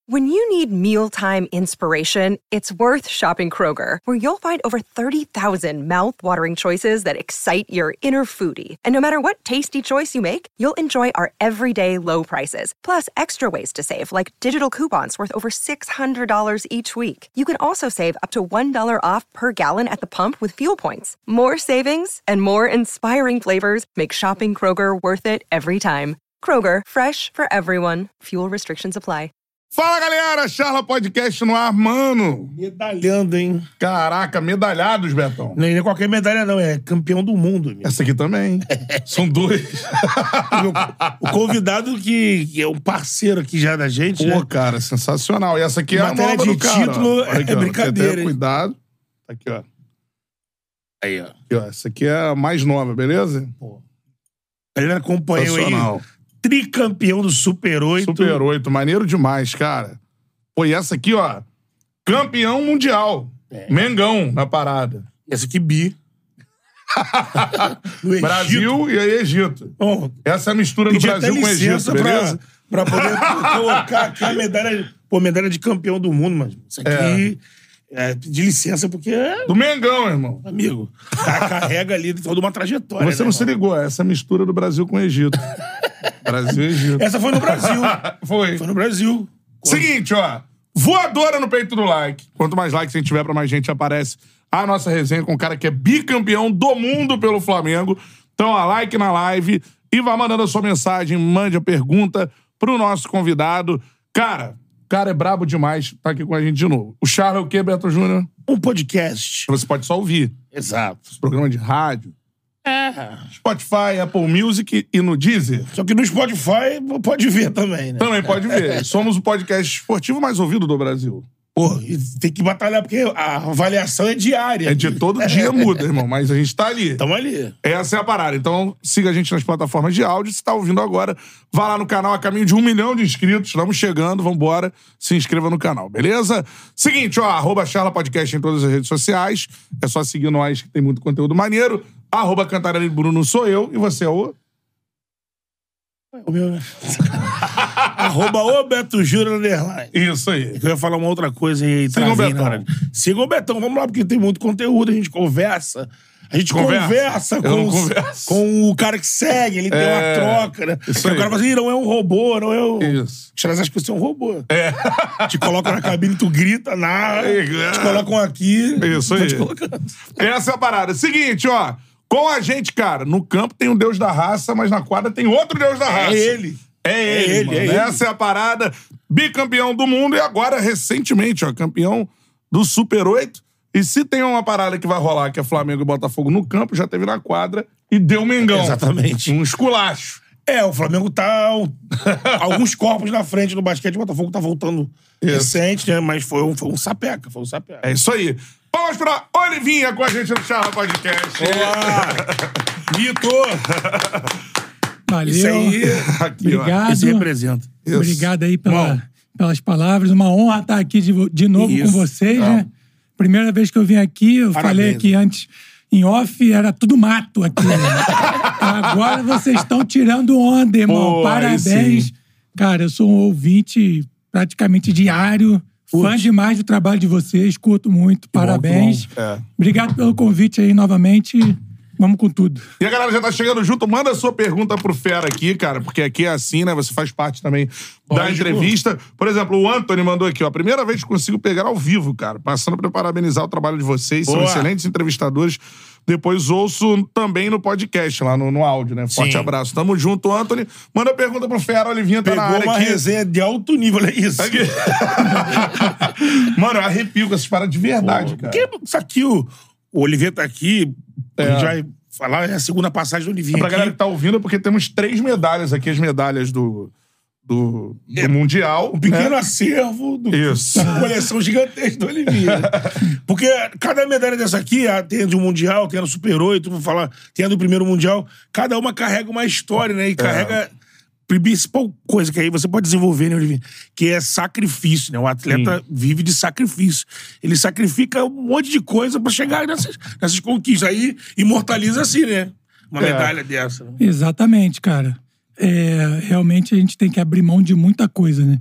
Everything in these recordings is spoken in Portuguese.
When you need mealtime inspiration, it's worth shopping Kroger, where you'll find over 30,000 mouth-watering choices that excite your inner foodie. And no matter what tasty choice you make, you'll enjoy our everyday low prices, plus extra ways to save, like digital coupons worth over $600 each week. You can also save up to $1 off per gallon at the pump with fuel points. More savings and more inspiring flavors make shopping Kroger worth it every time. Kroger, fresh for everyone. Fuel restrictions apply. Fala, galera! Charla Podcast no ar, mano! Medalhando, hein? Caraca, medalhados, Betão. Não é qualquer medalha, não. É campeão do mundo. Amigo. Essa aqui também. São dois. O convidado que é um parceiro aqui já da gente, Pô, né? cara, sensacional. E essa aqui é a matéria nova de do cara. título Olha aqui, é ó. brincadeira, Tem hein? cuidado. Tá aqui, ó. Aí, ó. Aqui, ó. Essa aqui é a mais nova, beleza? Pô. Ele acompanhou aí. Sensacional. Tricampeão do Super 8. Super 8, maneiro demais, cara. Pô, e essa aqui, ó. Campeão mundial. Mengão na parada. Essa aqui, bi. No Egito. Brasil e aí Egito. Bom, Essa é a mistura do pedi Brasil até com o Egito, licença beleza? pra poder colocar aqui a medalha. Pô, medalha de campeão do mundo, mas isso aqui de licença, porque Do Mengão, irmão. amigo, carrega ali toda uma trajetória. Você não se ligou, essa é a mistura do Brasil com o Egito. Brasil e Egito. Essa foi no Brasil. Foi. Foi no Brasil. Seguinte, ó. Voadora no peito do like. Quanto mais likes a gente tiver, pra mais gente aparece a nossa resenha com um cara que é bicampeão do mundo pelo Flamengo. Então, ó, like na live e vá mandando a sua mensagem, mande a pergunta pro nosso convidado. Cara, o cara é brabo demais, tá aqui com a gente de novo. O Charla é o quê, Beto Júnior? Um podcast. Você pode só ouvir. Exato. Programa de rádio. Spotify, Apple Music e no Deezer. Só que no Spotify pode ver também, né? Também pode ver. Somos o podcast esportivo mais ouvido do Brasil. Pô, e tem que batalhar, porque a avaliação é diária. É de todo dia muda, irmão, mas a gente tá ali. Tamo ali. Essa é a parada. Então, siga a gente nas plataformas de áudio. Se tá ouvindo agora, vá lá no canal a caminho de 1 milhão de inscritos. Estamos chegando, vambora. Se inscreva no canal, beleza? Seguinte, ó, @Charla Podcast em todas as redes sociais. É só seguir nós que tem muito conteúdo maneiro. @Cantarelli Bruno sou eu. E você é o... O meu... @o Beto Júnior _. Isso aí. Eu ia falar uma outra coisa aí. Siga o Betão. Siga o Betão, vamos lá, porque tem muito conteúdo, a gente conversa. A gente conversa com o cara que segue, ele tem uma troca, né? Isso Porque aí. o cara fala assim, não é um robô, não é um... Isso. Os caras acham que você é um robô. Te colocam na cabine, tu grita, te colocam aqui. Isso tô aí. te colocando. Essa é a parada. Seguinte, ó. Com a gente, cara, no campo tem um deus da raça, mas na quadra tem outro deus da raça. É ele, mano. Essa é a parada. Bicampeão do mundo e agora, recentemente, ó, campeão do Super 8. E se tem uma parada que vai rolar, que é Flamengo e Botafogo no campo, já teve na quadra e deu Mengão. Exatamente. Um esculacho. O Flamengo tá alguns corpos na frente no basquete, o Botafogo tá voltando recente, né? Mas foi um sapeca, É isso aí. Vamos pra Olivinha com a gente no Charla Podcast. Olá! Mito! Valeu. Isso aí. Aqui, Obrigado. ó. Isso representa. Isso. Obrigado aí pelas palavras. Uma honra estar aqui de novo com vocês, né? Primeira vez que eu vim aqui, eu falei aqui antes, em off, era tudo mato aqui. Né? Agora vocês estão tirando onda, irmão. Pô, parabéns. Cara, eu sou um ouvinte praticamente diário. Fã demais do trabalho de vocês, curto muito. Parabéns. bom. Obrigado pelo convite aí novamente. Vamos com tudo. E a galera já tá chegando junto. Manda a sua pergunta pro Fera aqui, cara, porque aqui é assim, né? Você faz parte também da entrevista. Por exemplo, o Anthony mandou aqui, ó. Primeira vez que consigo pegar ao vivo, cara. Passando pra parabenizar o trabalho de vocês. São excelentes entrevistadores. Depois ouço também no podcast, lá no áudio, né? Forte abraço. Tamo junto, Anthony. Manda pergunta pro Fera, Olivinha tá na área Pegou uma aqui. resenha de alto nível, olha isso. Aqui. Mano, eu arrepio com essas paradas de verdade, cara. Porque isso aqui, o Olivier tá aqui, a gente vai falar, é a segunda passagem do Olivier Pra aqui. galera que tá ouvindo, porque temos 3 medalhas aqui, as medalhas do Mundial. Um pequeno acervo Isso. da coleção gigantesca do Olivier. Porque cada medalha dessa aqui, tem a do Mundial, tem a do Super 8, vou falar, tem a do primeiro Mundial, cada uma carrega uma história, né? E carrega principal coisa que aí você pode desenvolver, né, Olivier? Que é sacrifício, né? O atleta vive de sacrifício. Ele sacrifica um monte de coisa pra chegar nessas conquistas. Aí imortaliza assim, né? Uma medalha dessa. Né? Exatamente, cara. Realmente a gente tem que abrir mão de muita coisa, né?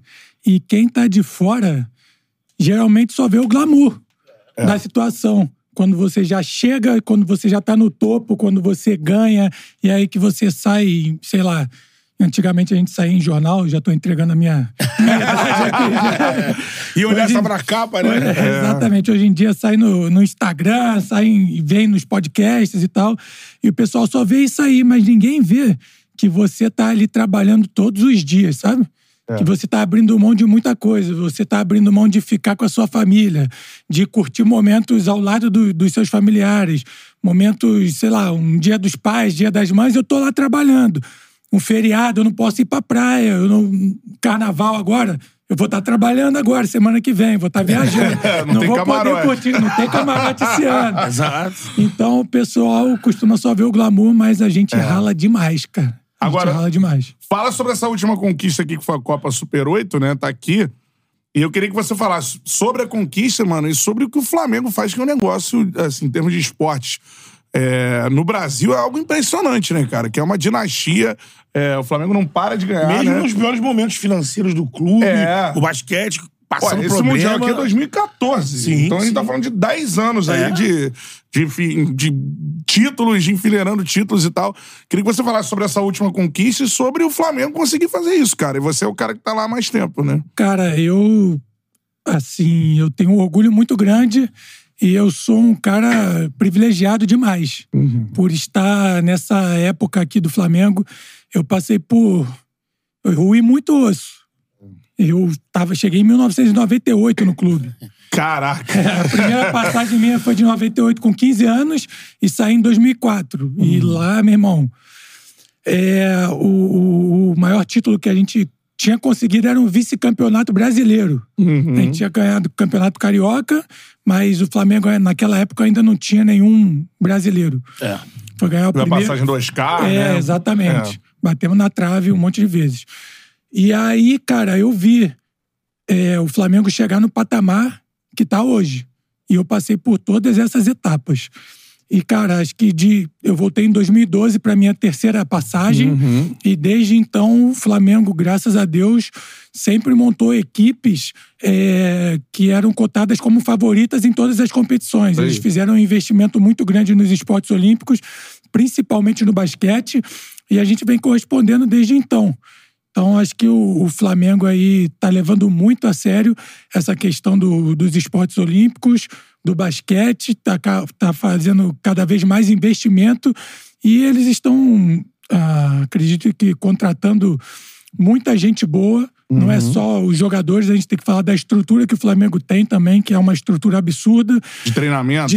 E quem tá de fora geralmente só vê o glamour da situação. Quando você já chega, quando você já tá no topo, quando você ganha, e aí que você sai, sei lá... Antigamente a gente saía em jornal, já tô entregando a minha idade aqui. E olhar só pra capa, né? Exatamente. Hoje em dia sai no Instagram, vem nos podcasts e tal. E o pessoal só vê isso aí, mas ninguém vê que você tá ali trabalhando todos os dias, sabe? Que você tá abrindo mão de muita coisa. Você tá abrindo mão de ficar com a sua família, de curtir momentos ao lado dos seus familiares. Momentos, sei lá, um dia dos pais, dia das mães, eu tô lá trabalhando. Um feriado, eu não posso ir pra praia. Carnaval agora, eu vou estar trabalhando agora, semana que vem, vou estar viajando. Não tem vou camarote. poder curtir, não tem camarote esse ano. Exato. Então o pessoal costuma só ver o glamour, mas a gente rala demais, cara. Agora, rala demais. Fala sobre essa última conquista aqui, que foi a Copa Super 8, né? Tá aqui. E eu queria que você falasse sobre a conquista, mano, e sobre o que o Flamengo faz, que é um negócio, assim, em termos de esportes. No Brasil é algo impressionante, né, cara? Que é uma dinastia. O Flamengo não para de ganhar, Mesmo né? nos piores momentos financeiros do clube, o basquete passando esse problema. Mundial aqui é 2014. Sim, então a gente tá falando de 10 anos aí de títulos, de enfileirando títulos e tal. Queria que você falasse sobre essa última conquista e sobre o Flamengo conseguir fazer isso, cara. E você é o cara que tá lá há mais tempo, né? Cara, eu tenho um orgulho muito grande. E eu sou um cara privilegiado demais por estar nessa época aqui do Flamengo. Eu passei por... Eu ruí muito osso. Cheguei em 1998 no clube. Caraca! A primeira passagem minha foi de 98 com 15 anos e saí em 2004. E lá, meu irmão, o maior título que a gente tinha conseguido era um vice-campeonato brasileiro. A gente tinha ganhado o campeonato carioca, mas o Flamengo naquela época ainda não tinha nenhum brasileiro. Foi ganhar o primeiro... passagem do Oscar, né? Exatamente. Batemos na trave um monte de vezes. E aí, cara, eu vi o Flamengo chegar no patamar que tá hoje. E eu passei por todas essas etapas. E, cara, acho que eu voltei em 2012 para minha terceira passagem. E desde então, o Flamengo, graças a Deus, sempre montou equipes que eram cotadas como favoritas em todas as competições. Eles fizeram um investimento muito grande nos esportes olímpicos, principalmente no basquete. E a gente vem correspondendo desde então. Então, acho que o Flamengo aí tá levando muito a sério essa questão dos esportes olímpicos, do basquete, tá fazendo cada vez mais investimento e eles estão, acredito que, contratando muita gente boa. Não é só os jogadores, a gente tem que falar da estrutura que o Flamengo tem também, que é uma estrutura absurda. De treinamento,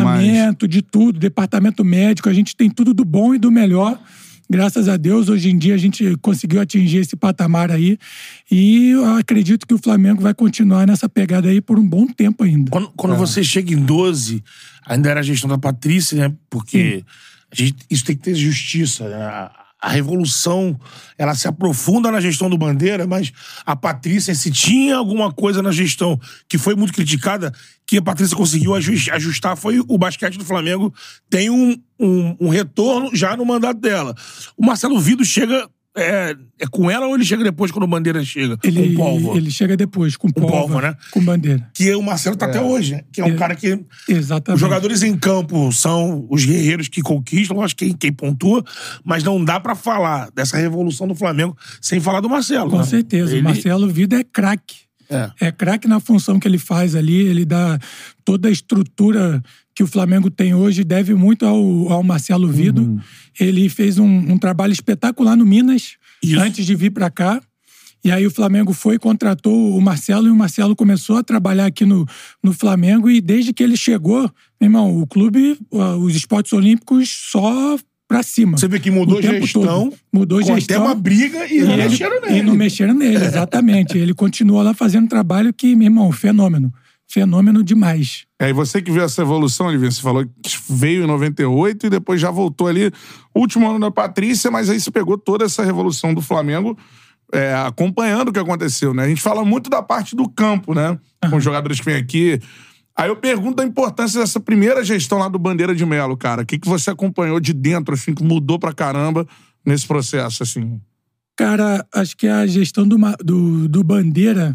de tudo, departamento médico, a gente tem tudo do bom e do melhor. Graças a Deus, hoje em dia a gente conseguiu atingir esse patamar aí e eu acredito que o Flamengo vai continuar nessa pegada aí por um bom tempo ainda. Quando você chega em 12, ainda era a gestão da Patrícia, né? Porque isso tem que ter justiça, né? A revolução, ela se aprofunda na gestão do Bandeira, mas a Patrícia, se tinha alguma coisa na gestão que foi muito criticada, que a Patrícia conseguiu ajustar, foi o basquete do Flamengo tem um retorno já no mandato dela. O Marcelo Vido chega... É com ela ou ele chega depois quando o Bandeira chega? Com o Pólvora? Ele chega depois, com o Pólvora, né? Com o Bandeira. Que o Marcelo tá até hoje, né? Que é um cara que... Exatamente. Os jogadores em campo são os guerreiros que conquistam, acho que quem pontua, mas não dá pra falar dessa revolução do Flamengo sem falar do Marcelo. Com certeza. O Marcelo Vido é craque. É craque na função que ele faz ali, ele dá toda a estrutura que o Flamengo tem hoje, deve muito ao Marcelo Vido. Ele fez um trabalho espetacular no Minas, antes de vir pra cá. E aí o Flamengo foi e contratou o Marcelo, e o Marcelo começou a trabalhar aqui no Flamengo, e desde que ele chegou, meu irmão, o clube, os esportes olímpicos só pra cima. Você vê que mudou gestão, mudou gestão, até uma briga e não mexeram nele. E não mexeram nele, exatamente. Ele continuou lá fazendo trabalho que, meu irmão, fenômeno. Fenômeno demais. E você que viu essa evolução, Olivia, você falou que veio em 98 e depois já voltou ali, último ano da Patrícia, mas aí você pegou toda essa revolução do Flamengo, acompanhando o que aconteceu, né? A gente fala muito da parte do campo, né? Com os jogadores que vêm aqui. Aí eu pergunto da importância dessa primeira gestão lá do Bandeira de Melo, cara. O que você acompanhou de dentro, assim, que mudou pra caramba nesse processo, assim? Cara, acho que a gestão do Bandeira...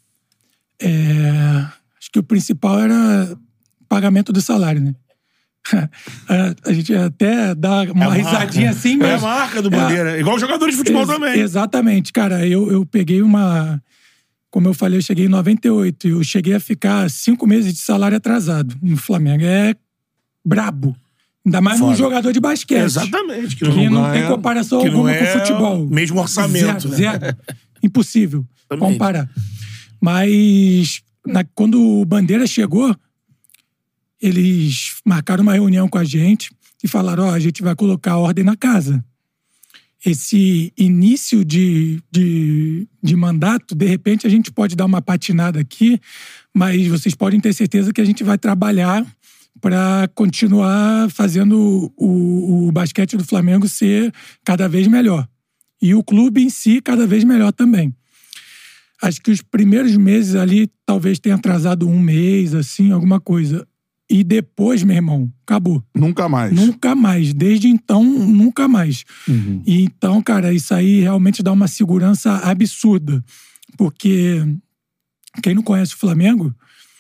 acho que o principal era pagamento do salário, né? A gente até dá uma risadinha assim, mas... É a marca do Bandeira. Igual jogadores de futebol também. Exatamente, cara. Eu peguei uma... Como eu falei, eu cheguei em 98. Eu cheguei a ficar 5 meses de salário atrasado no Flamengo. É brabo. Ainda mais num jogador de basquete. Exatamente. Que não tem comparação alguma com o futebol. Mesmo orçamento. Zero. Impossível comparar. Mas quando o Bandeira chegou, eles marcaram uma reunião com a gente e falaram, a gente vai colocar ordem na casa. Esse início de mandato, de repente a gente pode dar uma patinada aqui, mas vocês podem ter certeza que a gente vai trabalhar para continuar fazendo o basquete do Flamengo ser cada vez melhor. E o clube em si cada vez melhor também. Acho que os primeiros meses ali talvez tenha atrasado 1 mês, assim, alguma coisa. E depois, meu irmão, acabou. Nunca mais. Nunca mais. Desde então, nunca mais. Uhum. E então, cara, isso aí realmente dá uma segurança absurda. Porque quem não conhece o Flamengo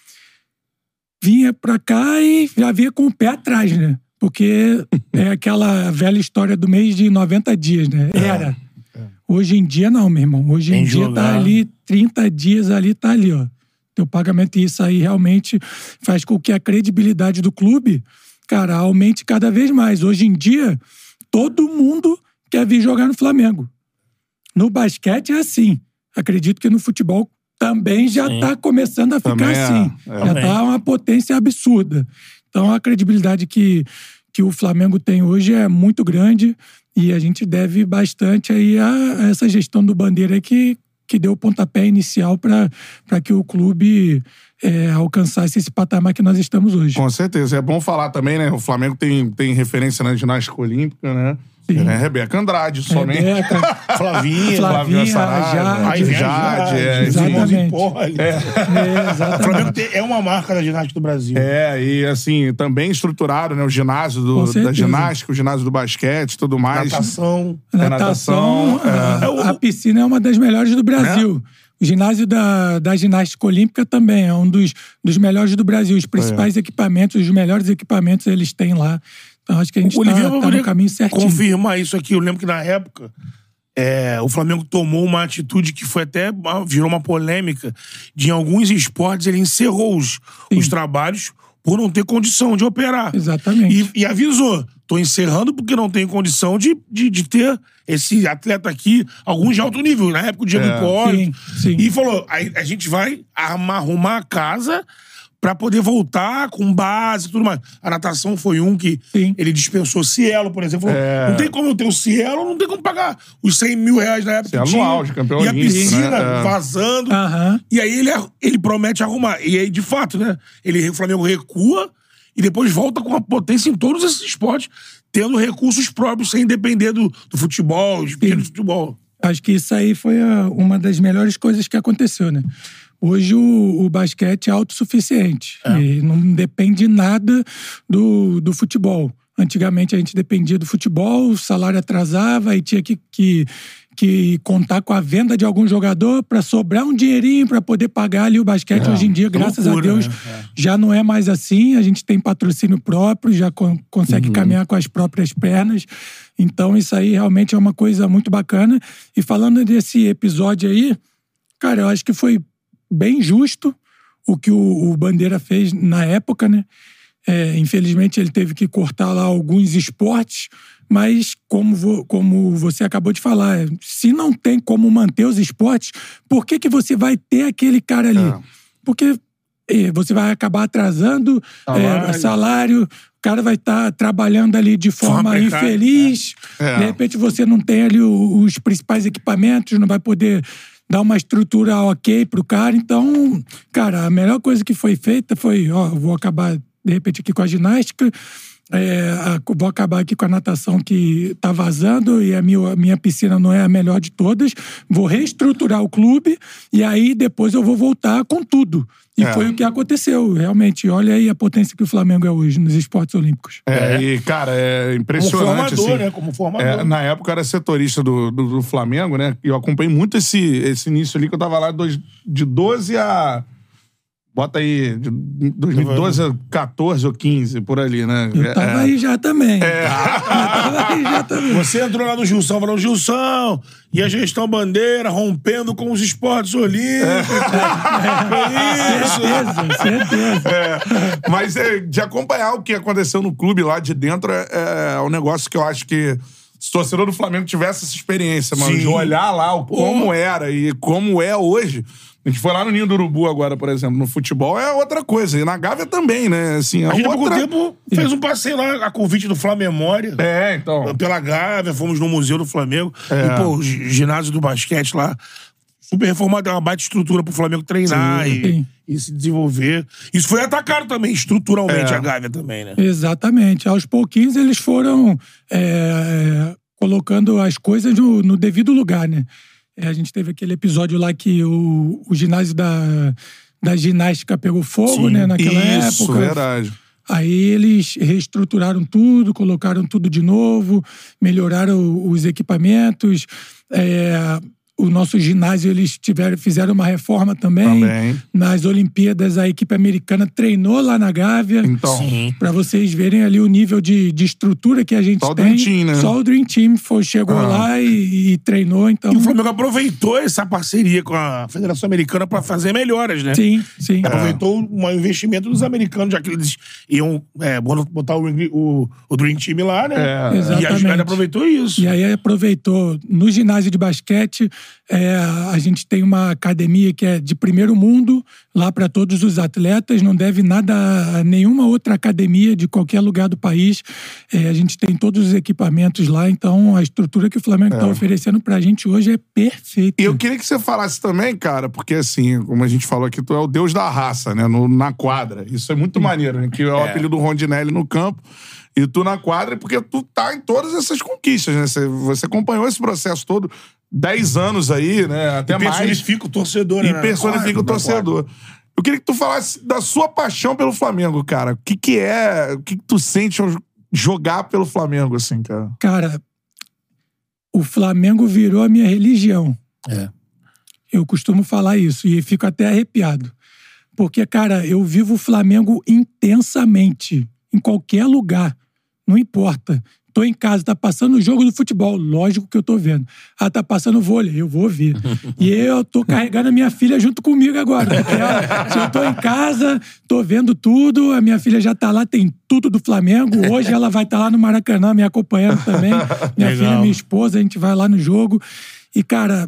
vinha pra cá e já vinha com o pé atrás, né? Porque é aquela velha história do mês de 90 dias, né? Era. Hoje em dia, não, meu irmão. Hoje em dia tá ali, 30 dias ali, tá ali, ó. Teu pagamento, e isso aí realmente faz com que a credibilidade do clube, cara, aumente cada vez mais. Hoje em dia, todo mundo quer vir jogar no Flamengo. No basquete é assim. Acredito que no futebol também já tá começando a ficar assim. Já tá uma potência absurda. Então, a credibilidade que o Flamengo tem hoje é muito grande e a gente deve bastante aí a essa gestão do Bandeira que deu o pontapé inicial para que o clube alcançasse esse patamar que nós estamos hoje. Com certeza. É bom falar também, né? O Flamengo tem referência na ginástica olímpica, né? Né? Rebeca Andrade, somente. Flavinha Jade. Exatamente. O Flamengo é uma marca da ginástica do Brasil. E assim, também estruturado, né? O ginásio da ginástica, o ginásio do basquete, tudo mais. Natação. A piscina é uma das melhores do Brasil. O ginásio da ginástica olímpica também é um dos melhores do Brasil. Os principais equipamentos, os melhores equipamentos eles têm lá. Então, acho que a gente tá no caminho certinho. Confirmar isso aqui. Eu lembro que na época o Flamengo tomou uma atitude que foi até virou uma polêmica de em alguns esportes ele encerrou os trabalhos por não ter condição de operar. Exatamente. E avisou, tô encerrando porque não tenho condição de ter esse atleta aqui, alguns de alto nível. Na época o Diego Hipólito. E falou, a gente vai arrumar a casa pra poder voltar com base e tudo mais. A natação foi um que ele dispensou Cielo, por exemplo. Não tem como eu ter o Cielo, não tem como pagar os 100 mil reais na época. Cielo no auge, campeão olímpico, e a piscina vazando. E aí ele promete arrumar. E aí, de fato, né? O Flamengo recua e depois volta com a potência em todos esses esportes, tendo recursos próprios, sem depender do futebol, de futebol. Acho que isso aí foi uma das melhores coisas que aconteceu, né? Hoje o basquete é autossuficiente. E não depende nada do futebol. Antigamente a gente dependia do futebol, o salário atrasava e tinha que contar com a venda de algum jogador para sobrar um dinheirinho para poder pagar ali o basquete. Hoje em dia, graças a Deus, já não é mais assim. A gente tem patrocínio próprio, já consegue caminhar com as próprias pernas. Então isso aí realmente é uma coisa muito bacana. E falando desse episódio aí, cara, eu acho que foi bem justo o que o Bandeira fez na época, né? Infelizmente ele teve que cortar lá alguns esportes, mas como você acabou de falar, se não tem como manter os esportes, por que você vai ter aquele cara ali? Porque você vai acabar atrasando salário, o cara vai estar trabalhando ali de forma infeliz, de repente você não tem ali os principais equipamentos, não vai poder dar uma estrutura ok pro cara. Então, cara, a melhor coisa que foi feita foi, vou acabar de repente aqui com a ginástica, Vou acabar aqui com a natação que tá vazando e a minha piscina não é a melhor de todas. Vou reestruturar o clube e aí depois eu vou voltar com tudo. E foi o que aconteceu, realmente. Olha aí a potência que o Flamengo é hoje nos esportes olímpicos. E, cara, é impressionante. Como formador, assim, né? Como formador. Na época eu era setorista do Flamengo, né? E eu acompanhei muito esse início ali, que eu tava lá de 12 a... Bota aí, de 2012 a 14 ou 15, por ali, né? Eu tava aí já também. Eu tava aí já também. Você entrou lá no Gilson, falou, Gilson, e a gestão bandeira rompendo com os esportes olímpicos. Certeza. Mas de acompanhar o que aconteceu no clube lá de dentro é um negócio que eu acho que se o torcedor do Flamengo tivesse essa experiência, mano, de olhar lá como era e como é hoje. A gente foi lá no Ninho do Urubu agora, por exemplo, no futebol é outra coisa. E na Gávea também, né? Assim, a gente, há pouco tempo, fez um passeio lá, a convite do Flamemória. Então. Pela Gávea, fomos no Museu do Flamengo. E, pô, o ginásio do basquete lá, super reformado, é uma baita estrutura pro Flamengo treinar e se desenvolver. Isso foi atacado também, estruturalmente, a Gávea também, né? Exatamente. Aos pouquinhos eles foram colocando as coisas no devido lugar, né? A gente teve aquele episódio lá que o ginásio da ginástica pegou fogo, né? Naquela época. Isso, verdade. Aí eles reestruturaram tudo, colocaram tudo de novo, melhoraram os equipamentos. O nosso ginásio, eles fizeram uma reforma também. Nas Olimpíadas, a equipe americana treinou lá na Gávea. Então, pra vocês verem ali o nível de estrutura que a gente só tem. Dream Team, né? Só o Dream Team chegou lá e treinou, então... E o Flamengo aproveitou essa parceria com a Federação Americana pra fazer melhoras, né? Sim. Aproveitou um investimento dos americanos, já que eles iam botar o Dream Team lá, né? Exatamente. E a gente aproveitou isso. E aí aproveitou. No ginásio de basquete, a gente tem uma academia que é de primeiro mundo, lá para todos os atletas, não deve nada a nenhuma outra academia de qualquer lugar do país. A gente tem todos os equipamentos lá, então a estrutura que o Flamengo está oferecendo pra gente hoje é perfeita. E eu queria que você falasse também, cara, porque assim, como a gente falou aqui, tu é o deus da raça, né, na quadra. Isso é muito maneiro, né, que é o apelido do Rondinelli no campo. E tu na quadra, porque tu tá em todas essas conquistas, né? Você acompanhou esse processo todo, 10 anos aí, né? Até mais. E personifica o torcedor, né? E personifica o torcedor. Eu queria que tu falasse da sua paixão pelo Flamengo, cara. O que tu sente ao jogar pelo Flamengo, assim, cara? Cara, o Flamengo virou a minha religião. Eu costumo falar isso e fico até arrepiado. Porque, cara, eu vivo o Flamengo intensamente, em qualquer lugar. Não importa. Tô em casa, tá passando o jogo do futebol. Lógico que eu tô vendo. Tá passando vôlei, eu vou ver. E eu tô carregando a minha filha junto comigo agora. Porque se eu tô em casa, tô vendo tudo, a minha filha já tá lá, tem tudo do Flamengo. Hoje ela vai estar lá no Maracanã me acompanhando também. Minha filha, minha esposa, a gente vai lá no jogo. E, cara,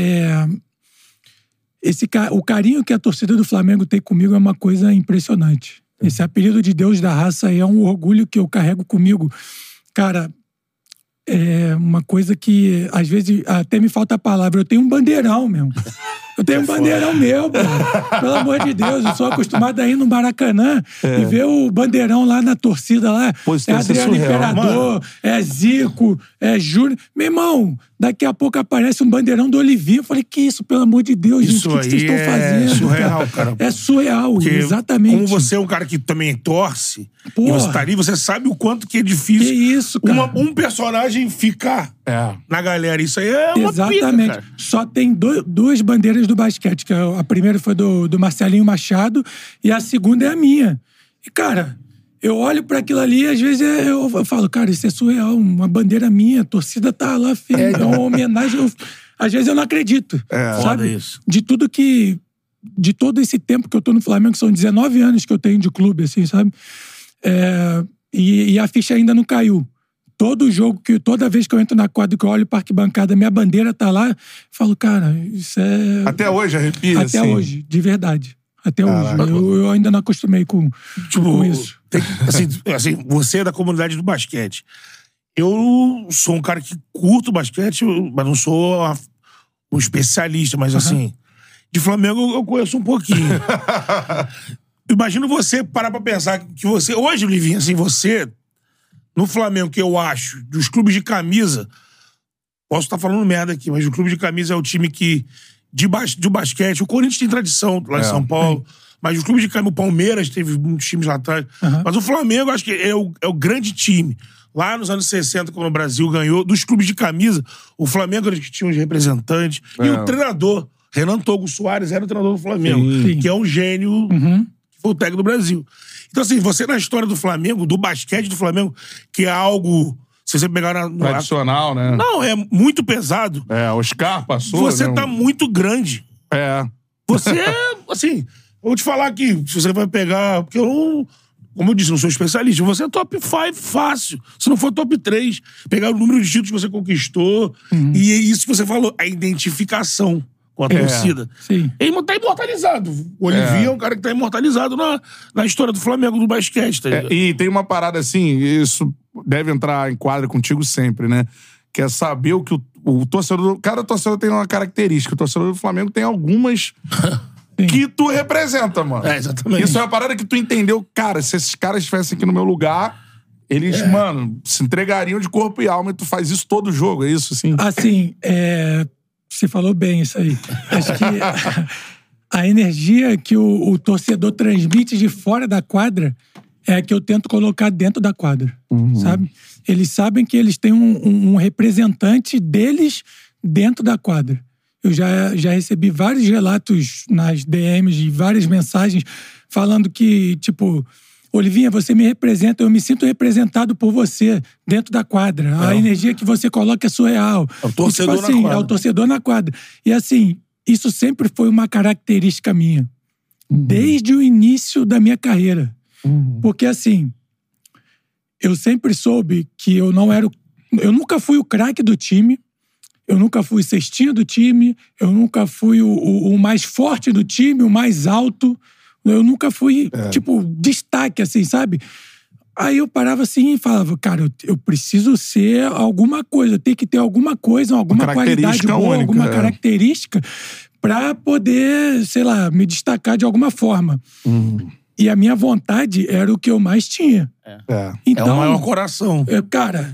o carinho que a torcida do Flamengo tem comigo é uma coisa impressionante. Esse apelido de Deus da raça aí é um orgulho que eu carrego comigo. Cara, é uma coisa que às vezes até me falta a palavra. Eu tenho um bandeirão, meu. Eu tenho um bandeirão meu, pô. Pelo amor de Deus, eu sou acostumado a ir no Maracanã e ver o bandeirão lá na torcida lá. É Adriano Imperador, é Zico, é Júnior. Meu irmão, daqui a pouco aparece um bandeirão do Olivinho. Eu falei, que isso, pelo amor de Deus, gente, o que vocês estão fazendo? É surreal, cara. É surreal, porque exatamente. Como você é um cara que também torce, e você tá ali, você sabe o quanto que é difícil que isso, cara? Um personagem ficar na galera. Isso aí é uma exatamente. Pica, cara. Só tem duas bandeiras do basquete, que a primeira foi do Marcelinho Machado e a segunda é a minha. E, cara, eu olho pra aquilo ali e às vezes eu falo, cara, isso é surreal, uma bandeira minha, a torcida tá lá, é uma homenagem. Às vezes eu não acredito. Sabe? Isso. De todo esse tempo que eu tô no Flamengo, são 19 anos que eu tenho de clube, assim, sabe? E a ficha ainda não caiu. Todo jogo, toda vez que eu entro na quadra e que eu olho o parque bancada, minha bandeira tá lá, eu falo, cara, isso é... Até hoje arrepia, Até assim. hoje, de verdade. Até hoje. Eu ainda não acostumei com isso. Assim, você é da comunidade do basquete. Eu sou um cara que curto basquete, mas não sou um especialista, mas assim, de Flamengo eu conheço um pouquinho. Imagino você parar pra pensar que você... Hoje, Livinho, assim, você no Flamengo, que eu acho, dos clubes de camisa, posso estar falando merda aqui, mas o clube de camisa é o time que, de basquete, o Corinthians tem tradição lá em São Paulo, mas os clubes de camisa, o Palmeiras teve muitos times lá atrás, mas o Flamengo, acho que é o grande time. Lá nos anos 60, quando o Brasil ganhou, dos clubes de camisa, o Flamengo era que tinha os representantes, e o treinador, Renan Togo Soares, era o treinador do Flamengo, que é um gênio, que foi o técnico do Brasil. Então, assim, você na história do Flamengo, do basquete do Flamengo, que é algo, se você pegar tradicional, né? Não, é muito pesado. O Scar passou, você né? tá muito grande. Você é, assim, eu vou te falar aqui, se você vai pegar, porque eu não, como eu disse, não sou especialista, você é top 5 fácil. Se não for top 3, pegar o número de títulos que você conquistou, e é isso que você falou, a identificação com a torcida. Sim. Ele tá imortalizado. O Olivinha é um cara que tá imortalizado na história do Flamengo, do basquete. Tá e tem uma parada assim, isso deve entrar em quadra contigo sempre, né? Que é saber o que o torcedor... Cada torcedor tem uma característica. O torcedor do Flamengo tem algumas que tu representa, mano. Exatamente. Isso é uma parada que tu entendeu. Cara, se esses caras estivessem aqui no meu lugar, eles, mano, se entregariam de corpo e alma, e tu faz isso todo jogo, é isso, assim? Assim, você falou bem isso aí. Acho que a energia que o torcedor transmite de fora da quadra é a que eu tento colocar dentro da quadra, sabe? Eles sabem que eles têm um representante deles dentro da quadra. Eu já recebi vários relatos nas DMs e várias mensagens falando que, tipo... Olivinha, você me representa, eu me sinto representado por você dentro da quadra. A energia que você coloca é surreal. É o torcedor na quadra. É o torcedor na quadra. E assim, isso sempre foi uma característica minha. Desde o início da minha carreira. Porque assim, eu sempre soube que eu não era... Eu nunca fui o craque do time, eu nunca fui o cestinha do time, eu nunca fui o mais forte do time, o mais alto... Eu nunca fui, tipo, destaque, assim, sabe? Aí eu parava assim e falava, cara, eu preciso ser alguma coisa, eu tenho que ter alguma coisa, alguma qualidade boa, única, alguma característica pra poder, sei lá, me destacar de alguma forma. E a minha vontade era o que eu mais tinha. Então, é o maior coração. Cara,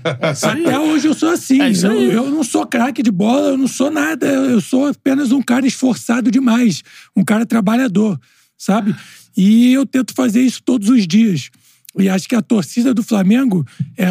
até hoje eu sou assim. Eu não sou craque de bola, eu não sou nada. Eu sou apenas um cara esforçado demais. Um cara trabalhador, sabe? E eu tento fazer isso todos os dias. E acho que a torcida do Flamengo,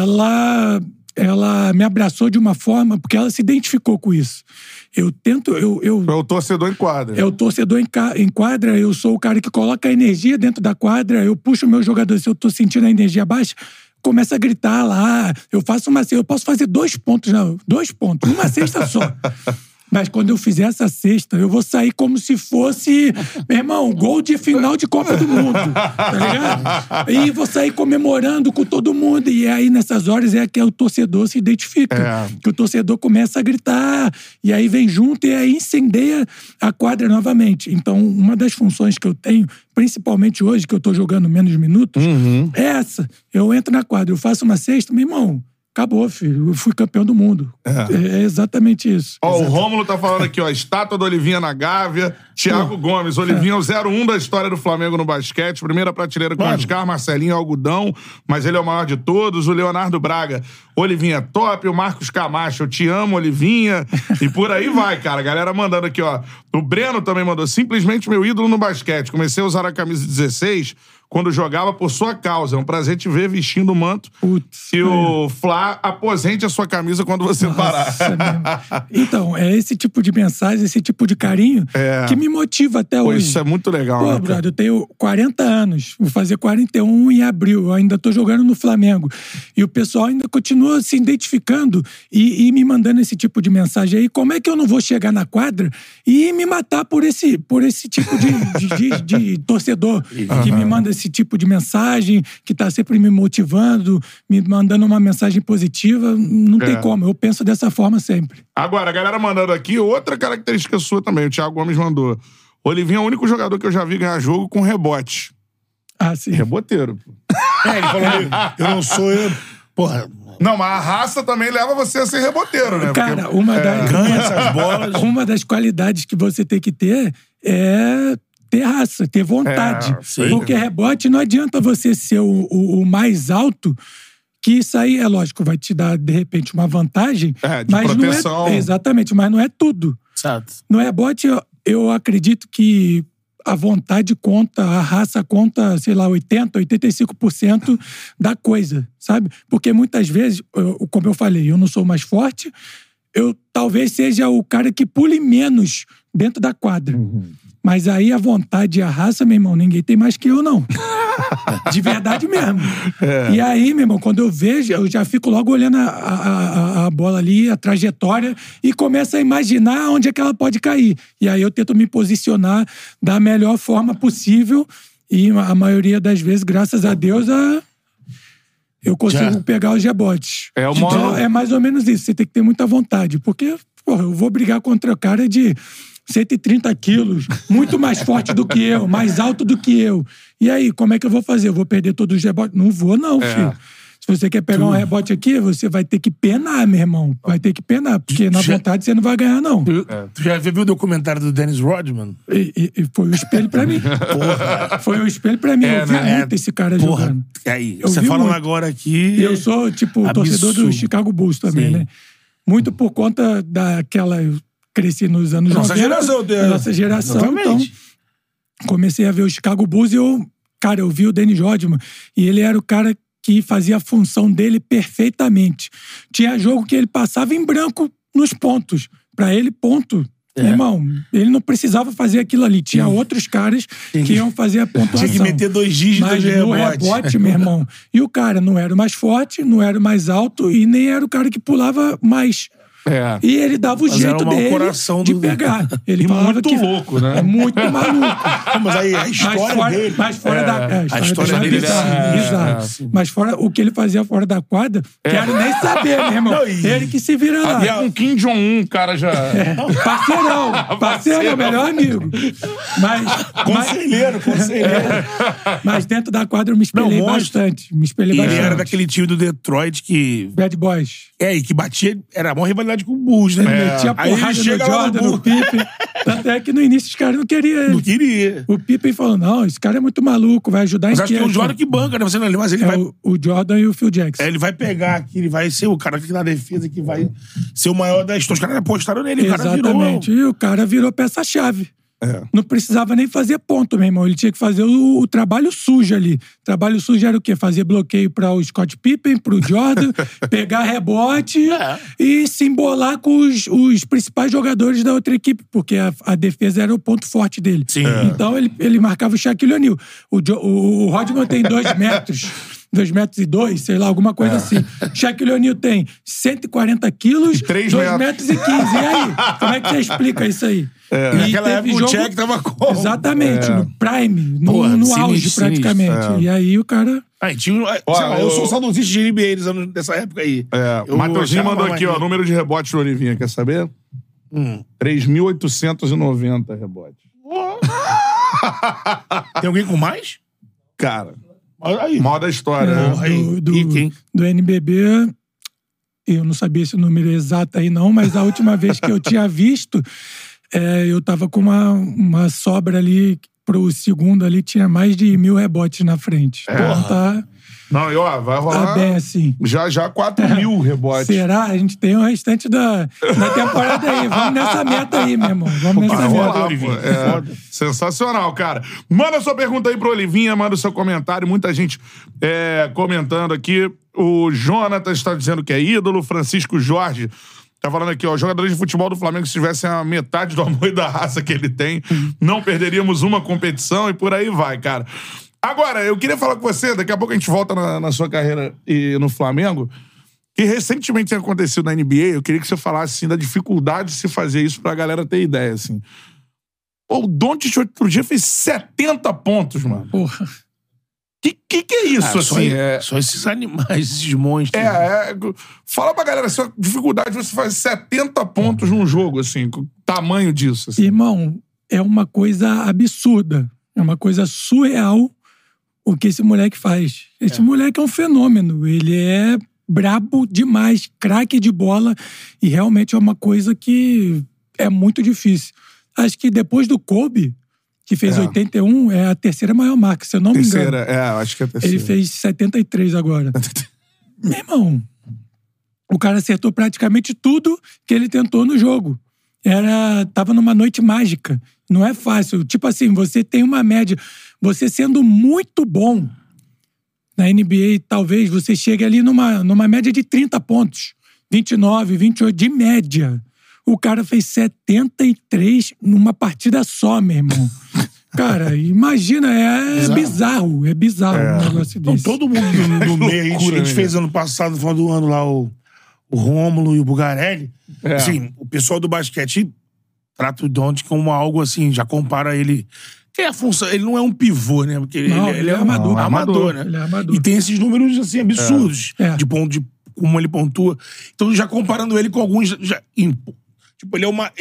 ela me abraçou de uma forma, porque ela se identificou com isso. Eu tento... É o torcedor em quadra. É o torcedor em quadra, eu sou o cara que coloca a energia dentro da quadra, eu puxo o meu jogador, se eu tô sentindo a energia baixa, começa a gritar lá, eu posso fazer 2 pontos, não, 2 pontos, uma cesta só. Mas quando eu fizer essa cesta, eu vou sair como se fosse, meu irmão, gol de final de Copa do Mundo, tá ligado? E vou sair comemorando com todo mundo. E aí, nessas horas, é que o torcedor se identifica. Que o torcedor começa a gritar, e aí vem junto, e aí incendeia a quadra novamente. Então, uma das funções que eu tenho, principalmente hoje, que eu tô jogando menos minutos, é essa. Eu entro na quadra, eu faço uma cesta, meu irmão... Acabou, filho. Eu fui campeão do mundo. É exatamente isso. O Rômulo tá falando aqui, estátua do Olivinha na Gávea. Thiago Gomes, Olivinha é o 01 da história do Flamengo no basquete. Primeira prateleira com Oscar, Marcelinho, Algodão. Mas ele é o maior de todos. O Leonardo Braga, Olivinha top. O Marcos Camacho, eu te amo, Olivinha. E por aí vai, cara. A galera mandando aqui, O Breno também mandou. Simplesmente meu ídolo no basquete. Comecei a usar a camisa 16... quando jogava por sua causa. É um prazer te ver vestindo o manto. E o Flá aposente a sua camisa quando você parar. Então, é esse tipo de mensagem, esse tipo de carinho que me motiva até hoje. Isso é muito legal, né? Brother, eu tenho 40 anos. Vou fazer 41 em abril. Eu ainda tô jogando no Flamengo. E o pessoal ainda continua se identificando e me mandando esse tipo de mensagem aí. Como é que eu não vou chegar na quadra e me matar por esse tipo de torcedor que me manda esse tipo de mensagem, que tá sempre me motivando, me mandando uma mensagem positiva, não tem como. Eu penso dessa forma sempre. Agora, a galera mandando aqui, outra característica sua também, o Thiago Gomes mandou. Olivinha é o único jogador que eu já vi ganhar jogo com rebote. Sim. Reboteiro. Ele falou, eu não sou... Porra... Não, mas a raça também leva você a ser reboteiro, né? Cara, ganha essas bolas. Uma das qualidades que você tem que ter é ter raça, ter vontade. Porque rebote não adianta você ser o mais alto Que isso aí, é lógico, vai te dar, de repente, uma vantagem. De mas proteção. Não é, exatamente, mas não é tudo. Exato. No rebote, eu acredito que a vontade conta, a raça conta, sei lá, 80%, 85% da coisa, sabe? Porque muitas vezes, como eu falei, eu não sou mais forte, eu talvez seja o cara que pule menos dentro da quadra. Mas aí a vontade e a raça, meu irmão, ninguém tem mais que eu, não. De verdade mesmo. E aí, meu irmão, quando eu vejo, eu já fico logo olhando a bola ali, a trajetória, e começo a imaginar onde é que ela pode cair. E aí eu tento me posicionar da melhor forma possível. E a maioria das vezes, graças a Deus, eu consigo pegar os rebotes. Então, é mais ou menos isso. Você tem que ter muita vontade. Porque, porra, eu vou brigar contra o cara de 130 quilos, muito mais forte do que eu, mais alto do que eu. E aí, como é que eu vou fazer? Eu vou perder todos os rebotes? Não vou, não, filho. Se você quer pegar um rebote aqui, você vai ter que penar, meu irmão. Vai ter que penar, porque na vontade você não vai ganhar, não. Tu já viu o documentário do Dennis Rodman? E foi um espelho pra mim. Foi um espelho pra mim. Eu vi muito esse cara jogando. E aí, você falando agora aqui... Eu sou, tipo, torcedor do Chicago Bulls também, né? Muito por conta daquela... Cresci nos anos 90. Nossa geração. Então, comecei a ver o Chicago Bulls e eu vi o Dennis Rodman. E ele era o cara que fazia a função dele perfeitamente. Tinha jogo que ele passava em branco nos pontos. Pra ele, ponto. Meu irmão, ele não precisava fazer aquilo ali. Tinha outros caras que iam fazer a pontuação. Tinha que meter 2 dígitos mas de no rebote, meu irmão. E o cara não era o mais forte, não era o mais alto e nem era o cara que pulava mais. E ele dava o jeito dele de pegar. Ele falava muito louco, né? É muito maluco. Mas aí a história dele... Mas fora da... a história dele é... Exato. Mas fora o que ele fazia fora da quadra, quero nem saber, meu irmão. Ele que se vira lá. Com Kim Jong-un, o cara já... Parceirão, melhor amigo. Conselheiro. Mas dentro da quadra eu me espelhei bastante. Ele era daquele time do Detroit que... Bad Boys. E que batia... Era a maior rivalidade com o Bulls, né? Tinha porrada no Jordan, no Pippen. Tanto é que no início os caras não queriam ele. Não queria. O Pippen falou, não, esse cara é muito maluco, vai ajudar em quê? Mas acho que é o Jordan que banca, né? Você não, mas ele vai... O Jordan e o Phil Jackson. Ele vai pegar aqui, ele vai ser o cara que na defesa, que vai ser o maior da história. Os caras apostaram nele, Exatamente. E o cara virou peça-chave. Não precisava nem fazer ponto, meu irmão. Ele tinha que fazer o trabalho sujo ali. O trabalho sujo era o quê? Fazer bloqueio para o Scott Pippen, pro Jordan, pegar rebote e se embolar com os principais jogadores da outra equipe, porque a defesa era o ponto forte dele. Então ele marcava o Shaquille O'Neal. O Rodman tem 2 metros. 2 metros e 2, sei lá, alguma coisa assim. Shaquille O'Neal tem 140 quilos, 2 metros e 15. E aí? Como é que você explica isso aí? Naquela época o Shaq tava como? Exatamente, no prime, no auge praticamente. E aí o cara... eu sou saudosista de NBA dessa época aí. O Matheusinho mandou aqui, ó, número de rebotes do Olivinha, quer saber? 3.890 rebotes. Tem alguém com mais? Cara... Mal da história. Do NBB, eu não sabia esse número exato aí não, mas a última vez que eu tinha visto, eu tava com uma sobra ali, pro segundo ali, tinha mais de 1.000 rebotes na frente. Então tá... Não, e ó, vai rolar bem assim. Já 4.000 rebotes. Será? A gente tem o restante da temporada aí. Vamos nessa meta aí, meu irmão. Vamos nessa meta. Sensacional, cara. Manda sua pergunta aí pro Olivinha, manda o seu comentário. Muita gente comentando aqui. O Jonathan está dizendo que é ídolo. Francisco Jorge tá falando aqui, ó, jogadores de futebol do Flamengo, se tivessem a metade do amor e da raça que ele tem, não perderíamos uma competição e por aí vai, cara. Agora, eu queria falar com você, daqui a pouco a gente volta na sua carreira e no Flamengo, que recentemente tem acontecido na NBA, eu queria que você falasse, assim, da dificuldade de se fazer isso pra galera ter ideia, assim. Pô, o Doncic outro dia fez 70 pontos, mano. Porra. Que é isso, assim? Só esses animais, esses monstros. Fala pra galera, assim, a dificuldade de você fazer 70 pontos num jogo, assim, o tamanho disso, assim. Irmão, é uma coisa absurda, é uma coisa surreal o que esse moleque faz. Esse moleque é um fenômeno. Ele é brabo demais, craque de bola. E realmente é uma coisa que é muito difícil. Acho que depois do Kobe, que fez 81, é a terceira maior marca, se eu não me engano. Acho que é a terceira. Ele fez 73 agora. meu irmão, o cara acertou praticamente tudo que ele tentou no jogo. Tava numa noite mágica. Não é fácil. Tipo assim, você tem uma média. Você sendo muito bom na NBA, talvez você chegue ali numa média de 30 pontos. 29, 28, de média. O cara fez 73 numa partida só, meu irmão. Cara, imagina, é bizarro um negócio desse. Então, todo mundo no meio, a gente fez ano passado, no final do ano lá, o Rômulo e o Bugarelli. Assim, o pessoal do basquete trata o Doncic como algo assim, já compara ele. Que é a função, ele não é um pivô, né? Porque ele é amador, né? Ele é amador. E tem esses números assim absurdos de ponto de como ele pontua. Então, já comparando ele com alguns. Tipo,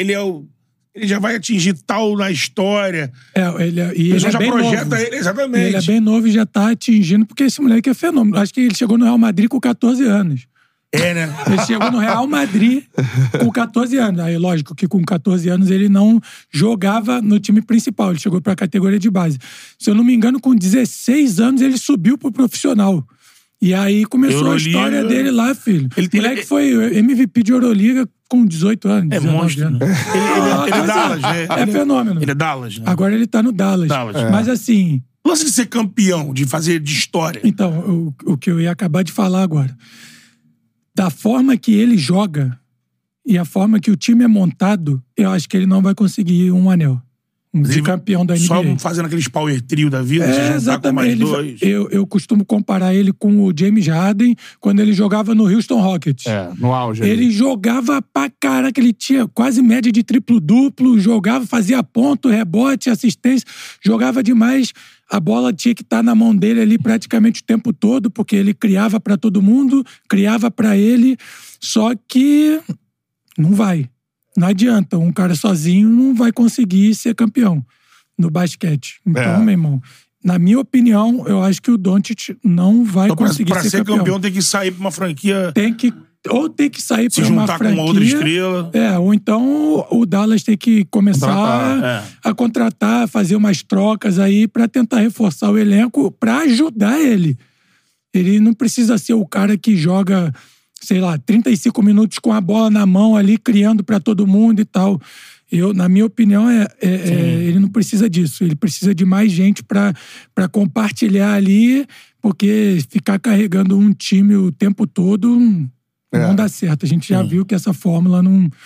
ele já vai atingir tal na história. E ele já projeta novo. Ele, exatamente. Ele é bem novo e já tá atingindo, porque esse moleque é fenômeno. Acho que ele chegou no Real Madrid com 14 anos. Né? Ele chegou no Real Madrid com 14 anos. Aí, lógico que com 14 anos ele não jogava no time principal. Ele chegou pra categoria de base. Se eu não me engano, com 16 anos ele subiu pro profissional. E aí começou Euroliga. A história dele lá, filho. O moleque foi MVP de Euroliga com 18 anos. É monstro. Anos. Ele é Dallas, né? É fenômeno. Ele é Dallas, né? Agora ele tá no Dallas. Mas assim... O lance de ser campeão, de fazer de história. Então, o que eu ia acabar de falar agora. Da forma que ele joga e a forma que o time é montado, eu acho que ele não vai conseguir um anel. De campeão da NBA. Só fazendo aqueles power trio da vida, exatamente. Eu costumo comparar ele com o James Harden quando ele jogava no Houston Rockets. No auge. Ele jogava pra caraca, ele tinha quase média de triplo-duplo, jogava, fazia ponto, rebote, assistência, jogava demais. A bola tinha que estar na mão dele ali praticamente o tempo todo, porque ele criava pra todo mundo, criava pra ele, só que não vai. Não adianta, um cara sozinho não vai conseguir ser campeão no basquete. Então, meu irmão, na minha opinião, eu acho que o Doncic não vai conseguir ser campeão. Pra ser campeão tem que sair pra uma franquia... Tem que sair pra uma franquia... Se juntar com uma outra estrela. Ou então o Dallas tem que começar a contratar, fazer umas trocas aí pra tentar reforçar o elenco, pra ajudar ele. Ele não precisa ser o cara que joga... sei lá, 35 minutos com a bola na mão ali, criando pra todo mundo e tal. Na minha opinião, ele não precisa disso. Ele precisa de mais gente pra compartilhar ali, porque ficar carregando um time o tempo todo não dá certo. A gente já viu que essa fórmula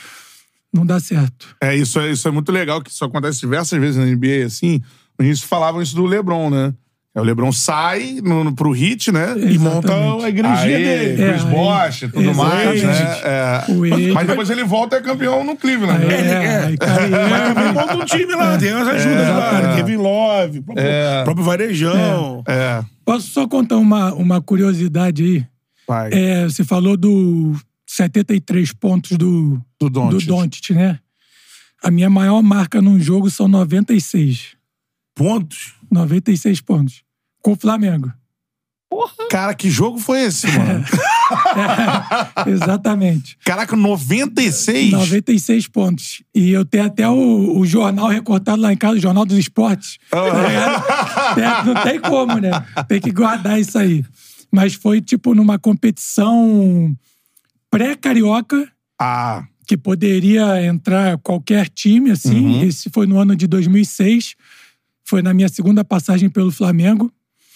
não dá certo. Isso é muito legal, que isso acontece diversas vezes na NBA, assim. No início falavam isso do LeBron, né? O LeBron sai pro Hit, né? Exatamente. E monta a igrejinha dele. Chris Bosh e tudo mais, né? Mas depois ele volta e é campeão no Cleveland. Mas também monta um time lá, tem as ajudas lá. Kevin Love, próprio Varejão. Posso só contar uma curiosidade aí? Vai. Você falou do 73 pontos do Doncic, né? A minha maior marca num jogo são 96. Pontos? 96 pontos. Com o Flamengo. Porra. Cara, que jogo foi esse, mano? Exatamente. Caraca, 96? 96 pontos. E eu tenho até o jornal recortado lá em casa, o Jornal dos Esportes. Não tem como, né? Tem que guardar isso aí. Mas foi, tipo, numa competição pré-carioca. Que poderia entrar qualquer time, assim. Esse foi no ano de 2006. Foi na minha segunda passagem pelo Flamengo.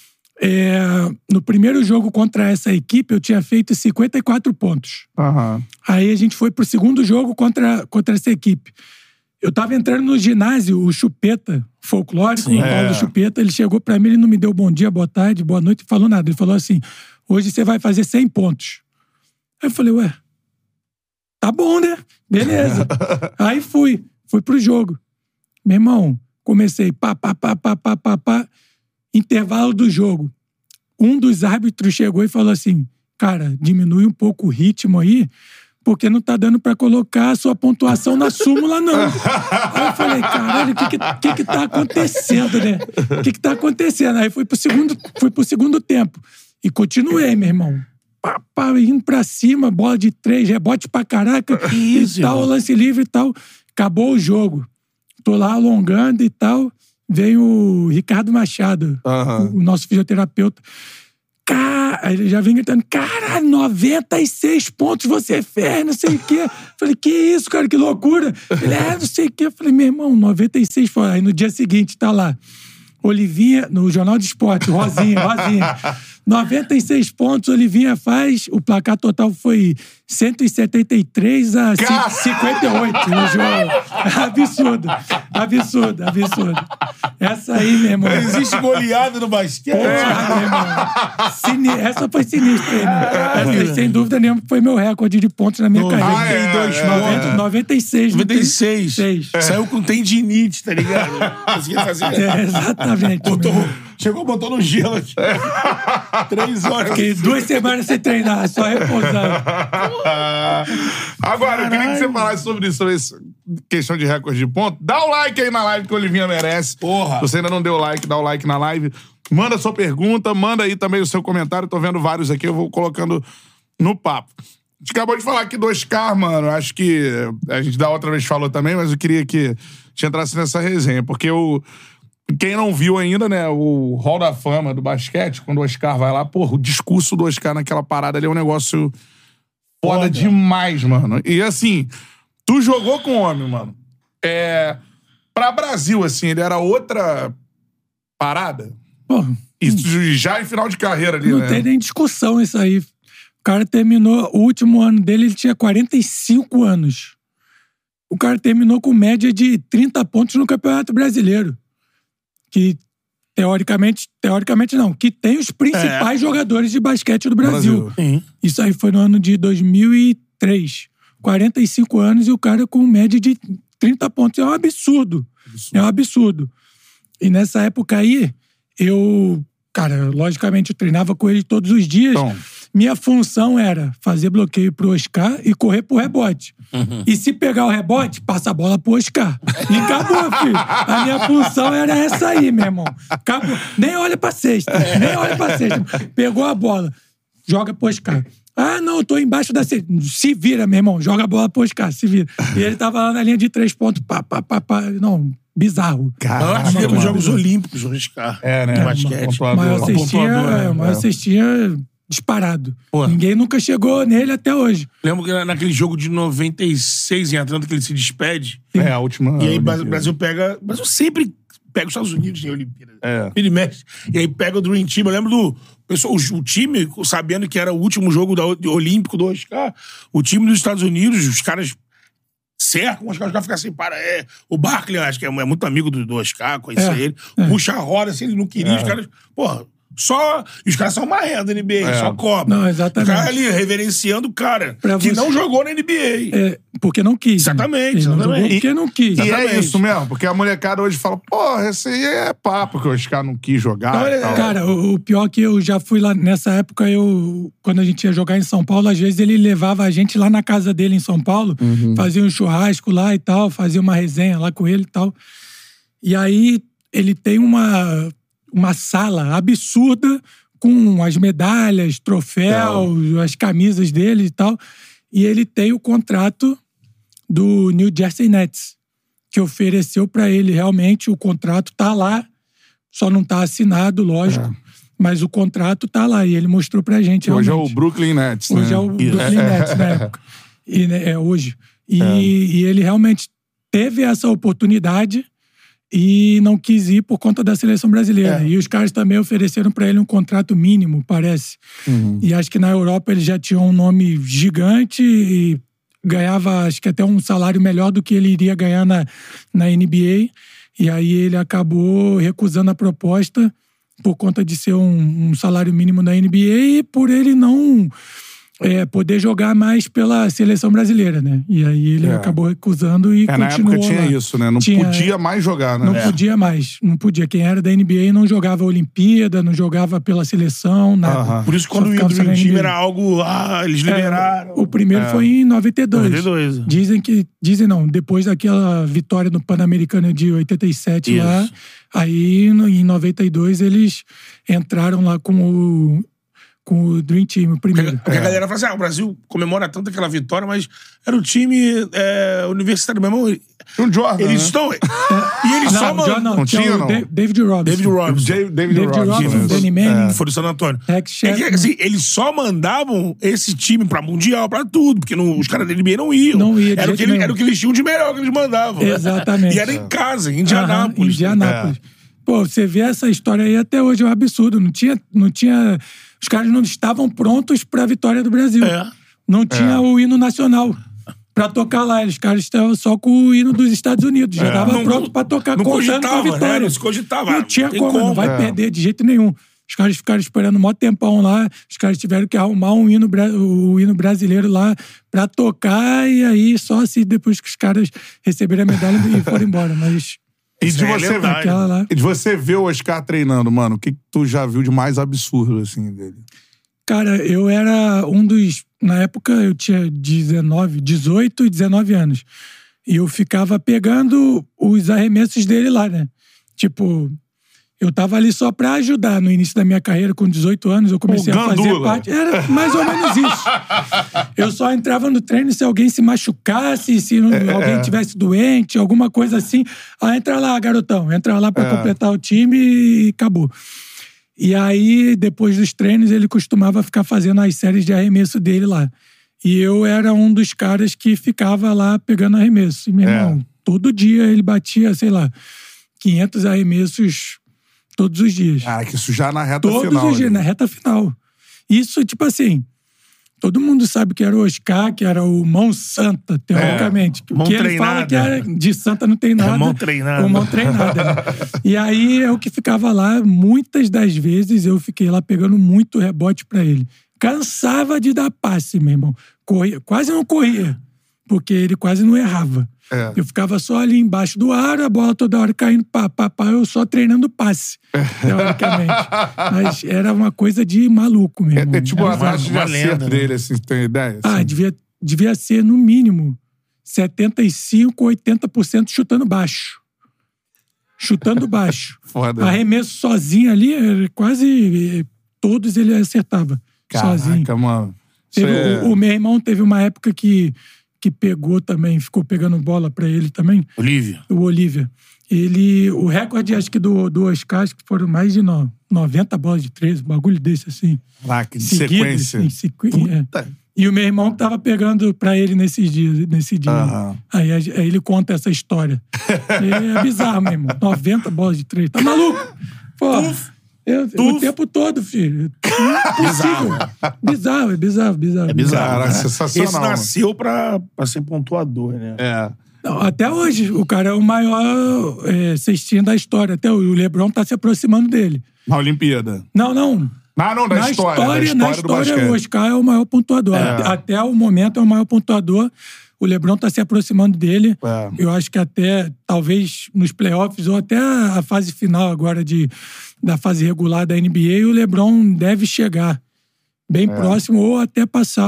No primeiro jogo contra essa equipe, eu tinha feito 54 pontos. Aí a gente foi pro segundo jogo contra essa equipe. Eu tava entrando no ginásio, o Chupeta, folclórico, o Paulo Chupeta, ele chegou pra mim, ele não me deu bom dia, boa tarde, boa noite, falou nada. Ele falou assim, hoje você vai fazer 100 pontos. Aí eu falei, tá bom, né? Beleza. Aí fui pro jogo. Meu irmão, comecei, pá. Intervalo do jogo. Um dos árbitros chegou e falou assim, cara, diminui um pouco o ritmo aí, porque não tá dando pra colocar a sua pontuação na súmula, não. Aí eu falei, caralho, o que tá acontecendo, né? O que tá acontecendo? Aí fui pro segundo tempo. E continuei, meu irmão. Indo pra cima, bola de 3, rebote pra caraca, e tal, lance livre e tal. Acabou o jogo. Tô lá alongando e tal. Vem o Ricardo Machado, o nosso fisioterapeuta. Aí ele já vem gritando, caralho, 96 pontos você fez, não sei o quê. Falei, que isso, cara, que loucura. Ele, não sei o quê. Eu falei, meu irmão, 96 pontos. Aí no dia seguinte tá lá, Olivinha, no Jornal de Esporte, Rosinha. 96 pontos, Olivinha faz. O placar total foi 173 a 58 no jogo. Absurdo. Essa aí, meu irmão. Existe goleada no basquete. Meu irmão. Essa foi sinistra, né? Essa, sem dúvida nenhuma, foi meu recorde de pontos na minha carreira. 96. Saiu com tendinite, tá ligado? Conseguia fazer. Exatamente. Botou no gelo aqui. 3 horas. Fiquei 2 semanas sem treinar, só repousando. Agora, eu queria que você falasse sobre essa questão de recorde de ponto. Dá o like aí na live que o Olivinha merece. Porra. Se você ainda não deu like, dá o like na live. Manda sua pergunta, manda aí também o seu comentário. Tô vendo vários aqui, eu vou colocando no papo. A gente acabou de falar aqui do Oscar, mano. Acho que a gente da outra vez falou também, mas eu queria que a gente entrasse nessa resenha, porque quem não viu ainda, né, o Hall da Fama do basquete, quando o Oscar vai lá, porra, o discurso do Oscar naquela parada ali é um negócio foda demais, mano. E assim, tu jogou com o homem, mano. Pra Brasil, assim, ele era outra parada? Porra. E já em final de carreira ali, né? Não tem nem discussão isso aí. O cara terminou, o último ano dele, ele tinha 45 anos. O cara terminou com média de 30 pontos no Campeonato Brasileiro. Que, teoricamente não, que tem os principais jogadores de basquete do Brasil. Isso aí foi no ano de 2003. 45 anos e o cara com média de 30 pontos. É um absurdo. É um absurdo. E nessa época aí, cara, logicamente eu treinava com ele todos os dias. Minha função era fazer bloqueio pro Oscar e correr pro rebote. E se pegar o rebote, passa a bola pro Oscar. E acabou, filho. A minha função era essa aí, meu irmão. Acabou. Nem olha pra cesta. Pegou a bola, joga pro Oscar. Não, eu tô embaixo da cesta. Se vira, meu irmão. Joga a bola pro Oscar, se vira. E ele tava lá na linha de 3 pontos. Não, bizarro. Caraca, antes dos Jogos Olímpicos, o Oscar. Né? Basquete. Maior cestinha disparado. Porra. Ninguém nunca chegou nele até hoje. Lembro que naquele jogo de 96 em Atlanta que ele se despede. A última. E aí o Brasil sempre pega os Estados Unidos em Olimpíada. Ele mexe. E aí pega o Dream Team. Eu lembro o time, sabendo que era o último jogo olímpico do Oscar, o time dos Estados Unidos, os caras cercam, os caras ficam assim, o Barkley, acho que é muito amigo do Oscar, conhece ele, puxa a roda, assim, ele não queria, os caras, porra, e os caras são marrendo na NBA, só cobram. Não, exatamente. O cara ali reverenciando o cara que não jogou na NBA. Porque não quis. Exatamente. Não jogou porque não quis. E é isso mesmo, porque a molecada hoje fala, porra, esse aí é papo que o Oscar não quis jogar. Cara, o pior que eu já fui lá, nessa época, quando a gente ia jogar em São Paulo, às vezes ele levava a gente lá na casa dele em São Paulo, fazia um churrasco lá e tal, fazia uma resenha lá com ele e tal. E aí ele tem uma sala absurda com as medalhas, troféus, as camisas dele e tal. E ele tem o contrato do New Jersey Nets, que ofereceu pra ele realmente. O contrato tá lá, só não tá assinado, lógico, mas o contrato tá lá e ele mostrou pra gente. Hoje realmente. É o Brooklyn Nets, Hoje é o Brooklyn Nets, na época. Hoje. E ele realmente teve essa oportunidade e não quis ir por conta da seleção brasileira. E os caras também ofereceram pra ele um contrato mínimo, parece. E acho que na Europa ele já tinha um nome gigante e ganhava, acho que até um salário melhor do que ele iria ganhar na NBA. E aí ele acabou recusando a proposta por conta de ser um salário mínimo na NBA e por ele não poder jogar mais pela seleção brasileira, né? E aí ele acabou recusando e continuou. Na época tinha isso, né? Não podia mais jogar, né? Não podia mais. Não podia. Quem era da NBA não jogava a Olimpíada, não jogava pela seleção, nada. Por isso quando o Dream Team era algo... eles liberaram. O primeiro foi em 92. Dizem não, depois daquela vitória no Pan-Americano de 87 lá, aí em 92 eles entraram lá com com o Dream Team, o primeiro. Porque a galera fala assim, o Brasil comemora tanto aquela vitória, mas era o time universitário mesmo. Um Jordan, eles né? estão... E eles só mandam... Não tinha, não? David Robinson. David Robinson. Danny Manning. Foi do San Antônio. Assim, eles só mandavam esse time pra Mundial, pra tudo, porque os caras da NBA não iam. Não ia, era o que eles tinham de melhor que eles mandavam. Exatamente. E era em casa, em Indianápolis. Indianápolis. Pô, você vê essa história aí até hoje, é um absurdo. Não tinha... Os caras não estavam prontos pra vitória do Brasil. Não tinha o hino nacional pra tocar lá. Os caras estavam só com o hino dos Estados Unidos. Já tava pronto pra tocar, contando com a vitória. Não se cogitava. Não tinha como, não vai perder de jeito nenhum. Os caras ficaram esperando um maior tempão lá. Os caras tiveram que arrumar o hino brasileiro lá pra tocar. E aí, só assim, depois que os caras receberam a medalha e foram embora. Mas... E de você ver o Oscar treinando, mano, o que tu já viu de mais absurdo, assim, dele? Cara, eu era um dos... Na época, eu tinha 18 e 19 anos. E eu ficava pegando os arremessos dele lá, né? Tipo, eu tava ali só pra ajudar. No início da minha carreira, com 18 anos, eu comecei a fazer parte... Era mais ou menos isso. Eu só entrava no treino se alguém se machucasse, se alguém tivesse doente, alguma coisa assim. Entra lá, garotão. Entra lá pra completar o time e acabou. E aí, depois dos treinos, ele costumava ficar fazendo as séries de arremesso dele lá. E eu era um dos caras que ficava lá pegando arremesso. E, meu irmão, todo dia ele batia, sei lá, 500 arremessos todos os dias. Que isso já na reta final. Todos os dias, na reta final. Isso, tipo assim... Todo mundo sabe que era o Oscar, que era o mão santa, teoricamente. Mão porque treinada. Ele fala que era de santa não tem nada. Mão treinada. Mão treinada, né? E aí eu que ficava lá, muitas das vezes eu fiquei lá pegando muito rebote pra ele. Cansava de dar passe, meu irmão. Corria, quase não corria, porque ele quase não errava. Eu ficava só ali embaixo do aro, a bola toda hora caindo, eu só treinando passe, teoricamente. Mas era uma coisa de maluco mesmo. Tipo a taxa de acerto dele, assim, tem ideia? Assim. Devia ser, no mínimo, 75%, 80% chutando baixo. Chutando baixo. Foda. Arremesso sozinho ali, quase todos ele acertava. Caraca, sozinho. Mano. O meu irmão teve uma época que pegou também, ficou pegando bola pra ele também. O Olívia. O recorde, acho que do Oscar, acho que foram mais de 90 bolas de 3, um bagulho desse, assim. Caraca, de sequência. E o meu irmão tava pegando pra ele nesse dia. Aí ele conta essa história. É bizarro mesmo. 90 bolas de 3. Tá maluco? Pô, o tempo todo, filho. Impossível. Bizarro. É bizarro. Cara, sensacional. Esse nasceu pra ser pontuador, né? Não, até hoje, o cara é o maior cestinha da história. Até o LeBron tá se aproximando dele. Na Olimpíada? Não. Da história. Na história, o Oscar é o maior pontuador. Até o momento é o maior pontuador. O LeBron tá se aproximando dele. Eu acho que até, talvez, nos playoffs, ou até a fase final agora da fase regular da NBA, o LeBron deve chegar bem próximo ou até passar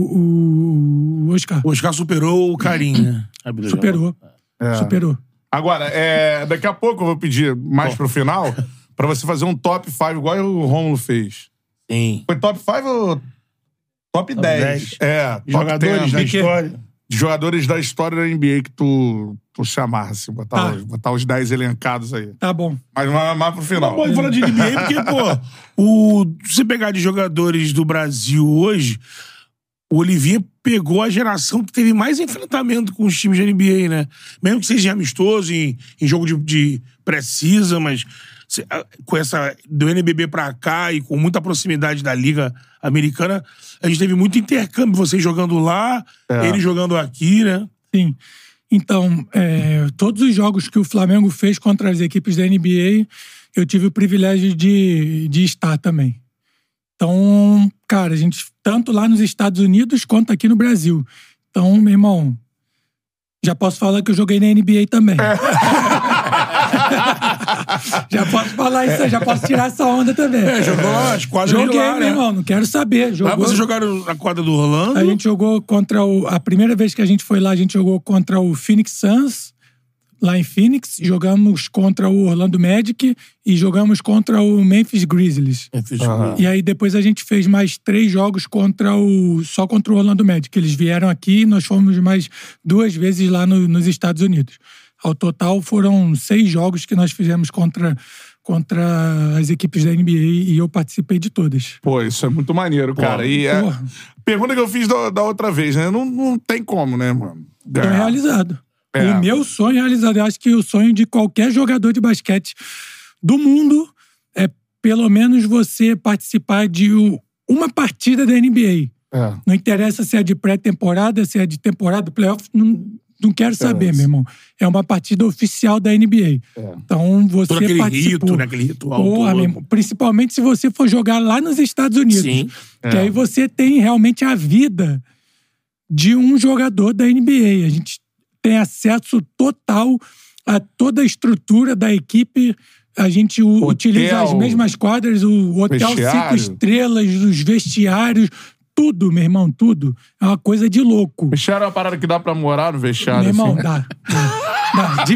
o Oscar. O Oscar superou o Karim, né? Superou. Agora, daqui a pouco eu vou pedir mais pro final pra você fazer um top 5, igual o Rômulo fez. Sim. Foi top 5 ou top 10? Jogadores da história. Jogadores da história da NBA que tu se amarra, assim, botar os 10 elencados aí. Tá bom. Mas mais pro final. Não pode falar de NBA porque, se você pegar de jogadores do Brasil hoje, o Olivinha pegou a geração que teve mais enfrentamento com os times da NBA, né? Mesmo que seja amistoso, em jogo de pré-season, mas com essa do NBB pra cá e com muita proximidade da Liga Americana, a gente teve muito intercâmbio, vocês jogando lá, ele jogando aqui, né? Sim. Então, todos os jogos que o Flamengo fez contra as equipes da NBA, eu tive o privilégio de estar também. Então, cara, a gente, tanto lá nos Estados Unidos quanto aqui no Brasil. Então, meu irmão, já posso falar que eu joguei na NBA também. Já posso falar isso, já posso tirar essa onda também. Jogou as quadras Joguei, lá, meu né? irmão, não quero saber. Lá vocês jogaram na quadra do Orlando? A gente jogou contra a primeira vez que a gente foi lá, a gente jogou contra o Phoenix Suns, lá em Phoenix, jogamos contra o Orlando Magic e jogamos contra o Memphis Grizzlies. E aí depois a gente fez mais 3 jogos só contra o Orlando Magic. Eles vieram aqui e nós fomos mais 2 vezes lá nos Estados Unidos. Ao total foram 6 jogos que nós fizemos contra as equipes da NBA e eu participei de todas. Pô, isso é muito maneiro, cara. E pergunta que eu fiz da outra vez, né? Não tem como, né, mano? Tô realizado. O meu sonho é realizado. Eu acho que o sonho de qualquer jogador de basquete do mundo é pelo menos você participar de uma partida da NBA. Não interessa se é de pré-temporada, se é de temporada, playoff, não quero saber, meu irmão. É uma partida oficial da NBA. Então, você todo aquele participou. Rito, né? Aquele ritual Porra, meu irmão. Principalmente se você for jogar lá nos Estados Unidos. Sim. Que aí você tem realmente a vida de um jogador da NBA. A gente tem acesso total a toda a estrutura da equipe. A gente utiliza as mesmas quadras, o hotel vestiário. 5 estrelas, os vestiários, tudo, meu irmão, tudo. É uma coisa de louco. Vestiário é uma parada que dá pra morar no vestiário, meu irmão, assim. dá. De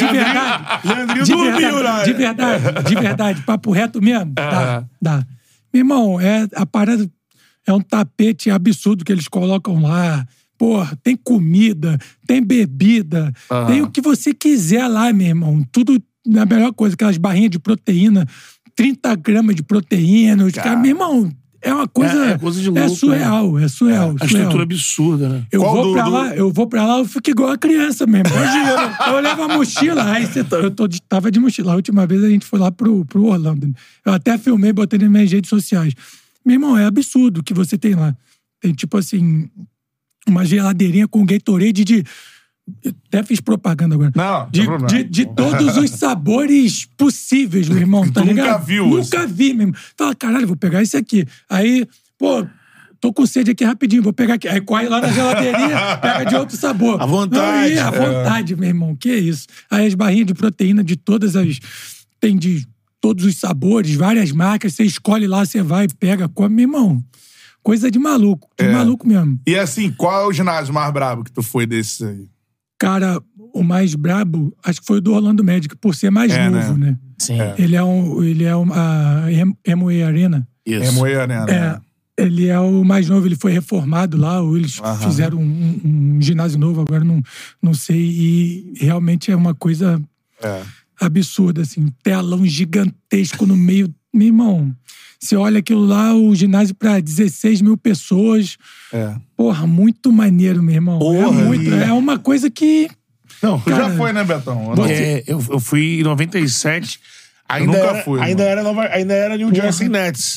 verdade. De verdade. Papo reto mesmo. Dá. Meu irmão, a parada é um tapete absurdo que eles colocam lá. Porra, tem comida, tem bebida, tem o que você quiser lá, meu irmão. Tudo a melhor coisa, aquelas barrinhas de proteína, 30 gramas de proteína. Meu irmão, é uma coisa... É coisa de louco. É surreal. A estrutura absurda, né? Eu vou pra lá, eu fico igual a criança mesmo. Eu levo a mochila. Aí tava de mochila. A última vez a gente foi lá pro Orlando. Eu até filmei, botei nas minhas redes sociais. Meu irmão, é absurdo o que você tem lá. Tem tipo assim... uma geladeirinha com Gatorade de... Até fiz propaganda agora. Não, de todos os sabores possíveis, meu irmão, tá ligado? Nunca viu. Nunca vi, mesmo. Fala, caralho, vou pegar esse aqui. Aí, pô, tô com sede aqui rapidinho, vou pegar aqui. Aí corre lá na geladeirinha, pega de outro sabor. À vontade. À vontade, meu irmão, que isso. Aí as barrinhas de proteína de todas as... Tem de todos os sabores, várias marcas, você escolhe lá, você vai, pega, come, meu irmão. Coisa de maluco. Maluco mesmo. E assim, qual é o ginásio mais brabo que tu foi desses aí? Cara, o mais brabo, acho que foi o do Orlando Magic, por ser mais novo, né? Sim. Ele é a Amway Arena. Isso. Amway Arena. Ele é o mais novo, ele foi reformado lá, ou eles fizeram um ginásio novo, agora não sei. E realmente é uma coisa absurda, assim. Telão gigantesco no meio. Meu irmão... Você olha aquilo lá, o ginásio para 16 mil pessoas. Porra, muito maneiro, meu irmão. É uma coisa que... Não, cara, já foi, né, Betão? Eu fui em 97. Nunca fui. Ainda era New Jersey Nets.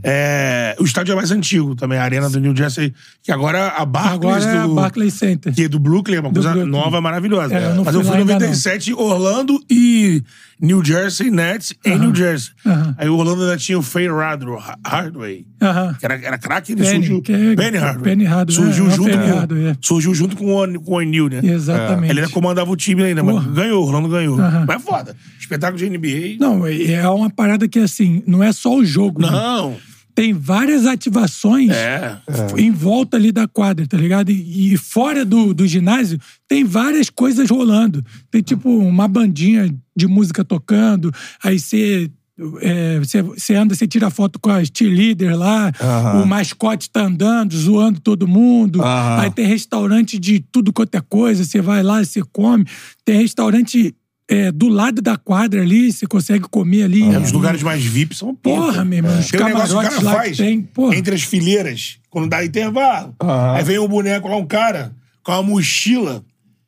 O estádio é mais antigo também, a arena do New Jersey, que agora a Barclays é a Barclays Center. Que é do Brooklyn, é uma coisa nova, maravilhosa. Mas eu fui em 97, Orlando e New Jersey Nets em New Jersey. Aí o Orlando ainda tinha o Faye Hardaway. Que era craque, ele surgiu. Penny Hardaway. Surgiu junto com o O'Neal, né? Exatamente. Ele ainda comandava o time ainda, mas ganhou, Orlando ganhou. Mas é foda. Espetáculo de NBA. Não, é uma parada que, assim, não é só o jogo. Não. Né? Tem várias ativações em volta ali da quadra, tá ligado? E fora do ginásio, tem várias coisas rolando. Tem, tipo, uma bandinha de música tocando, aí você anda, você tira foto com as cheerleaders lá, o mascote tá andando, zoando todo mundo. Aí tem restaurante de tudo quanto é coisa, você vai lá, você come. Tem restaurante... do lado da quadra ali, você consegue comer ali. Os lugares mais VIP são porra, meu irmão. Os camarotes lá faz, que tem, porra. entre as fileiras, quando dá intervalo. Aí vem um boneco lá, um cara, com uma mochila.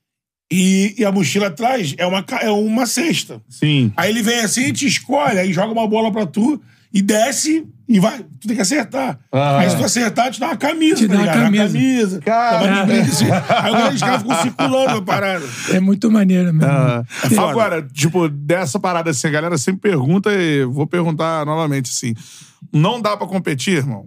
E a mochila atrás é uma cesta. Sim. Aí ele vem assim, te escolhe, aí joga uma bola pra tu e desce e vai. Tu tem que acertar. Aí se tu acertar, te dá uma camisa. Te dá uma camisa. Assim. Aí os caras ficam circulando a parada. É muito maneiro mesmo. Agora, tipo, dessa parada assim, a galera sempre pergunta e vou perguntar novamente assim. Não dá pra competir, irmão?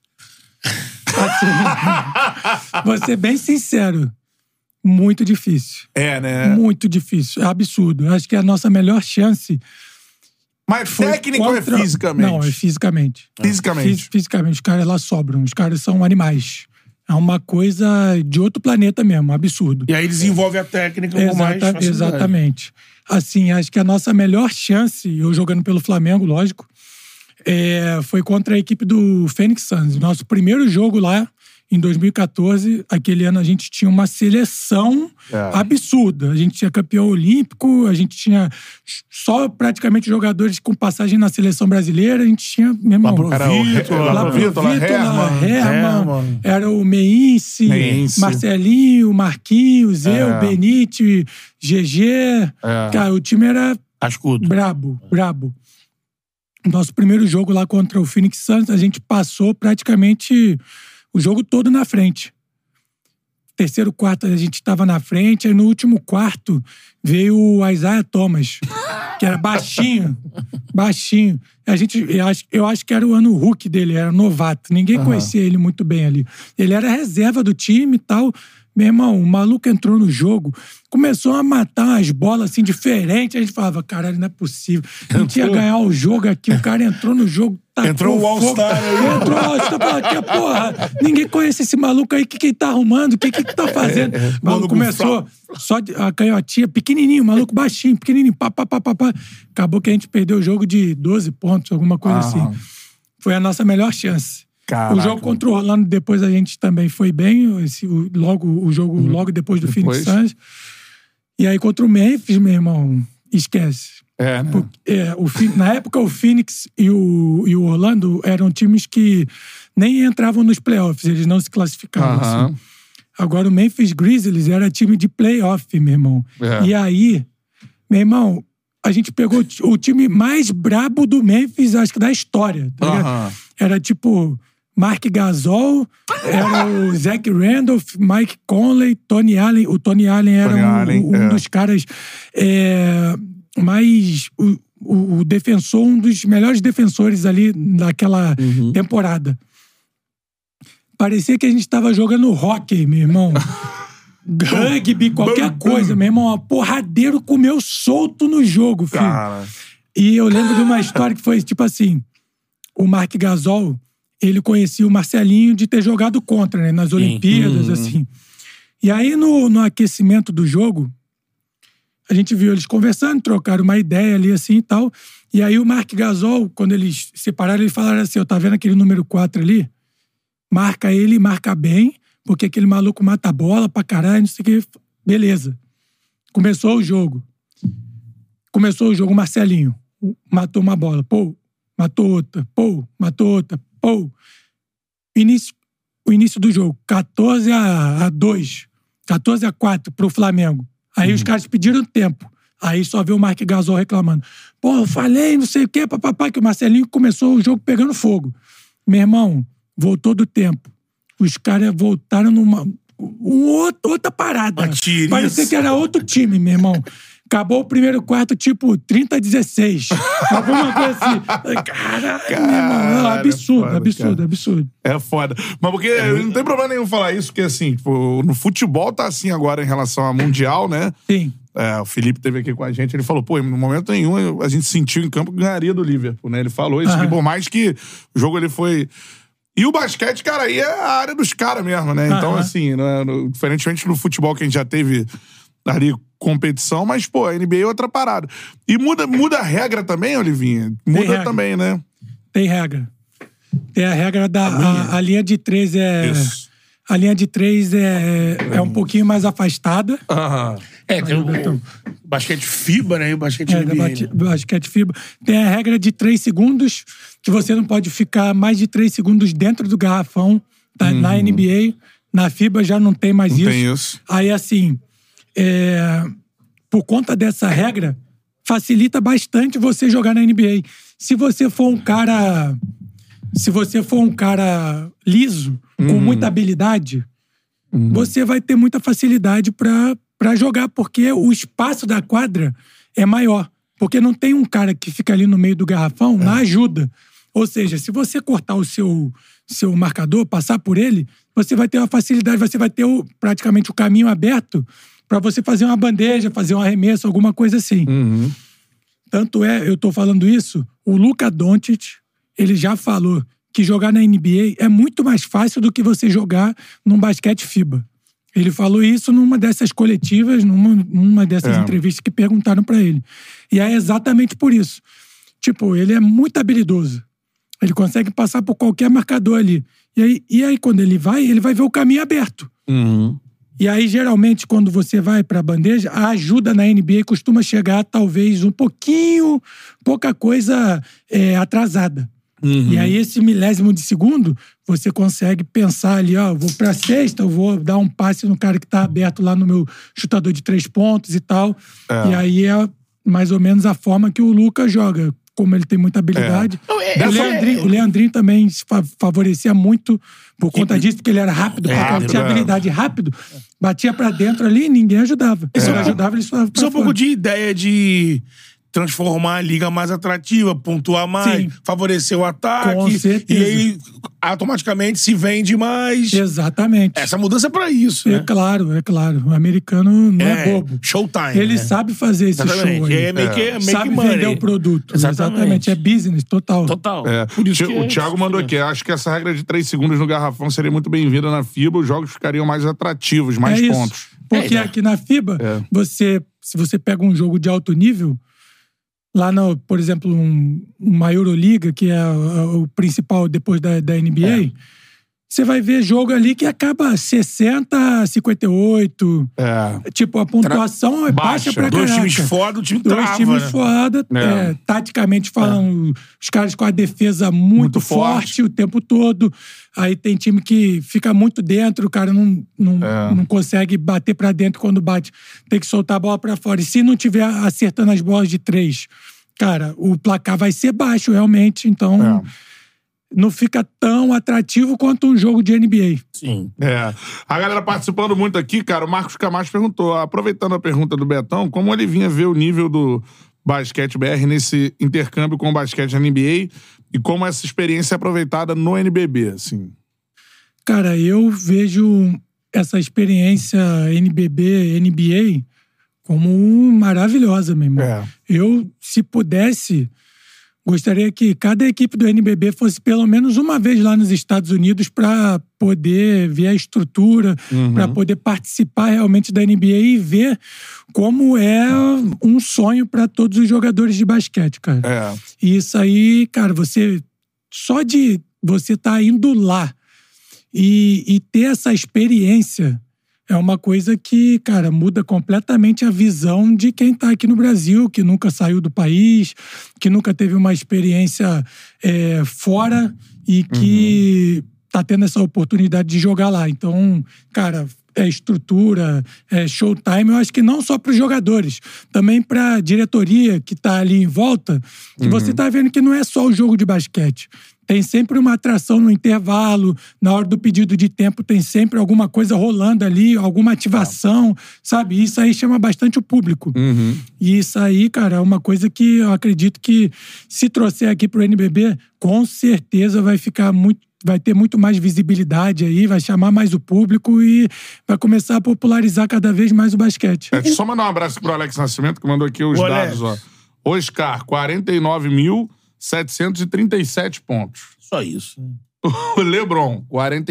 Vou ser bem sincero. Muito difícil. Né? Muito difícil. É absurdo. Acho que a nossa melhor chance... Mas técnico ou é fisicamente? Não, é fisicamente. Fisicamente. Fisicamente. Os caras lá sobram. Os caras são animais. É uma coisa de outro planeta mesmo, absurdo. E aí desenvolve a técnica com mais facilidade. Exatamente. Assim, acho que a nossa melhor chance, eu jogando pelo Flamengo, lógico, foi contra a equipe do Phoenix Suns. Nosso primeiro jogo lá, em 2014, aquele ano a gente tinha uma seleção absurda. A gente tinha campeão olímpico, a gente tinha só praticamente jogadores com passagem na seleção brasileira. A gente tinha, meu irmão... Laprovitola, Herman, era o Meince, Marcelinho, Marquinhos, eu, Benite, GG. Cara, o time era brabo. Nosso primeiro jogo lá contra o Phoenix Suns, a gente passou praticamente o jogo todo na frente. Terceiro quarto a gente estava na frente, aí no último quarto veio o Isaiah Thomas, que era baixinho. Eu acho que era o ano rookie dele, era novato. Ninguém conhecia ele muito bem ali. Ele era reserva do time e tal. Meu irmão, o maluco entrou no jogo, começou a matar umas bolas assim diferentes. A gente falava, caralho, não é possível. A gente ia ganhar o jogo aqui, o cara entrou no jogo. Entrou o All-Star aí. Entrou o All-Star, falando, porra, ninguém conhece esse maluco aí, o que ele tá arrumando, o que tá fazendo. O maluco começou só a canhotinha, pequenininho, o maluco baixinho, pequenininho, pá. Acabou que a gente perdeu o jogo de 12 pontos, alguma coisa assim. Foi a nossa melhor chance. Caraca. O jogo contra o Orlando, depois a gente também foi bem. O jogo logo depois do Phoenix Suns. E aí contra o Memphis, meu irmão, esquece. Né? Na época, o Phoenix e o Orlando eram times que nem entravam nos playoffs, eles não se classificavam. Assim. Agora, o Memphis Grizzlies era time de playoff, meu irmão. E aí, meu irmão, a gente pegou o time mais brabo do Memphis, acho que da história. Tá ligado? Era tipo Mark Gasol, era o Zach Randolph, Mike Conley, Tony Allen. O Tony Allen era um dos caras mais... O defensor, um dos melhores defensores ali naquela temporada. Parecia que a gente estava jogando hockey, meu irmão. Rugby, qualquer coisa, meu irmão. Um porradeiro comeu solto no jogo, filho. Cara. E eu lembro de uma história que foi tipo assim: o Mark Gasol, ele conhecia o Marcelinho de ter jogado contra, né? Nas Olimpíadas, assim. E aí, no aquecimento do jogo, a gente viu eles conversando, trocaram uma ideia ali, assim, e tal. E aí o Mark Gasol, quando eles separaram, eles falaram assim, eu tá vendo aquele número 4 ali? Marca ele, marca bem, porque aquele maluco mata a bola pra caralho, não sei o que. Beleza. Começou o jogo, o Marcelinho matou uma bola, matou outra, matou outra, O início do jogo, 14-2, 14-4 pro Flamengo. Aí os caras pediram tempo. Aí só viu o Mark Gasol reclamando. Eu falei, não sei o quê, papapá, que o Marcelinho começou o jogo pegando fogo. Meu irmão, voltou do tempo. Os caras voltaram numa... outra parada. Parecia que era outro time, meu irmão. Acabou o primeiro quarto, tipo, 30-16. Alguma coisa assim. Caralho, meu irmão. Absurdo. É foda. Mas porque não tem problema nenhum falar isso, porque assim, tipo, no futebol tá assim agora em relação ao Mundial, né? Sim. O Felipe esteve aqui com a gente, ele falou, no momento nenhum a gente sentiu em campo que ganharia do Liverpool, né? Ele falou isso, que por mais que o jogo ele foi... E o basquete, cara, aí é a área dos caras mesmo, né? Então, assim, né, diferentemente do futebol que a gente já teve ali competição, mas, a NBA é outra parada. E muda a regra também, Olivinha? Muda também, né? Tem regra. Tem a regra da... A linha de 3 é... Isso. A linha de 3 é um pouquinho mais afastada. Tem o basquete FIBA, né? E o basquete NBA. Basquete FIBA. Tem a regra de 3 segundos, que você não pode ficar mais de 3 segundos dentro do garrafão. Tá? Na NBA, na FIBA já não tem mais isso. Tem isso. Aí, assim, por conta dessa regra, facilita bastante você jogar na NBA. Se você for um cara liso, com muita habilidade, você vai ter muita facilidade pra jogar, porque o espaço da quadra é maior. Porque não tem um cara que fica ali no meio do garrafão na ajuda. Ou seja, se você cortar o seu marcador, passar por ele, você vai ter uma facilidade, você vai ter praticamente o caminho aberto pra você fazer uma bandeja, fazer um arremesso, alguma coisa assim. Tanto eu tô falando isso, o Luka Doncic, ele já falou que jogar na NBA é muito mais fácil do que você jogar num basquete FIBA. Ele falou isso numa dessas coletivas, numa dessas entrevistas que perguntaram pra ele. E é exatamente por isso. Tipo, ele é muito habilidoso. Ele consegue passar por qualquer marcador ali. E aí quando ele vai ver o caminho aberto. Uhum. E aí, geralmente, quando você vai pra bandeja, a ajuda na NBA costuma chegar, talvez, pouca coisa atrasada. Uhum. E aí, esse milésimo de segundo, você consegue pensar ali, ó, vou pra cesta, eu vou dar um passe no cara que tá aberto lá no meu chutador de 3 pontos e tal. E aí é mais ou menos a forma que o Luka joga. Como ele tem muita habilidade. O Leandrinho também se favorecia muito por conta disso, porque ele era rápido, porque ele tinha habilidade rápido, batia pra dentro ali e ninguém ajudava. Ele ajudava, ele só Isso é um pouco de ideia de transformar a liga mais atrativa, pontuar mais, favorecer o ataque. Com certeza. E aí, automaticamente, se vende mais. Exatamente. Essa mudança é pra isso, né? É claro. O americano não é bobo. Showtime. Ele sabe fazer esse show aí. É meio que sabe money. vender o produto. Exatamente. É business, total. Por isso o Thiago mandou aqui. Acho que essa regra de 3 segundos no garrafão seria muito bem-vinda na FIBA. Os jogos ficariam mais atrativos, mais pontos. Porque aqui na FIBA, se você pega um jogo de alto nível, lá, por exemplo, uma Euroliga, que é o principal depois da NBA, você vai ver jogo ali que acaba 60-58. Tipo, a pontuação é baixa pra caraca. 2 times foda, o time trava, 2 times foda. Taticamente falando, os caras com a defesa muito forte o tempo todo. Aí tem time que fica muito dentro, o cara não consegue bater pra dentro quando bate. Tem que soltar a bola pra fora. E se não tiver acertando as bolas de 3, cara, o placar vai ser baixo, realmente. Então, não fica tão atrativo quanto um jogo de NBA. Sim. A galera participando muito aqui, cara, o Marcos Camacho perguntou, aproveitando a pergunta do Betão, como ele vinha ver o nível do basquete BR nesse intercâmbio com o basquete NBA e como essa experiência é aproveitada no NBB, assim. Cara, eu vejo essa experiência NBB, NBA como maravilhosa, meu irmão. Eu, se pudesse, gostaria que cada equipe do NBB fosse pelo menos uma vez lá nos Estados Unidos para poder ver a estrutura, para poder participar realmente da NBA e ver como é um sonho para todos os jogadores de basquete, cara. E isso aí, cara, só de você estar indo lá e ter essa experiência é uma coisa que, cara, muda completamente a visão de quem tá aqui no Brasil, que nunca saiu do país, que nunca teve uma experiência fora e que tá tendo essa oportunidade de jogar lá. Então, cara, é estrutura, é showtime. Eu acho que não só para os jogadores, também para a diretoria que tá ali em volta, que você tá vendo que não é só o jogo de basquete. Tem sempre uma atração no intervalo, na hora do pedido de tempo tem sempre alguma coisa rolando ali, alguma ativação, sabe? Isso aí chama bastante o público. E isso aí, cara, é uma coisa que eu acredito que se trouxer aqui pro NBB, com certeza vai ter muito mais visibilidade aí, vai chamar mais o público e vai começar a popularizar cada vez mais o basquete. Deixa eu só mandar um abraço pro Alex Nascimento, que mandou aqui os dados, ó. Oscar, 49.737 pontos. Só isso. O LeBron,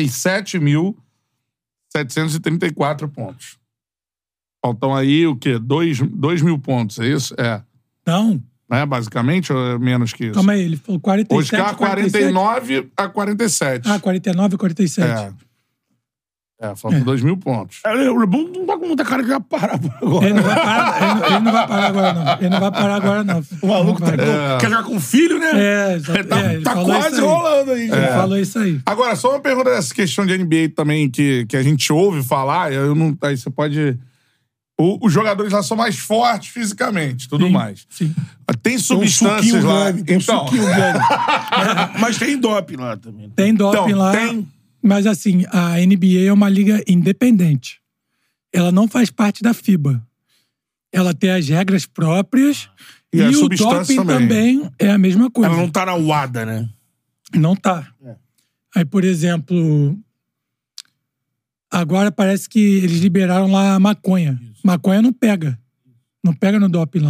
47.734 pontos. Faltam aí o quê? 2.000 pontos, é isso? Não. Basicamente, ou é menos que isso? Calma aí, ele falou 47, Oscar, 49 a 47. 49 a 47. Faltam 2.000 pontos. O LeBron não tá com muita cara que vai parar agora. Ele não vai parar agora, não. Ele não vai parar agora, não. O maluco quer jogar com o filho, né? Ele tá quase rolando aí. Ele falou isso aí. Agora, só uma pergunta dessa questão de NBA também, que a gente ouve falar, aí você pode... Os jogadores lá são mais fortes fisicamente, tudo mais. Sim. Tem substâncias lá. Então. Mas tem doping lá também. Tem doping lá. Mas assim, a NBA é uma liga independente. Ela não faz parte da FIBA. Ela tem as regras próprias e o doping também é a mesma coisa. Ela não tá na WADA, né? Não tá. Aí, por exemplo, agora parece que eles liberaram lá a maconha. Maconha não pega. Não pega no doping lá.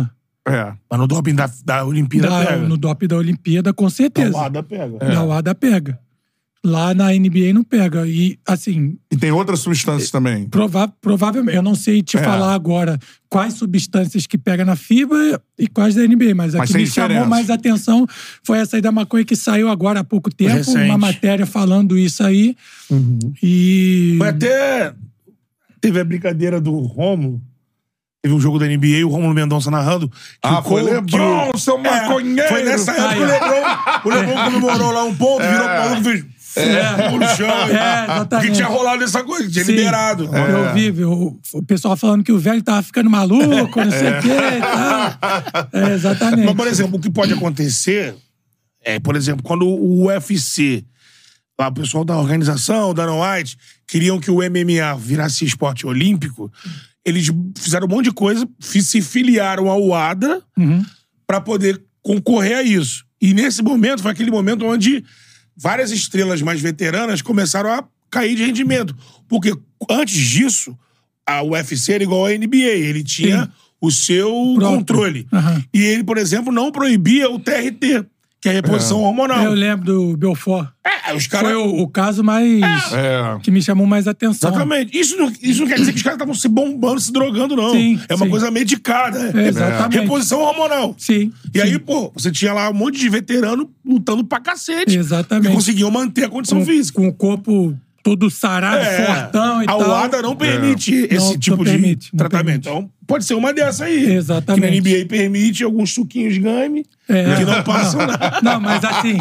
Mas no doping da Olimpíada pega. No doping da Olimpíada, com certeza. Da UADA pega. Da UADA pega. Lá na NBA não pega. E, assim... E tem outras substâncias também? Provavelmente. Eu não sei te falar agora quais substâncias que pega na FIBA e quais da NBA. Mas a que me chamou mais atenção foi essa aí da maconha que saiu agora há pouco tempo. Recente. Uma matéria falando isso aí. E... Foi até... Teve a brincadeira do Rômulo. Teve um jogo da NBA e o Rômulo Mendonça narrando. Foi LeBron, seu maconheiro! Foi nessa época o LeBron comemorou lá um ponto, virou pro maluco e fez... no chão. Exatamente. Porque tinha rolado essa coisa, tinha liberado. Eu vi o pessoal falando que o velho tava ficando maluco, não sei o quê e tal. Exatamente. Mas, por exemplo, o que pode acontecer por exemplo, quando o UFC, lá, o pessoal da organização, Dana White, queriam que o MMA virasse esporte olímpico, eles fizeram um monte de coisa, se filiaram ao UADA pra poder concorrer a isso. E nesse momento, foi aquele momento onde várias estrelas mais veteranas começaram a cair de rendimento. Porque antes disso, a UFC era igual à NBA. Ele tinha o seu controle. E ele, por exemplo, não proibia o TRT, que é a reposição hormonal. Eu lembro do Belfort. Os caras... Foi o caso mais... que me chamou mais atenção. Exatamente. Isso não quer dizer que os caras estavam se bombando, se drogando, não. É uma coisa medicada. Exatamente. Reposição hormonal. E aí, você tinha lá um monte de veterano lutando pra cacete. Exatamente. Que conseguiam manter a condição física. Com o corpo todo sarado, fortão e tal. A UADA não permite esse tipo de tratamento. Então, pode ser uma dessa aí. Exatamente. Que na NBA permite alguns suquinhos Game que não passam nada. Não, mas assim...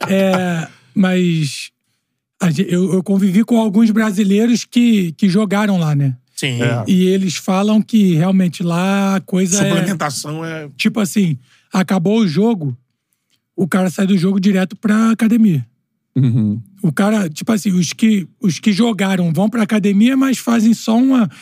Mas eu convivi com alguns brasileiros que jogaram lá, né? Sim. E eles falam que realmente lá a coisa suplementação é... Tipo assim, acabou o jogo, o cara sai do jogo direto pra academia. O cara, tipo assim, os que jogaram vão pra academia, mas fazem só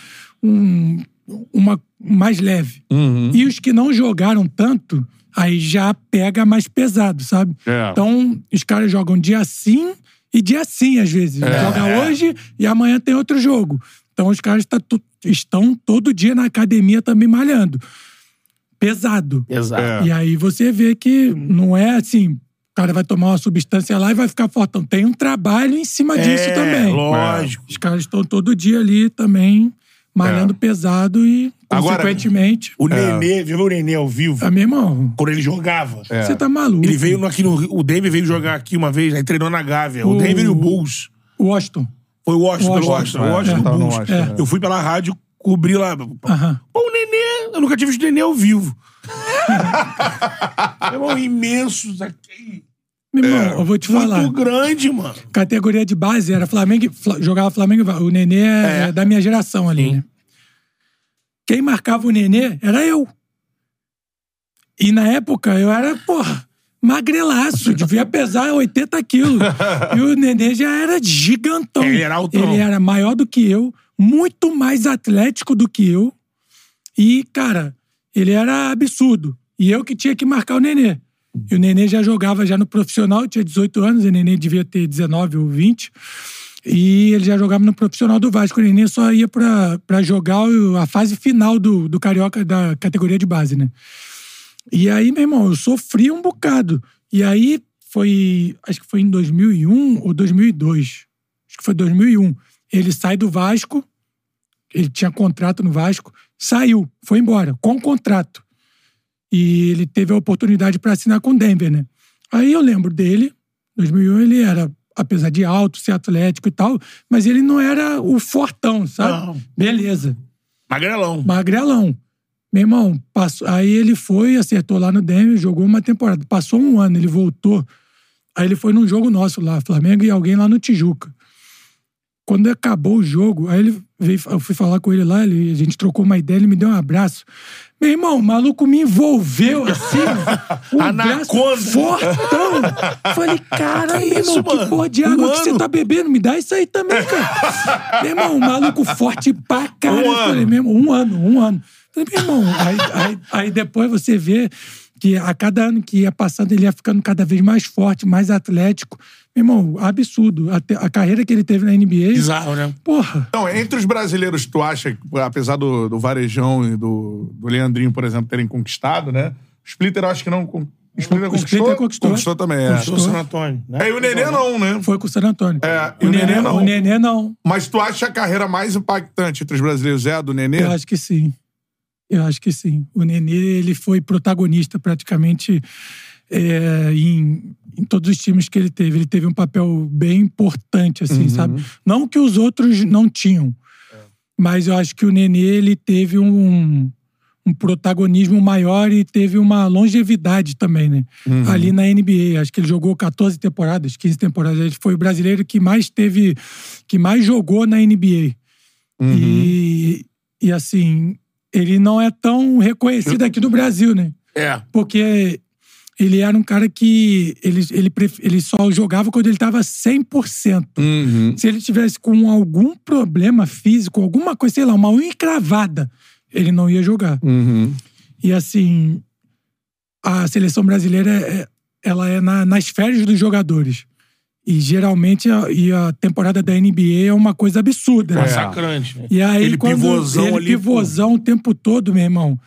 uma mais leve. E os que não jogaram tanto... Aí já pega mais pesado, sabe? Então, os caras jogam dia sim e dia sim, às vezes. Joga hoje e amanhã tem outro jogo. Então, os caras estão todo dia na academia também malhando. Pesado. Exato. E aí você vê que não é assim, o cara vai tomar uma substância lá e vai ficar fortão. Tem um trabalho em cima disso também. Lógico. Os caras estão todo dia ali também malhando pesado e... Consequentemente... O Nenê, viu o Nenê ao vivo? Meu irmão. Quando ele jogava. Você tá maluco. Ele veio aqui o Denver veio jogar aqui uma vez, aí treinou na Gávea. O Denver e o Bulls. O Washington. Foi o Washington. O Washington Bulls. Eu fui pela rádio, cobri lá. Pô, o Nenê, eu nunca tive visto o Nenê ao vivo. Meu irmão, imensos aqui. Meu irmão, eu vou te falar. Muito grande, mano. Categoria de base era Flamengo, jogava Flamengo. O Nenê é da minha geração ali, né? Quem marcava o Nenê era eu. E na época eu era, magrelaço. Devia pesar 80 quilos. E o Nenê já era gigantão. Ele era altão. Ele era maior do que eu, muito mais atlético do que eu. E, cara, ele era absurdo. E eu que tinha que marcar o Nenê. E o Nenê já jogava já no profissional, tinha 18 anos, o Nenê devia ter 19 ou 20. E ele já jogava no profissional do Vasco. O Nenê só ia pra jogar a fase final do Carioca, da categoria de base, né? E aí, meu irmão, eu sofri um bocado. E aí, acho que foi em 2001 ou 2002. Acho que foi 2001. Ele sai do Vasco, ele tinha contrato no Vasco, saiu, foi embora, com contrato. E ele teve a oportunidade para assinar com o Denver, né? Aí eu lembro dele, 2001 ele era... apesar de alto, ser atlético e tal, mas ele não era o fortão, sabe? Não. Beleza. Magrelão. Meu irmão, aí ele foi, acertou lá no Denver, jogou uma temporada. Passou um ano, ele voltou. Aí ele foi num jogo nosso lá, Flamengo e alguém lá no Tijuca. Quando acabou o jogo, aí ele veio, eu fui falar com ele lá, a gente trocou uma ideia, ele me deu um abraço. Meu irmão, o maluco me envolveu assim, Anaconda. Fortão. Falei, cara, meu irmão, que porra de água que você tá bebendo? Me dá isso aí também, cara. Meu irmão, o maluco forte pra caralho. Falei, meu irmão, um ano. Falei, meu irmão, aí depois você vê que a cada ano que ia passando, ele ia ficando cada vez mais forte, mais atlético. Meu irmão, absurdo. A carreira que ele teve na NBA... Bizarro, né? Porra. Então, entre os brasileiros, tu acha, apesar do Varejão e do Leandrinho, por exemplo, terem conquistado, né? O Splitter, eu acho que não... O Splitter conquistou. Conquistou também, Conquistou o San Antonio. Né? E o Nenê não, né? Foi com o San Antonio. E o Nenê não. O Nenê não. Mas tu acha a carreira mais impactante entre os brasileiros é a do Nenê? Eu acho que sim. O Nenê, ele foi protagonista praticamente em todos os times que ele teve. Ele teve um papel bem importante, assim, sabe? Não que os outros não tinham. Mas eu acho que o Nenê, ele teve um protagonismo maior e teve uma longevidade também, né? Ali na NBA. Acho que ele jogou 14 temporadas, 15 temporadas. Ele foi o brasileiro que mais jogou na NBA. E assim, ele não é tão reconhecido aqui no Brasil, né? Porque ele era um cara que ele só jogava quando ele tava 100%. Se ele tivesse com algum problema físico, alguma coisa, sei lá, uma unha encravada, ele não ia jogar. E assim, a seleção brasileira, ela é nas férias dos jogadores. E geralmente a temporada da NBA é uma coisa absurda. Massacrante. E aí, ele pivôzão o tempo todo, meu irmão.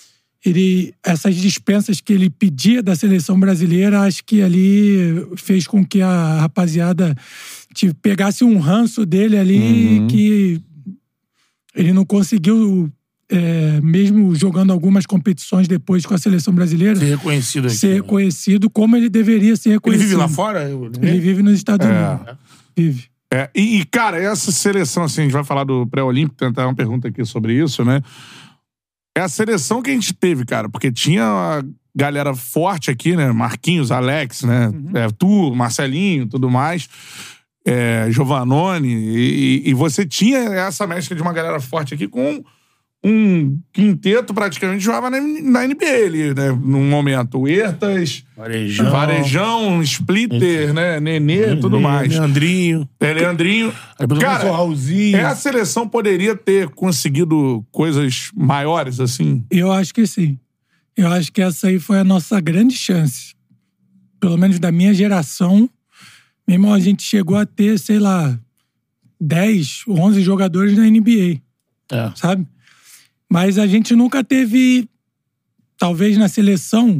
Essas dispensas que ele pedia da seleção brasileira, acho que ali fez com que a rapaziada pegasse um ranço dele ali que ele não conseguiu, mesmo jogando algumas competições depois com a seleção brasileira, ser reconhecido como ele deveria ser reconhecido. Ele vive lá fora? Ele vive nos Estados Unidos. Vive. E, cara, essa seleção, assim, a gente vai falar do pré-olímpico, tentar uma pergunta aqui sobre isso, né? É a seleção que a gente teve, cara, porque tinha a galera forte aqui, né? Marquinhos, Alex, né? Tu, Marcelinho, tudo mais. Giovannone. E você tinha essa mescla de uma galera forte aqui com um quinteto praticamente jogava na NBA ali, né? Num momento. O Hertas, Varejão, Splitter, né? Nenê, tudo mais. Leandrinho. Cara, a seleção poderia ter conseguido coisas maiores, assim? Eu acho que sim. Eu acho que essa aí foi a nossa grande chance. Pelo menos da minha geração. Meu irmão, a gente chegou a ter, sei lá, 10, 11 jogadores na NBA. Sabe? Mas a gente nunca teve, talvez na seleção,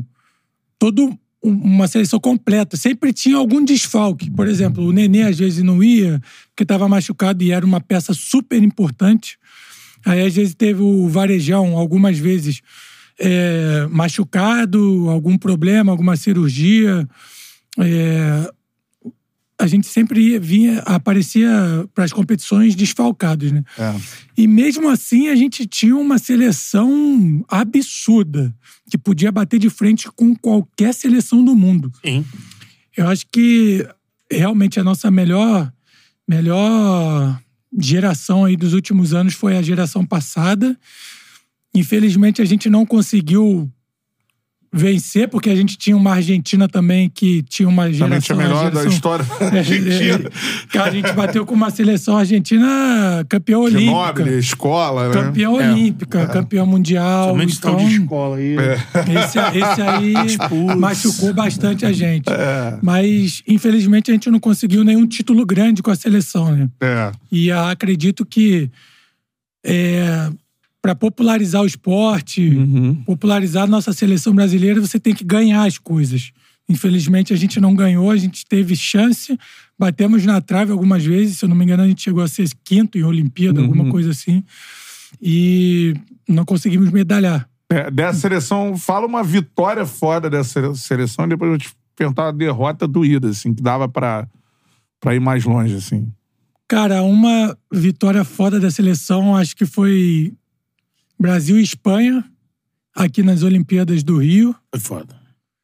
uma seleção completa. Sempre tinha algum desfalque. Por exemplo, o Nenê às vezes não ia, porque estava machucado e era uma peça super importante. Aí às vezes teve o Varejão, algumas vezes machucado, algum problema, alguma cirurgia. A gente sempre aparecia para as competições desfalcados, né? E mesmo assim a gente tinha uma seleção absurda, que podia bater de frente com qualquer seleção do mundo. Sim. Eu acho que realmente a nossa melhor geração aí dos últimos anos foi a geração passada. Infelizmente a gente não conseguiu vencer, porque a gente tinha uma Argentina também que tinha uma geração... Também tinha a melhor da história argentina. A gente bateu com uma seleção argentina campeã olímpica. Ginóbili, escola, né? Campeã olímpica, campeã mundial. Somente então, de escola aí. Esse aí machucou bastante a gente. Mas, infelizmente, a gente não conseguiu nenhum título grande com a seleção, né? E acredito que... para popularizar o esporte, popularizar a nossa seleção brasileira, você tem que ganhar as coisas. Infelizmente, a gente não ganhou, a gente teve chance, batemos na trave algumas vezes, se eu não me engano, a gente chegou a ser quinto em Olimpíada, alguma coisa assim, e não conseguimos medalhar. Dessa seleção, fala uma vitória foda dessa seleção, e depois eu te perguntar uma derrota doída, assim, que dava pra ir mais longe, assim. Cara, uma vitória foda da seleção, acho que foi Brasil e Espanha, aqui nas Olimpíadas do Rio. Foi foda.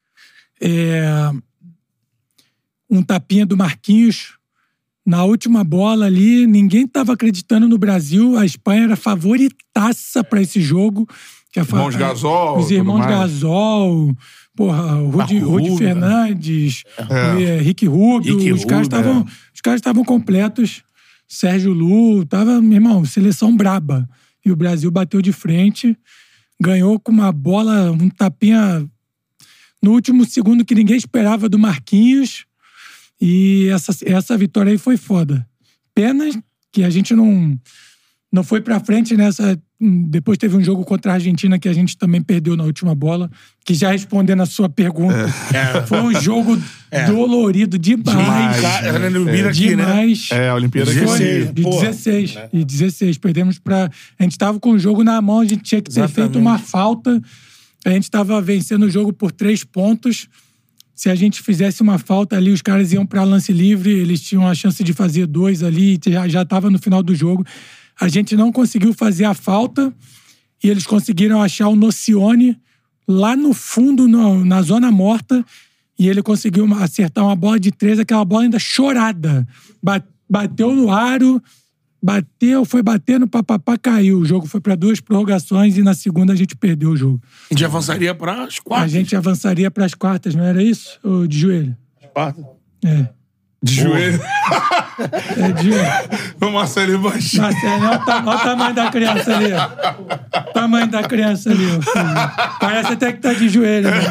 Um tapinha do Marquinhos na última bola ali. Ninguém estava acreditando no Brasil. A Espanha era favoritaça para esse jogo. Irmãos Gasol. Os irmãos Gasol. Porra, Rudy Fernandes. Ricky Rubio. Os caras estavam completos. Sérgio Lu. Meu irmão, seleção braba. E o Brasil bateu de frente, ganhou com uma bola, um tapinha no último segundo que ninguém esperava do Marquinhos. E essa vitória aí foi foda. Pena que a gente não foi pra frente nessa... Depois teve um jogo contra a Argentina que a gente também perdeu na última bola, que já respondendo a sua pergunta, foi um jogo dolorido demais. Demais. A Olimpíada de 16. Perdemos pra... A gente tava com o jogo na mão, a gente tinha que ter feito uma falta. A gente tava vencendo o jogo por 3 pontos. Se a gente fizesse uma falta ali, os caras iam pra lance livre, eles tinham a chance de fazer 2 ali, já tava no final do jogo. A gente não conseguiu fazer a falta e eles conseguiram achar o Nocione lá no fundo, na zona morta, e ele conseguiu acertar uma bola de 3, aquela bola ainda chorada. Bateu no aro, foi batendo, papapá, caiu. O jogo foi para 2 prorrogações e na segunda a gente perdeu o jogo. A gente avançaria para as quartas? A gente avançaria para as quartas, não era isso? Ou de joelho? As quartas? De joelho. De joelho. O Marcelinho baixinho. Marcelinho, olha o tamanho da criança ali. O tamanho da criança ali. Parece até que tá de joelho. Né?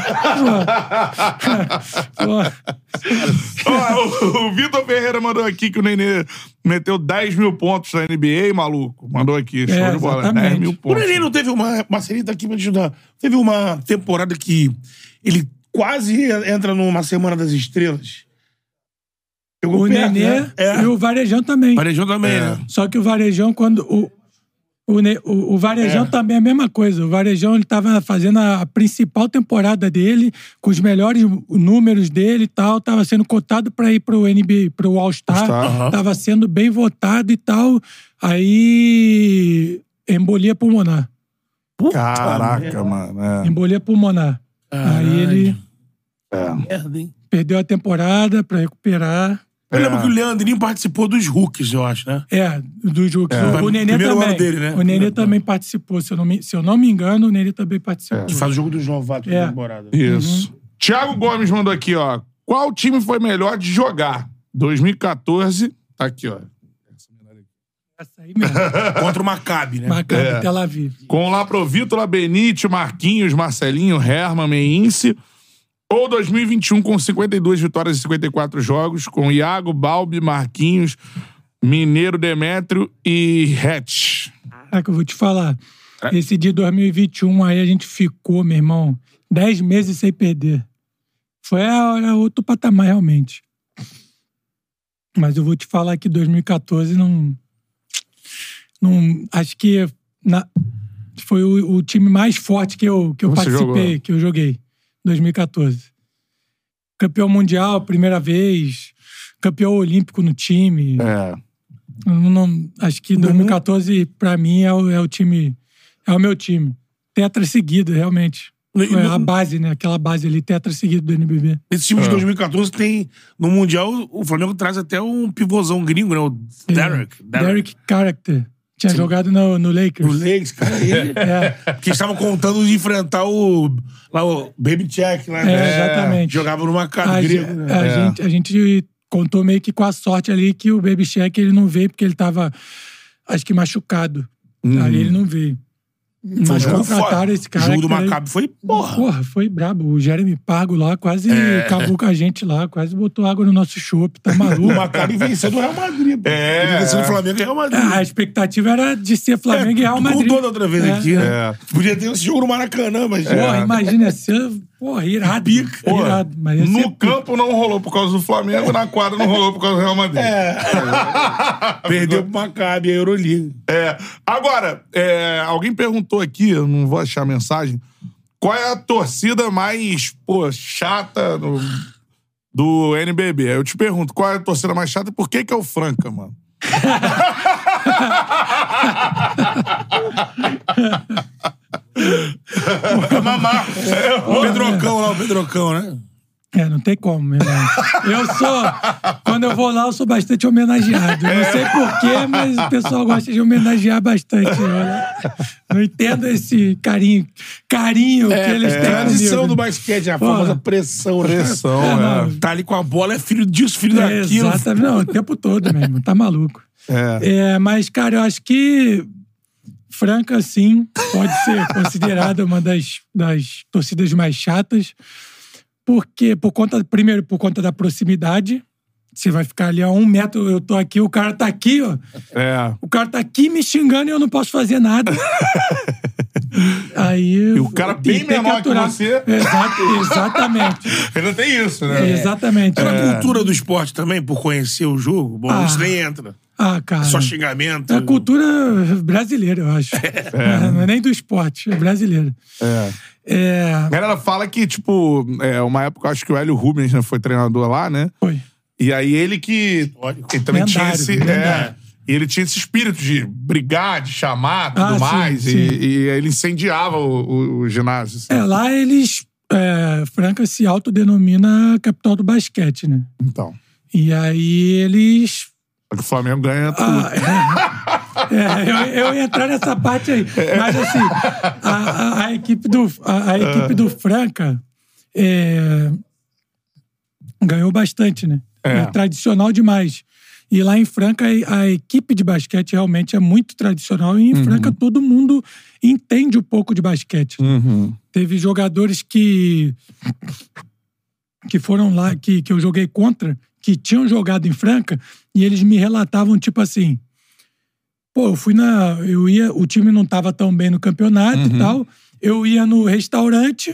O Vitor Ferreira mandou aqui que o Nenê meteu 10 mil pontos na NBA, maluco. Mandou aqui, show de bola. Exatamente. 10 mil pontos. O Nenê não teve uma... Marcelinho tá aqui pra te ajudar. Teve uma temporada que ele quase entra numa Semana das Estrelas. O Nenê, né? E o Varejão também. Varejão também, né? Só que o Varejão, quando... O Varejão também é a mesma coisa. O Varejão, ele tava fazendo a principal temporada dele, com os melhores números dele e tal. Tava sendo cotado pra ir pro NBA, pro All-Star. Tava sendo bem votado e tal. Aí... Embolia pulmonar. Caraca, mano. Embolia pulmonar. Aí ele... Merda, hein? Perdeu a temporada pra recuperar. Eu lembro que o Leandrinho participou dos Rookies, eu acho, né? Dos Rookies. O Nenê também. Ano dele, né? O Nenê também participou. Se eu não me engano, o Nenê também participou. Que faz o jogo dos novatos da temporada. Isso. Thiago Gomes mandou aqui, ó. Qual time foi melhor de jogar? 2014. Tá aqui, ó. Essa aí mesmo. Contra o Maccabi, né? Maccabi, Tel Aviv. Com Laprovítola, Benite, Marquinhos, Marcelinho, Herman, Meince. Ou 2021 com 52 vitórias e 54 jogos, com Iago, Balbi, Marquinhos, Mineiro, Demétrio e Hatch. Caraca, eu vou te falar. Esse de 2021 aí a gente ficou, meu irmão, 10 meses sem perder. Foi outro patamar, realmente. Mas eu vou te falar que 2014 não acho que foi o time mais forte que eu participei, jogou? Que eu joguei. 2014. Campeão mundial, primeira vez. Campeão olímpico no time. Acho que 2014, pra mim, é o time... É o meu time. Tetra seguido, realmente. Foi a base, né? Aquela base ali, tetra seguido do NBB. Esse time de 2014 tem... No Mundial, o Flamengo traz até um pivôzão gringo, né? O Derek Character. Tinha jogado no Lakers. No Lakers, cara. Ele... Que estavam contando de enfrentar o Baby Check lá, né? Exatamente. Jogava no Maccabi grego, né? A gente contou meio que com a sorte ali que o Baby Check ele não veio porque ele tava, acho que, machucado. Aí ele não veio. Mas contrataram esse cara. O jogo do Maccabi foi porra, foi brabo. O Jeremy Pargo lá quase acabou com a gente lá, quase botou água no nosso chopp, tá maluco. O Maccabi venceu do Real Madrid. Podia ter sido Flamengo e Real Madrid. A expectativa era de ser Flamengo e Real Madrid. Contou da outra vez aqui, né? Podia ter esse jogo no Maracanã, mas... Porra, imagina, irado. Irado. Mas no campo não rolou por causa do Flamengo, na quadra não rolou por causa do Real Madrid. Perdeu pro Maccabi, a Euroliga. Agora, alguém perguntou aqui, eu não vou achar a mensagem, qual é a torcida mais, chata do NBB? Eu te pergunto, qual é a torcida mais chata e por que é o Franca, mano? Mamar. O Pedrocão, né? Não tem como, meu irmão. Quando eu vou lá, eu sou bastante homenageado. Eu não sei porquê, mas o pessoal gosta de homenagear bastante. Não entendo esse carinho que eles têm. É a tradição do basquete, a famosa pressão. Tá ali com a bola, é filho disso, filho daquilo. Exatamente. Não, o tempo todo mesmo. Tá maluco. Mas, cara, eu acho que Franca, sim, pode ser considerada uma das torcidas mais chatas. Porque, primeiro, por conta da proximidade. Você vai ficar ali a 1 metro, eu tô aqui, o cara tá aqui, ó. O cara tá aqui me xingando e eu não posso fazer nada. Aí... E o cara bem menor que você. Exatamente. Ainda tem isso, né? Exatamente. Pela cultura do esporte também, por conhecer o jogo, bom, isso nem entra. Cara. Só xingamento. É a cultura brasileira, eu acho. Não é nem do esporte, é brasileira. A galera fala que, tipo, uma época, acho que o Hélio Rubens, né, foi treinador lá, né? Foi. E aí ele também tinha esse... ele tinha esse espírito de brigar, de chamar, tudo mais. Sim. E ele incendiava o ginásio. Assim. Lá eles... Franca se autodenomina capital do basquete, né? Então. E aí eles... O Flamengo ganha tudo. Eu ia entrar nessa parte aí. Mas assim, a equipe do Franca ganhou bastante, né? É tradicional demais. E lá em Franca, a equipe de basquete realmente é muito tradicional. E em Franca, todo mundo entende um pouco de basquete. Teve jogadores que foram lá, que eu joguei contra, que tinham jogado em Franca, e eles me relatavam, tipo assim... Pô, o time não tava tão bem no campeonato e tal. Eu ia no restaurante,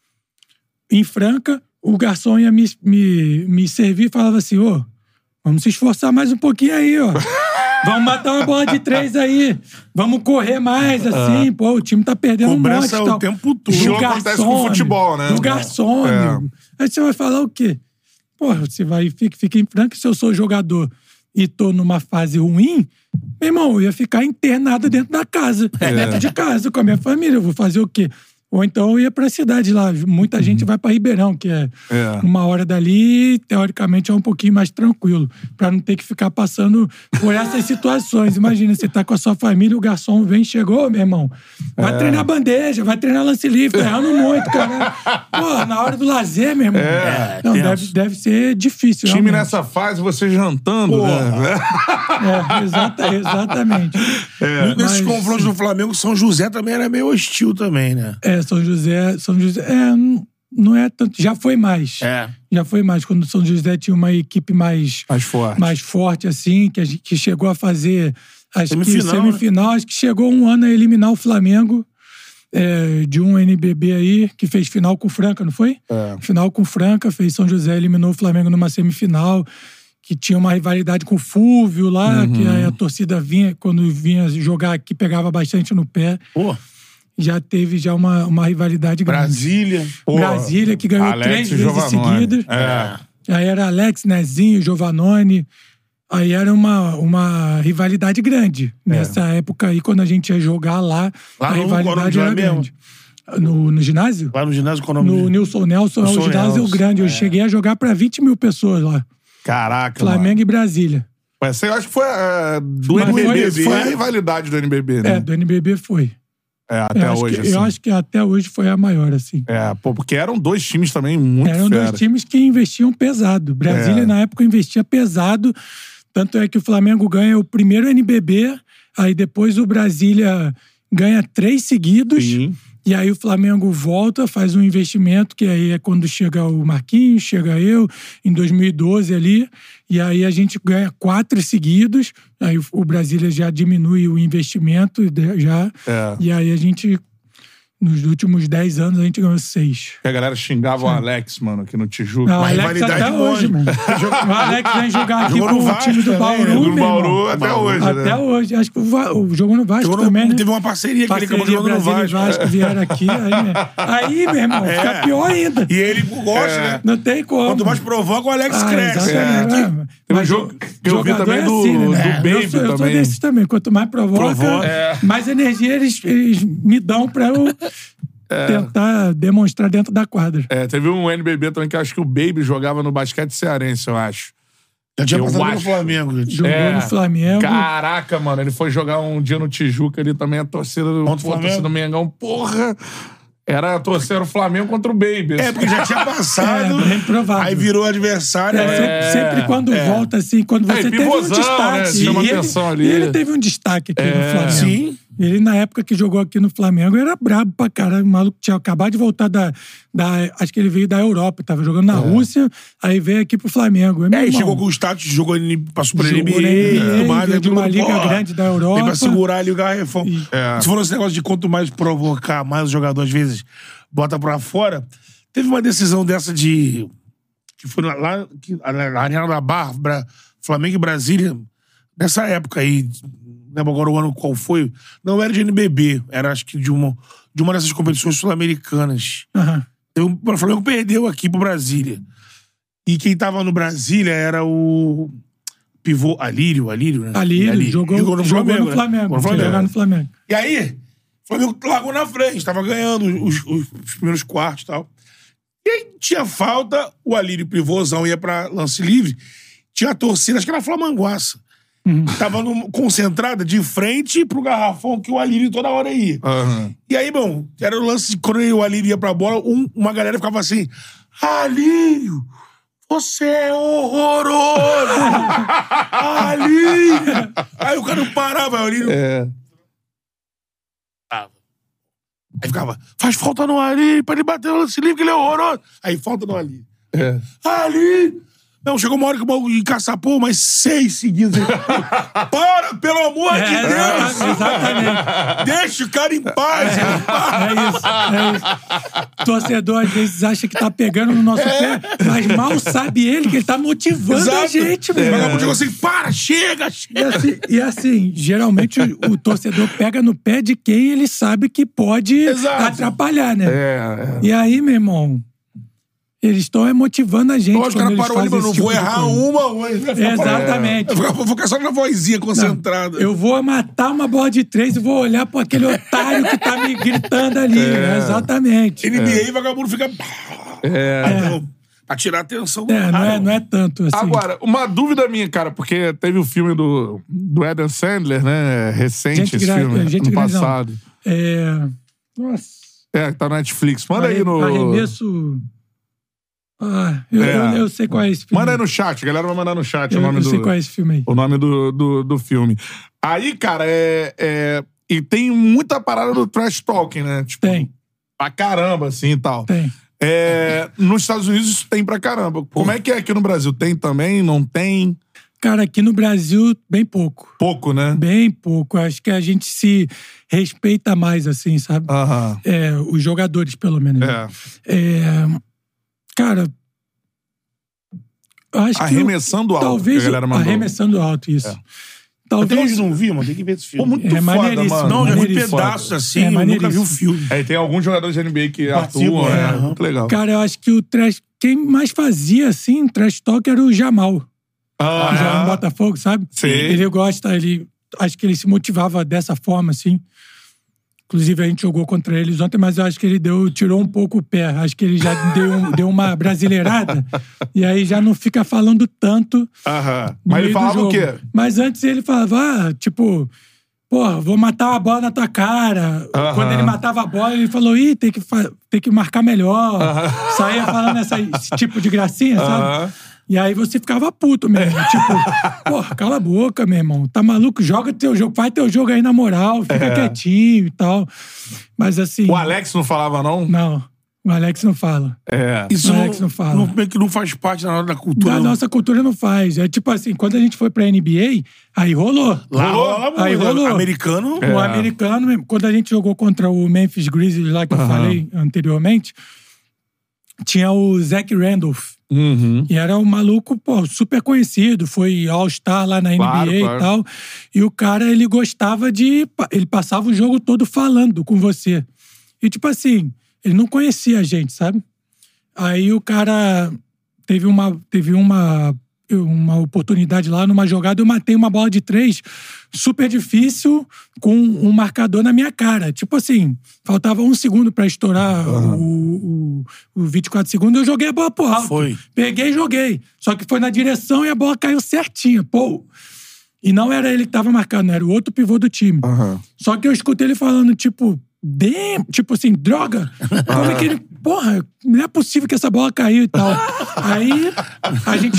em Franca, o garçom ia me servir e falava assim, vamos se esforçar mais um pouquinho aí, ó. Vamos matar uma bola de 3 aí. Vamos correr mais, assim. Pô, o time tá perdendo cobrança um monte e tal. o tempo todo. Isso acontece com o futebol, né? Do garçom, amigo. Aí você vai falar o quê? Pô, você fica em Franca, se eu sou jogador e tô numa fase ruim, meu irmão, eu ia ficar internado dentro da casa. Dentro de casa, com a minha família. Eu vou fazer o quê? Ou então eu ia pra cidade lá. Muita gente vai pra Ribeirão, que é 1 hora dali, teoricamente é um pouquinho mais tranquilo. Pra não ter que ficar passando por essas situações. Imagina, você tá com a sua família, o garçom vem, chegou, meu irmão. Vai treinar bandeja, vai treinar lance livre, tá errando muito, cara. Pô, na hora do lazer, meu irmão. Não, deve ser difícil. Time realmente. nessa fase, você jantando, né? Exatamente. Nesses confrontos do Flamengo, São José também era meio hostil também, né? São José não é tanto, já foi mais. Já foi mais, quando o São José tinha uma equipe mais forte assim, que chegou a fazer semifinal, acho que chegou um ano a eliminar o Flamengo de um NBB aí, que fez final com o Franca, não foi? Final com o Franca, fez São José, eliminou o Flamengo numa semifinal, que tinha uma rivalidade com o Fúvio lá, que a torcida vinha, quando vinha jogar aqui, pegava bastante no pé. Já teve uma rivalidade grande. Brasília, que ganhou Alex 3 vezes seguidas. Aí era Alex, Nezinho, Giovannone. Aí era uma rivalidade grande. Nessa época aí, quando a gente ia jogar lá a rivalidade era grande. No ginásio? Lá no ginásio, qual o nome? No Nilson Nelson, o ginásio grande. Eu cheguei a jogar pra 20 mil pessoas lá. Caraca, Flamengo e Brasília. Essa eu acho que foi do NBB. Foi a rivalidade do NBB, né? Do NBB foi. Até hoje, assim. Eu acho que até hoje foi a maior, assim. Porque eram 2 times também muito Eram fera. 2 times que investiam pesado. Brasília, na época, investia pesado. Tanto é que o Flamengo ganha o primeiro NBB, aí depois o Brasília ganha 3 seguidos. Sim. E aí o Flamengo volta, faz um investimento, que aí é quando chega o Marquinhos, chega eu, em 2012 ali, e aí a gente ganha 4 seguidos, aí o Brasília já diminui o investimento, e aí a gente, nos últimos 10 anos, a gente ganhou 6. E a galera xingava o Alex, mano, aqui no Tijuca. O Alex até hoje, mano. O Alex vem jogar aqui com o time do Bauru, do Bauru até hoje, né? Até hoje. Acho que jogou no Vasco também, né? Teve uma parceria que ele acabou jogando no Vasco. Vasco vieram aqui, aí, meu irmão, fica pior ainda. E ele gosta, né? Não tem como. Quanto mais provoca, o Alex cresce. Tem um jogo que eu vi também do Baby eu sou também. desses também. Quanto mais provoca, mais energia eles me dão pra eu tentar demonstrar dentro da quadra. Teve um NBB também que acho que o Baby jogava no basquete cearense, eu acho. Já tinha passado no Flamengo, gente. Jogou no Flamengo. Caraca, mano. Ele foi jogar um dia no Tijuca ali também, a torcida do Mengão. Porra! Era torcer o Flamengo contra o Baby. Porque já tinha passado. Bem provável. Aí virou adversário. Sempre quando volta, assim, quando você teve um destaque. Né? Chama atenção ali. E ele teve um destaque aqui no Flamengo. Sim. Ele, na época que jogou aqui no Flamengo, era brabo pra caralho. O maluco tinha acabado de voltar acho que ele veio da Europa, tava jogando na Rússia, aí veio aqui pro Flamengo. Aí chegou com o status, jogou passou por NBA, veio de uma liga grande da Europa. Veio pra segurar ali o garrafão. Se for esse negócio de quanto mais provocar, mais o jogador, às vezes, bota pra fora. Teve uma decisão dessa que foi lá na Arena da Barra, Flamengo e Brasília, nessa época aí, não lembro agora o ano qual foi, não era de NBB, era acho que de uma dessas competições sul-americanas. O Flamengo perdeu aqui pro Brasília. E quem tava no Brasília era o pivô Alírio, né? Alírio, jogou no Flamengo. Jogar no Flamengo. E aí, o Flamengo largou na frente, tava ganhando os primeiros quartos e tal. E aí tinha falta, o Alírio pivôzão ia pra lance livre, tinha a torcida, acho que era Flamanguaça. Tava concentrada de frente pro garrafão que o Alírio toda hora ia. E aí, bom, era o lance, quando o Alírio ia pra bola, uma galera ficava assim, Alírio, você é horroroso! Alírio! Aí o cara não parava, o Alírio... Aí ficava, faz falta no Alírio pra ele bater no lance livre que ele é horroroso. Aí falta no Alírio. Alírio! Não, chegou uma hora que o maluco encaçapou, mas 6 seguidos. Para, pelo amor de Deus! Exatamente. Deixa o cara em paz. É isso. Torcedor, às vezes, acha que tá pegando no nosso pé, mas mal sabe ele que ele tá motivando a gente, meu irmão. Chegou assim, para, chega. E assim, geralmente o torcedor pega no pé de quem ele sabe que pode atrapalhar, né? E aí, meu irmão... Eles estão motivando a gente. Os caras param ali, mas não vou errar uma hoje. Exatamente. Vou ficar só na vozinha concentrada. Eu vou matar uma bola de 3 e vou olhar pra aquele otário que tá me gritando ali. Exatamente. NBA, vagabundo fica... Pra tirar a atenção do cara. Não é tanto assim. Agora, uma dúvida minha, cara, porque teve o filme do Adam Sandler, né? Recente esse filme, ano passado. Nossa. Que tá na Netflix. Manda aí no... Arremesso... eu sei qual é esse filme. Manda aí no chat, a galera vai mandar no chat o nome do... Eu sei qual é esse filme aí. O nome do filme. Aí, cara, e tem muita parada do trash talking, né? Tipo, tem. Pra caramba, assim, e tal. Tem. Nos Estados Unidos isso tem pra caramba. Como é que é aqui no Brasil? Tem também? Não tem? Cara, aqui no Brasil, bem pouco. Pouco, né? Bem pouco. Acho que a gente se respeita mais, assim, sabe? Os jogadores, pelo menos. Cara, acho que... Arremessando alto, talvez, a galera mandou. Arremessando alto, isso. Talvez... Até hoje não vi, mano. Tem que ver esse filme. Pô, muito foda, mano. Não, já vi pedaços assim, eu nunca vi o filme. Tem alguns jogadores de NBA que atuam, muito legal. Cara, eu acho que quem mais fazia, assim, trash talk era o Jamal. Já no Botafogo, sabe? Sim. Ele acho que ele se motivava dessa forma, assim. Inclusive, a gente jogou contra eles ontem, mas eu acho que ele tirou um pouco o pé. Acho que ele já deu uma brasileirada e aí já não fica falando tanto. Mas ele falava o quê? Mas antes ele falava, vou matar a bola na tua cara. Quando ele matava a bola, ele falou, tem que marcar melhor. Saía falando esse tipo de gracinha, sabe? E aí você ficava puto mesmo. Cala a boca, meu irmão. Tá maluco? Joga teu jogo. Faz teu jogo aí na moral. Fica quietinho e tal. Mas assim... O Alex não falava, não? Não. O Alex não fala. Isso o Alex não fala. Não faz parte da cultura. Da nossa cultura não faz. É tipo assim, quando a gente foi pra NBA, aí rolou. Aí rolou. Americano. O americano mesmo. Quando a gente jogou contra o Memphis Grizzlies lá, que eu falei anteriormente, tinha o Zach Randolph. E era um maluco, super conhecido. Foi All-Star lá na NBA e tal. E o cara, ele gostava ele passava o jogo todo falando com você. E tipo assim, ele não conhecia a gente, sabe? Aí o cara teve uma oportunidade lá numa jogada, eu matei uma bola de 3 super difícil com um marcador na minha cara. Tipo assim, faltava 1 segundo pra estourar o 24 segundos, eu joguei a bola pro alto. Peguei e joguei. Só que foi na direção e a bola caiu certinha. E não era ele que tava marcando, era o outro pivô do time. Só que eu escutei ele falando, tipo assim, droga! Como é que ele... Porra, não é possível que essa bola caiu e tal. Aí, a gente...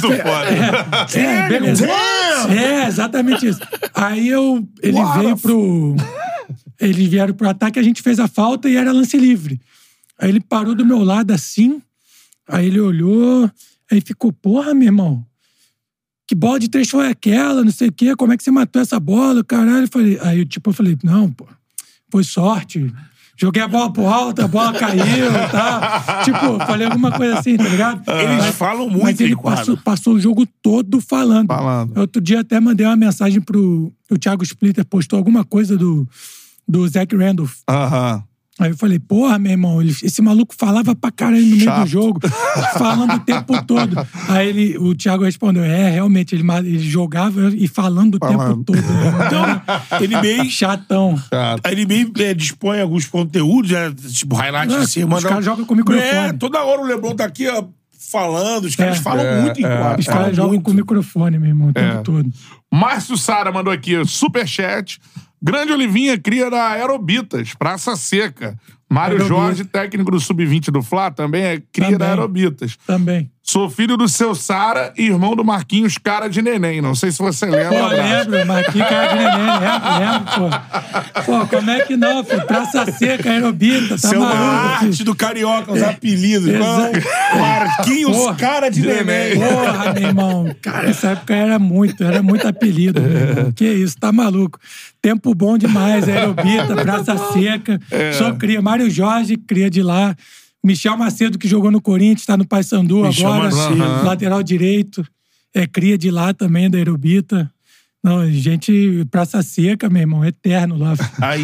beleza. Exatamente isso. Aí ele veio Eles vieram pro ataque, a gente fez a falta e era lance livre. Aí ele parou do meu lado assim, aí ele olhou, aí ficou, porra, meu irmão, que bola de 3 foi aquela, não sei o quê, como é que você matou essa bola, caralho? Aí eu falei, não, pô, foi sorte. Joguei a bola pro alto, a bola caiu, tá? Tipo, falei alguma coisa assim, tá ligado? Eles falam muito, mas ele passou o jogo todo falando. Outro dia até mandei uma mensagem pro... O Thiago Splitter postou alguma coisa do Zach Randolph. Aí eu falei, porra, meu irmão, esse maluco falava pra caralho no meio do jogo, falando o tempo todo. Aí o Thiago respondeu, realmente, ele jogava e falando o tempo todo. Então, ele meio... Chatão. Ele meio dispõe alguns conteúdos, tipo, highlights de semana. Os caras jogam com o microfone. Toda hora o Lebron tá aqui, ó, falando, os caras falam muito em quadro. Os caras jogam com o microfone, meu irmão, o tempo todo. Márcio Sara mandou aqui, superchat. Grande Olivinha, cria da Aerobitas, Praça Seca. Mário Jorge, técnico do Sub-20 do Fla, também é cria da Aerobitas. Também. Sou filho do seu Sara e irmão do Marquinhos, cara de neném. Não sei se você lembra. Pô, lembro, Marquinhos, cara de neném. Lembro, pô. Pô, como é que não, filho? Praça Seca, Aerobita, tá maluco. Arte do Carioca, os apelidos. Marquinhos, porra, cara de neném. Porra, meu irmão. Cara, essa época era muito apelido. Que isso, tá maluco. Tempo bom demais, Aerobita, Praça Seca. Só cria. Mário Jorge, cria de lá. Michel Macedo, que jogou no Corinthians, tá no Paysandu agora. Lateral direito. Cria de lá também, da Aerobita. Não, gente, Praça Seca, meu irmão, eterno lá.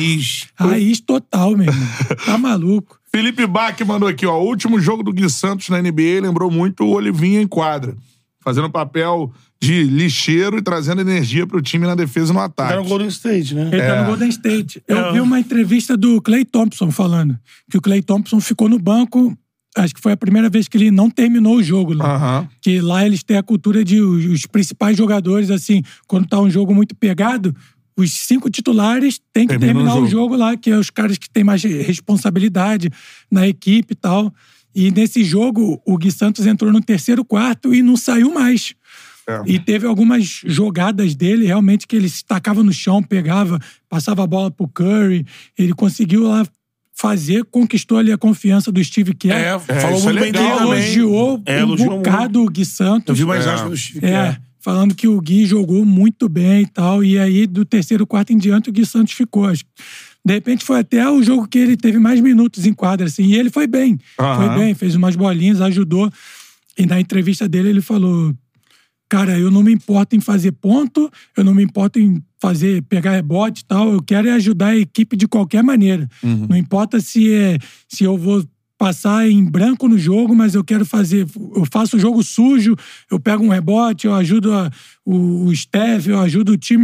Raiz total, meu irmão. Tá maluco. Felipe Bach mandou aqui, ó. O último jogo do Gui Santos na NBA lembrou muito o Olivinha em quadra. Fazendo papel de lixeiro e trazendo energia pro time na defesa e no ataque. Ele tá no Golden State, né? Ele tá no Golden State. Eu vi uma entrevista do Klay Thompson falando que o Klay Thompson ficou no banco, acho que foi a primeira vez que ele não terminou o jogo lá. Que lá eles têm a cultura de os principais jogadores, assim, quando tá um jogo muito pegado, os 5 titulares têm que terminar o jogo lá, que é os caras que têm mais responsabilidade na equipe e tal. E nesse jogo, o Gui Santos entrou no terceiro quarto e não saiu mais. E teve algumas jogadas dele, realmente, que ele se tacava no chão, pegava, passava a bola pro Curry. Ele conseguiu lá conquistou ali a confiança do Steve Kerr. Falou muito bem dele também. Elogiou um bocado o Gui Santos. Eu vi mais aspas do Steve Kerr. Falando que o Gui jogou muito bem e tal. E aí, do terceiro quarto em diante, o Gui Santos ficou. De repente, foi até o jogo que ele teve mais minutos em quadra, assim. E ele foi bem. Foi bem, fez umas bolinhas, ajudou. E na entrevista dele, ele falou... Cara, eu não me importo em fazer ponto, eu não me importo em pegar rebote e tal, eu quero ajudar a equipe de qualquer maneira. Não importa se eu vou passar em branco no jogo, mas eu faço o jogo sujo, eu pego um rebote, eu ajudo o Steph, eu ajudo o time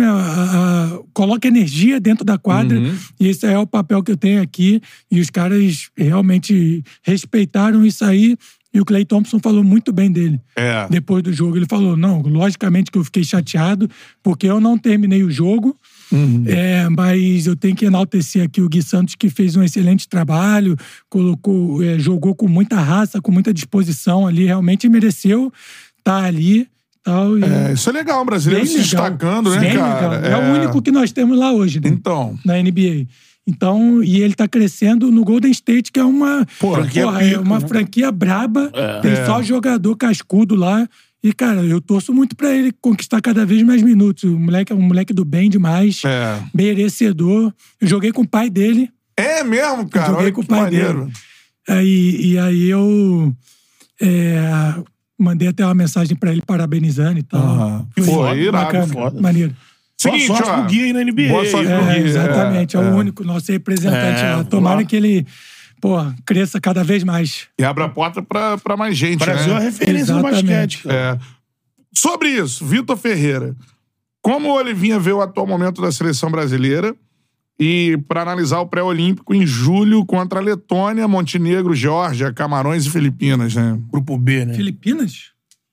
coloco energia dentro da quadra, e esse é o papel que eu tenho aqui, e os caras realmente respeitaram isso aí. E o Klay Thompson falou muito bem dele. Depois do jogo, ele falou, não, logicamente que eu fiquei chateado, porque eu não terminei o jogo, mas eu tenho que enaltecer aqui o Gui Santos, que fez um excelente trabalho, jogou com muita raça, com muita disposição ali, realmente mereceu estar ali. Tal, isso é legal, o brasileiro se destacando, né, cara? Legal. É o único que nós temos lá hoje, né? Então. Na NBA. Então, e ele tá crescendo no Golden State, que é uma franquia braba. Tem só jogador cascudo lá. E, cara, eu torço muito pra ele conquistar cada vez mais minutos. O moleque é um moleque do bem demais. Merecedor. Eu joguei com o pai dele. É mesmo, cara? Joguei com o pai dele. E aí eu... mandei até uma mensagem pra ele parabenizando e tal. Foi irado. Foda. Maneiro. Seguinte, boa sorte pro Gui aí na NBA. Boa sorte pro Gui. Exatamente, é o único nosso representante lá. Tomara que ele, cresça cada vez mais. E abra a porta pra mais gente, O Brasil é a referência no basquete. Sobre isso, Vitor Ferreira. Como o Olivinha vê o atual momento da seleção brasileira e para analisar o pré-olímpico em julho contra a Letônia, Montenegro, Geórgia, Camarões e Filipinas, né? Grupo B, né? Filipinas?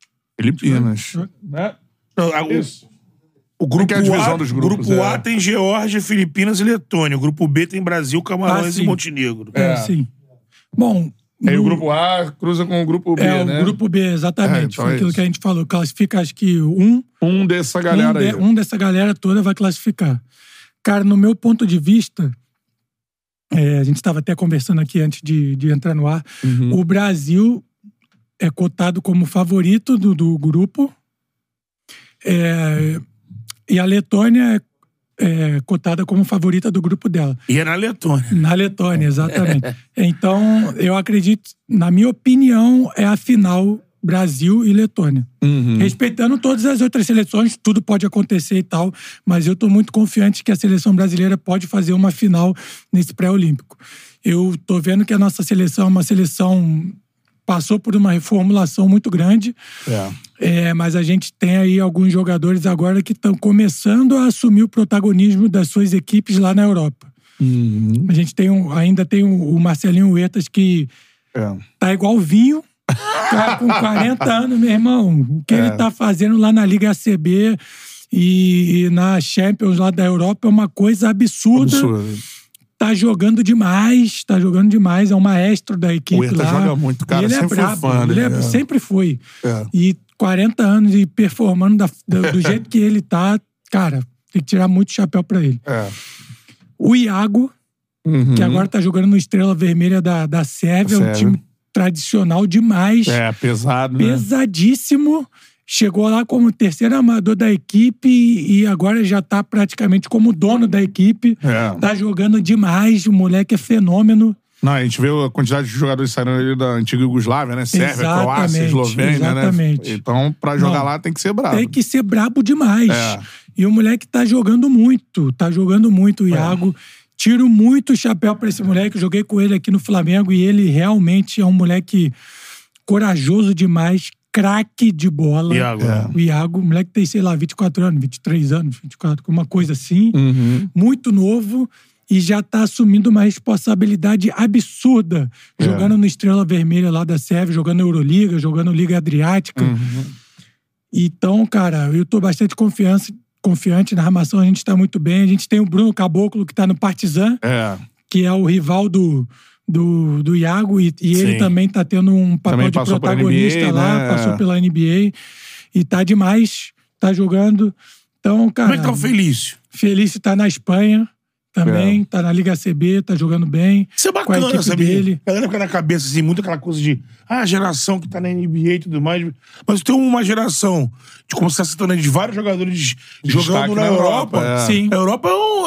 Isso. O grupo A tem Geórgia, Filipinas e Letônia. O grupo B tem Brasil, Camarões e Montenegro. Sim. Bom... Aí o grupo A cruza com o grupo B, né? O grupo B, exatamente. Então foi aquilo que a gente falou. Classifica, acho que um dessa galera aí. Um dessa galera toda vai classificar. Cara, no meu ponto de vista, a gente estava até conversando aqui antes de entrar no ar. O Brasil é cotado como favorito do grupo. E a Letônia é cotada como favorita do grupo dela. E é na Letônia. Na Letônia, exatamente. Então, eu acredito, na minha opinião, é a final Brasil e Letônia. Respeitando todas as outras seleções, tudo pode acontecer e tal, mas eu tô muito confiante que a seleção brasileira pode fazer uma final nesse pré-olímpico. Eu tô vendo que a nossa seleção é uma seleção... passou por uma reformulação muito grande, mas a gente tem aí alguns jogadores agora que estão começando a assumir o protagonismo das suas equipes lá na Europa. A gente ainda tem o Marcelinho Huertas, que tá igual vinho, tá com 40 anos, meu irmão. O que ele tá fazendo lá na Liga ACB e na Champions lá da Europa é uma coisa absurda. Tá jogando demais, é um maestro da equipe. O Huerta joga muito, cara, ele sempre brabo, foi fã, né? Sempre foi. E 40 anos e performando do jeito que ele tá, cara, tem que tirar muito chapéu pra ele. O Iago, que agora tá jogando no Estrela Vermelha da Sérvia, um time tradicional demais. Pesado, pesadíssimo. Chegou lá como terceiro armador da equipe e agora já tá praticamente como dono da equipe. Tá jogando demais, o moleque é fenômeno. Não, a gente vê a quantidade de jogadores saindo ali da antiga Iugoslávia, né? Sérvia, Croácia, Eslovênia, né? Então, pra jogar lá tem que ser brabo. Tem que ser brabo demais. E o moleque tá jogando muito o Iago. Tiro muito o chapéu pra esse moleque. Eu joguei com ele aqui no Flamengo e ele realmente é um moleque corajoso demais, craque de bola. O Iago, o moleque tem, sei lá, 24 anos, 23 anos, 24, uma coisa assim. Muito novo e já tá assumindo uma responsabilidade absurda. Jogando no Estrela Vermelha lá da Sérvia, jogando Euroliga, jogando Liga Adriática. Então, cara, eu tô bastante confiante na armação, a gente tá muito bem. A gente tem o Bruno Caboclo, que tá no Partizan, que é o rival do Iago, e ele também tá tendo um papel de protagonista NBA, lá, passou pela NBA, e tá demais, tá jogando. Então, cara... Como é que tá o Felício? Felício tá na Espanha também, tá na Liga ACB, tá jogando bem. Isso é bacana, com a equipe dele. A galera fica na cabeça, assim, muito aquela coisa de a geração que tá na NBA e tudo mais, mas tem uma geração de, como você tá citando, de vários jogadores jogando na Europa. Sim. A Europa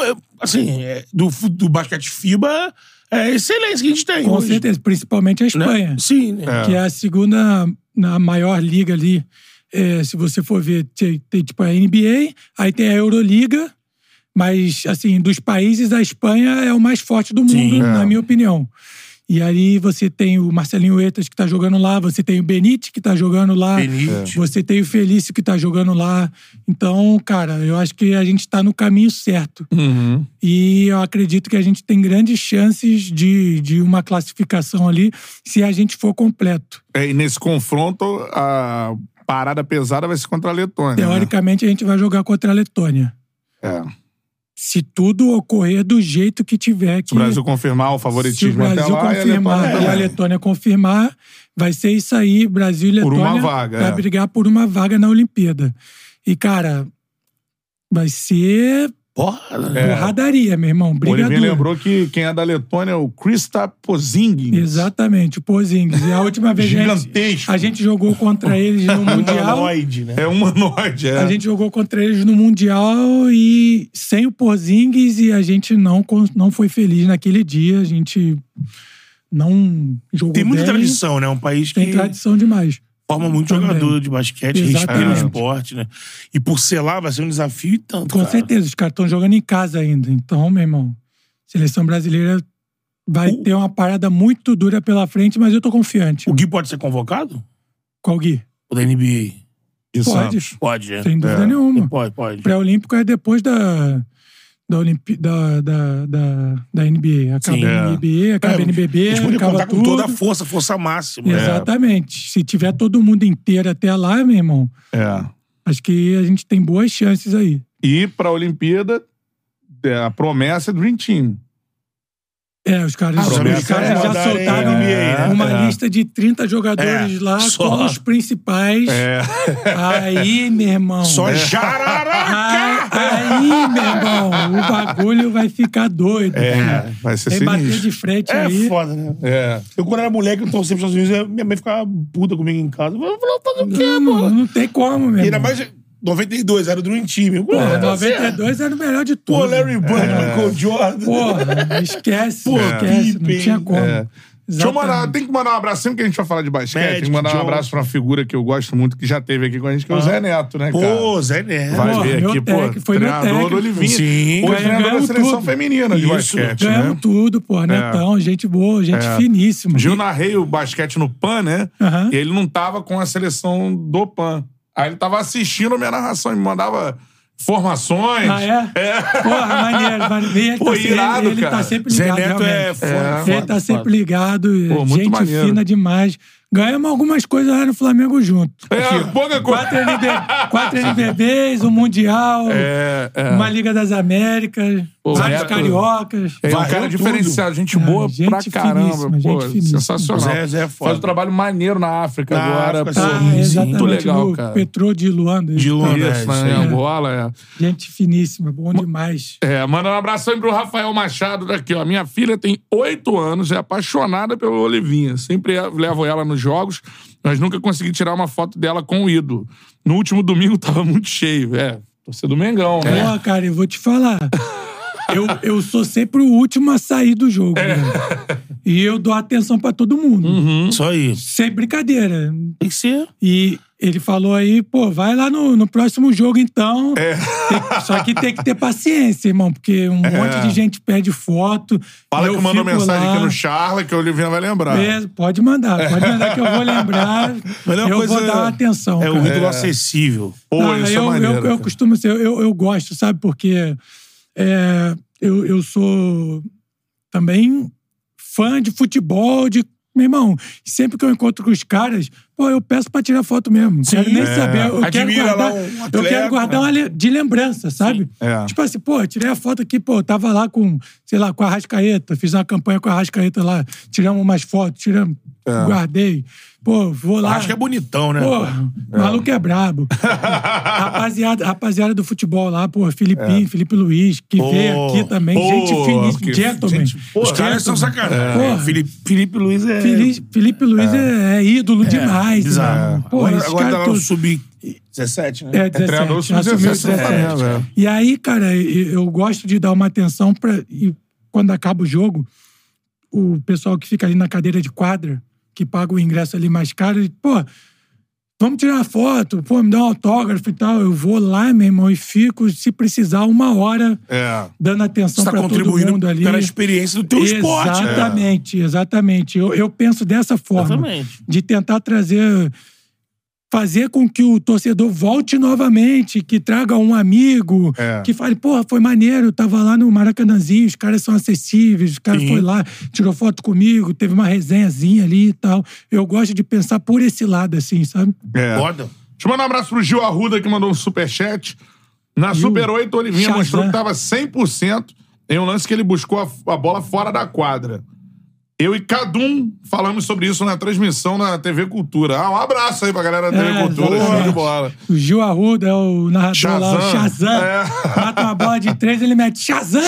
do basquete FIBA... É excelente que a gente tem com hoje. certeza, principalmente a Espanha. Né? Sim. Que é a segunda, na maior liga ali. Se você for ver, tem tipo a NBA, aí tem a Euroliga, mas, assim, dos países, a Espanha é o mais forte do mundo, na minha opinião. E aí você tem o Marcelinho Huertas, que tá jogando lá, você tem o Benítez, que tá jogando lá, você tem o Felício, que tá jogando lá. Então, cara, eu acho que a gente tá no caminho certo. E eu acredito que a gente tem grandes chances de uma classificação ali, se a gente for completo. E nesse confronto, a parada pesada vai ser contra a Letônia. Teoricamente, a gente vai jogar contra a Letônia. Se tudo ocorrer do jeito que tiver. Se o Brasil confirmar o favoritismo até lá, confirmar e a Letônia confirmar, vai ser isso aí, Brasil e Letônia. Por uma vaga, vai brigar por uma vaga na Olimpíada. E, cara, vai ser... porradaria, meu irmão. O Olivinha lembrou que quem é da Letônia é o Kristaps Porzingis. Exatamente, o Porzingis. E a última vez a gente jogou contra eles no Mundial. Humanoide, né? É humanoide, A gente jogou contra eles no Mundial e sem o Porzingis, e a gente não foi feliz naquele dia. A gente não jogou bem. Tem muita bem. tradição, né? Um país que... Tem tradição demais. Forma muito jogador de basquete, respeita o esporte, né? E por ser lá, vai ser um desafio e tanto, Com certeza, os caras estão jogando em casa ainda. Então, meu irmão, seleção brasileira vai ter uma parada muito dura pela frente, mas eu tô confiante. O Gui pode ser convocado? Qual Gui? O da NBA. Pode, é. Sem dúvida nenhuma. Pode. Pré-olímpico é depois da NBA. Acaba a NBA, acaba a NBB, acaba tudo. Com toda a força máxima. Exatamente. Se tiver todo mundo inteiro até lá, meu irmão, acho que a gente tem boas chances aí. E pra Olimpíada, a promessa é Dream Team. Os caras já soltaram uma lista de 30 jogadores lá com os principais. Aí, meu irmão... Só jararaca! Aí, meu irmão, o bagulho vai ficar doido. Vai ser sinistro. sinistro. Bater de frente aí. É foda, né? Eu, quando era moleque, eu torcia pros Estados Unidos, minha mãe ficava puta comigo em casa. Eu falava, fazer o quê, mano? Não tem como, meu irmão. E ainda mais... 92, era o Dream Team. 92 era o melhor de tudo. Pô, Larry Bird, Michael Jordan. Porra, esquece. Não tinha como. Deixa eu mandar, tem que mandar um abraço, sempre que a gente vai falar de basquete, tem que mandar um abraço pra uma figura que eu gosto muito, que já esteve aqui com a gente, que é o Zé Neto, né, cara? Pô, Zé Neto. Vai ver aqui, foi treinador do Olivinha. Sim. Hoje treinador da seleção feminina de basquete, né? Ganhamos tudo, pô, Netão, gente boa, gente finíssima. Gil narrei o basquete no PAN, né? E ele não tava com a seleção do PAN. Aí ele tava assistindo a minha narração e me mandava... Formações. Porra, maneiro. Pô, irado, ele cara. tá sempre ligado, Zé Neto é foda. Ele tá sempre ligado. Pô, muito gente maneiro. fina demais. Ganhamos algumas coisas lá no Flamengo junto. Pouca coisa. 4 NBBs, um Mundial, uma Liga das Américas, vários cariocas. É um cara diferenciado, gente boa pra caramba. Pô, sensacional. Zé é foda. Faz um trabalho maneiro na África agora. Exatamente, muito legal, cara. Petro de Luanda. De Luanda, Angola, Gente finíssima, bom demais. Manda um abraço aí pro Rafael Machado daqui, ó. Minha filha tem 8 anos, é apaixonada pelo Olivinha. Sempre levo ela nos jogos, mas nunca consegui tirar uma foto dela com o ídolo. No último domingo tava muito cheio. Torcida do Mengão, né? Pô, cara, eu vou te falar. Eu sou sempre o último a sair do jogo. Né? E eu dou atenção pra todo mundo. Só isso. Sem brincadeira. Tem que ser. E ele falou aí, pô, vai lá no próximo jogo, então. Só que tem que ter paciência, irmão, porque um monte de gente pede foto. Fala que mandou mensagem aqui no Charla, que o Olivinha vai lembrar. Pode mandar que eu vou lembrar. Eu vou dar atenção. É o ídolo acessível. Pô, isso é maneiro. Eu costumo ser, eu gosto, sabe, porque eu sou também fã de futebol, meu irmão, sempre que eu encontro com os caras, pô, eu peço pra tirar foto mesmo. Não quero nem saber. Eu quero guardar uma de lembrança, sabe? Tipo assim, pô, tirei a foto aqui, pô, tava lá com, sei lá, com a Arrascaeta, fiz uma campanha com a Arrascaeta lá, tiramos umas fotos, guardei. Pô, vou lá. Acho que é bonitão, né? Pô, maluco é brabo. Rapaziada do futebol lá, pô, Felipe Luiz, que veio aqui também. Gente finíssima, gentleman. Os caras são sacanagem. Felipe Luiz é... Felipe Luiz é ídolo demais. Pô, agora tá lá no Sub-17, né? 17. Sub-17. E aí, cara, eu gosto de dar uma atenção e quando acaba o jogo, o pessoal que fica ali na cadeira de quadra, que paga o ingresso ali mais caro, e, pô, vamos tirar uma foto, pô, me dá um autógrafo e tal. Eu vou lá, meu irmão, e fico, se precisar, 1 hora dando atenção pra todo mundo ali. Pela experiência do teu esporte. Exatamente. Eu penso dessa forma. De tentar fazer com que o torcedor volte novamente, que traga um amigo, que fale, porra, foi maneiro, tava lá no Maracanãzinho, os caras são acessíveis, os caras foi lá, tirou foto comigo, teve uma resenhazinha ali e tal. Eu gosto de pensar por esse lado, assim, sabe? Foda. Deixa eu mandar um abraço pro Gil Arruda, que mandou um superchat. Na Super 8, o Olivinha mostrou que tava 100% em um lance que ele buscou a bola fora da quadra. Eu e Cadum falamos sobre isso na transmissão na TV Cultura. Um abraço aí pra galera da TV Cultura. Show de bola. O Gil Arruda é o narrador lá, o Shazam. Mata uma bola de 3, ele mete Shazam!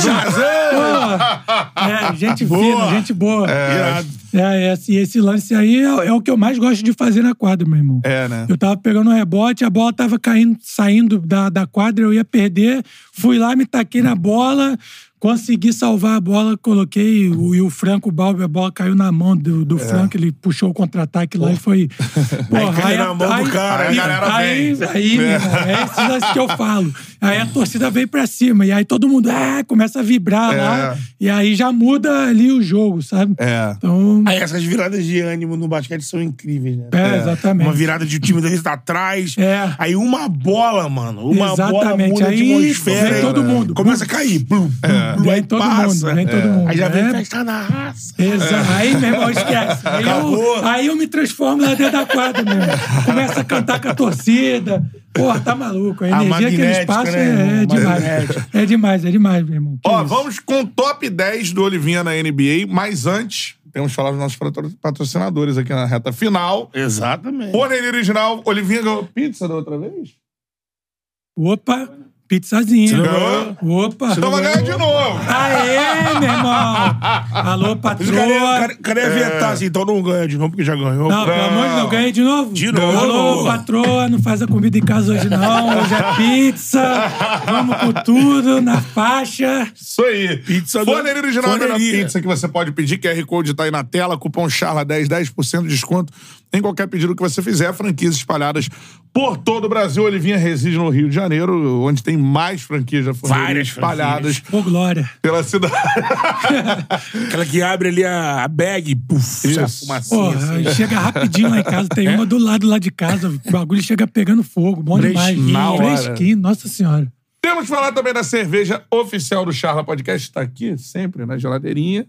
Gente fina, gente boa. E esse lance aí é o que eu mais gosto de fazer na quadra, meu irmão. Né? Eu tava pegando um rebote, a bola tava saindo da quadra, eu ia perder. Fui lá, me taquei na bola... Consegui salvar a bola, coloquei e o Franco Balbi, a bola caiu na mão do Franco, ele puxou o contra-ataque lá e foi... Porra, aí na mão do cara, aí, a galera vem. Aí, meu irmão, é esse lance que eu falo. Aí a torcida vem pra cima, e aí todo mundo começa a vibrar lá, e aí já muda ali o jogo, sabe? Então... Aí essas viradas de ânimo no basquete são incríveis, né? Exatamente. Uma virada de time, às vezes tá atrás, aí uma bola, mano, bola muda aí de atmosfera. Vem todo mundo. Começa a cair, Vem todo mundo. Aí já vem festa na raça. Exato. Aí, meu irmão, esquece. Aí eu me transformo lá dentro da quadra mesmo. Começa a cantar com a torcida. Porra, tá maluco. A energia que eles passam Caraca, né? É demais. É demais, meu irmão. Que Ó, isso? vamos com o top 10 do Olivinha na NBA, mas antes, temos que falar dos nossos patrocinadores aqui na reta final. Exatamente. Forneria Original, Olivinha ganhou pizza da outra vez? Opa, pizzazinha. Ganhou? Opa. Então vai ganhar de novo. Aê, meu irmão. Alô, patroa. Queria vetar assim, então não ganha de novo, porque já ganhou. Não, pelo amor de Deus, ganhei de novo? De novo. Alô, patroa, não faz a comida em casa hoje não. Hoje é pizza. Vamos com tudo, na faixa. Isso aí. Pizza Forneria Original é a Forneria. pizza que você pode pedir. QR Code tá aí na tela. Cupom CHARLA10, 10% de desconto em qualquer pedido que você fizer. Franquias espalhadas por todo o Brasil. Olivinha reside no Rio de Janeiro, onde tem mais franquias da Forneria Várias espalhadas Ô, glória. pela cidade. Aquela que abre ali a bag, puf, Isso. a fumacinha. Porra, assim. chega rapidinho lá em casa. Tem uma do lado lá de casa. O bagulho chega pegando fogo. Bom demais. Fresquinho, na hora. Fresquinho, nossa senhora. Temos que falar também da cerveja oficial do Charla Podcast. Tá aqui, sempre, na geladeirinha.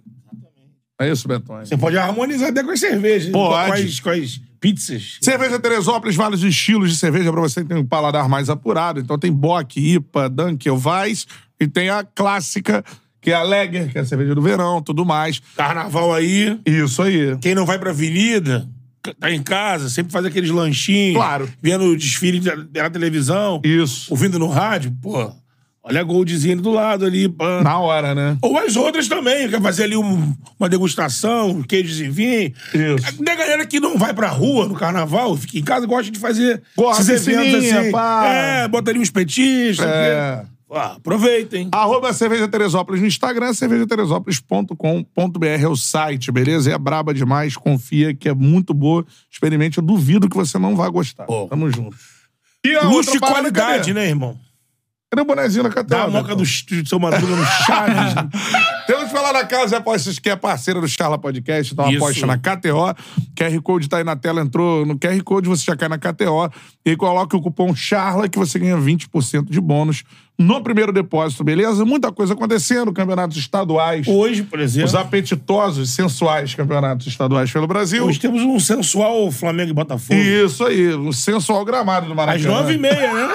É isso, Betão. Você pode harmonizar até com as cervejas. Pode. Com as pizzas. Cerveja Teresópolis, vários estilos de cerveja pra você ter um paladar mais apurado. Então tem Bock, IPA, Dunkel, Weiss. E tem a clássica, que é a Lager, que é a cerveja do verão, tudo mais. Carnaval aí. Isso aí. Quem não vai pra avenida, tá em casa, sempre faz aqueles lanchinhos. Claro. Vendo o desfile na televisão. Isso. Ouvindo no rádio. Pô, olha a Goldzinho do lado ali. Pá. Na hora, né? Ou as outras também, quer fazer ali uma degustação, queijos e vinho. Isso. Da galera que não vai pra rua no carnaval, fica em casa, gosta de fazer Gosta esses de eventos piscininha, assim. pá. Bota ali uns petiscos. É. Aproveitem. @ Cerveja Teresópolis no Instagram, cervejateresópolis.com.br é o site, beleza? É braba demais, confia que é muito boa. Experimente, eu duvido que você não vai gostar. Tamo junto. E a Luxo outra e parada, qualidade, cadê? né, irmão? Cadê o bonezinho na Dá catela? a moca do seu Madruga no Chaves. né? Temos que falar da Casa de Apostas, que é parceira do Charla Podcast. Então, Isso. aposta na KTO. QR Code tá aí na tela, entrou no QR Code, você já cai na KTO. E aí coloca o cupom CHARLA que você ganha 20% de bônus no primeiro depósito, beleza? Muita coisa acontecendo, campeonatos estaduais. Hoje, por exemplo. Os apetitosos, sensuais campeonatos estaduais pelo Brasil. Hoje temos um sensual Flamengo e Botafogo. Isso aí, o sensual gramado do Às Maracanã. 9h30, né?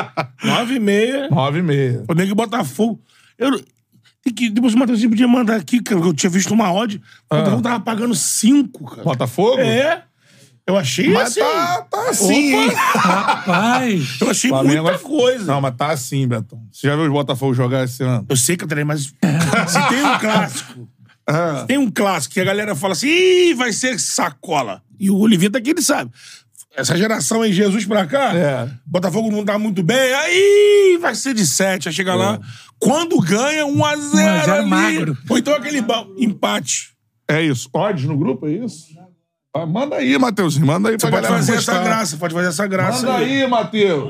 9h30. 9h30. Flamengo e Botafogo. Depois o Matheusinho podia mandar aqui, cara, eu tinha visto uma odd. O Botafogo tava pagando 5, cara. Botafogo? É. Eu achei Mas assim. tá assim, hein? Rapaz. Eu achei Flamengo muita é- coisa. Não, mas tá assim, Betão. Você já viu o Botafogo jogar esse ano? Eu sei, Catarina, mas se tem um clássico, Ah. tem um clássico que a galera fala assim, ih, vai ser sacola. E o Olivier tá aqui, ele sabe. Essa geração aí, Jesus pra cá, É. Botafogo não tá muito bem, aí vai ser de 7, aí chega lá, quando ganha 1-0 1-0 ali. magro. Ou então aquele empate. É isso. Odds no grupo, é isso? Ah, manda aí, Matheusinho. Manda aí pra Você pode galera fazer postar. essa graça, pode fazer essa graça. Manda aí, Matheus.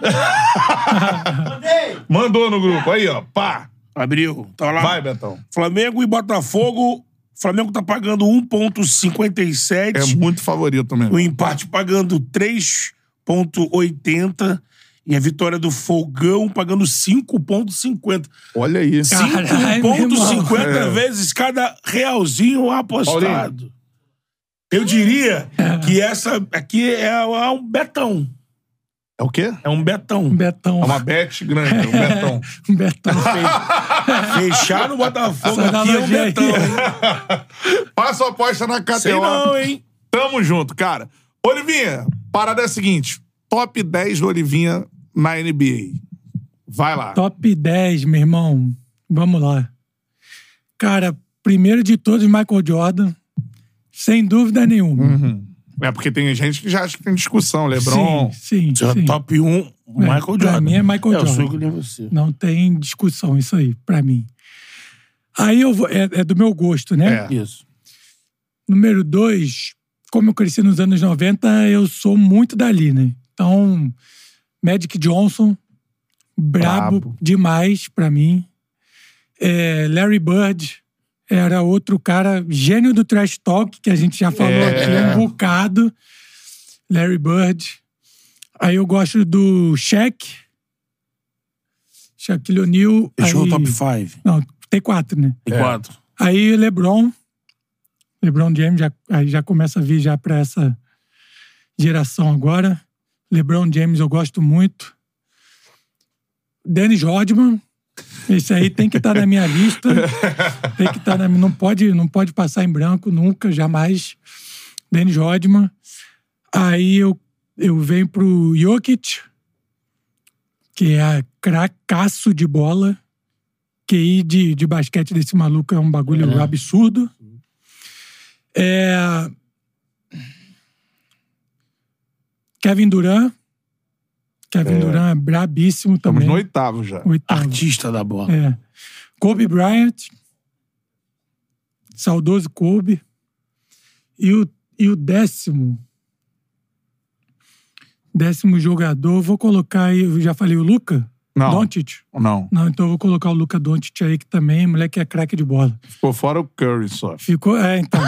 Mandou no grupo. Aí, ó. Pá. Abriu. Tá lá. Vai, Betão. Flamengo e Botafogo. Flamengo tá pagando 1,57. É muito favorito mesmo. O empate pagando 3,80. E a vitória do Fogão pagando 5,50. Olha aí. Caralho, meu irmão. 5,50 vezes cada realzinho apostado. Paulinho. Eu diria que essa aqui é um betão. É o quê? É um betão. Um Betão. É uma bet grande, é um betão. Um Betão. Fechar no Botafogo Essa aqui é um analogia aí. betão, hein? Passa a aposta na KTO. Sei não, hein? Tamo junto, cara. Olivinha, parada é a seguinte. Top 10 do Olivinha na NBA. Vai lá. Top 10, meu irmão. Vamos lá. Cara, primeiro de todos, Michael Jordan. Sem dúvida nenhuma. É porque tem gente que já acha que tem discussão. LeBron. Sim. Top 1, Michael Jordan. Pra mim é Michael Eu Jordan. sou que nem você. Não tem discussão isso aí, pra mim. Aí eu vou, é do meu gosto, né? É. Isso. Número 2, como eu cresci nos anos 90, eu sou muito dali, né? Então, Magic Johnson, brabo demais pra mim. Larry Bird era outro cara, gênio do trash talk, que a gente já falou aqui um bocado. Larry Bird. Aí eu gosto do Shaq. Shaquille O'Neal. Fechou aí... o top 5. Não, tem 4, né? Tem 4. Aí LeBron James aí já começa a vir já pra essa geração agora. LeBron James eu gosto muito. Dennis Rodman. Esse aí tem que estar na minha lista. Tem que estar não pode passar em branco nunca, jamais. Dennis Rodman. Aí eu venho pro Jokic, que é cracaço de bola. QI de basquete desse maluco é um bagulho absurdo. Kevin Durant. Kevin Durant é brabíssimo também. Estamos no 8º já. Artista da bola. Kobe Bryant. Saudoso Kobe. E o 10º jogador, vou colocar aí, eu já falei o Luka? Não. Doncic? Não. Não, então eu vou colocar o Luka Doncic aí, que também, moleque é craque de bola. Ficou fora o Curry só. Ficou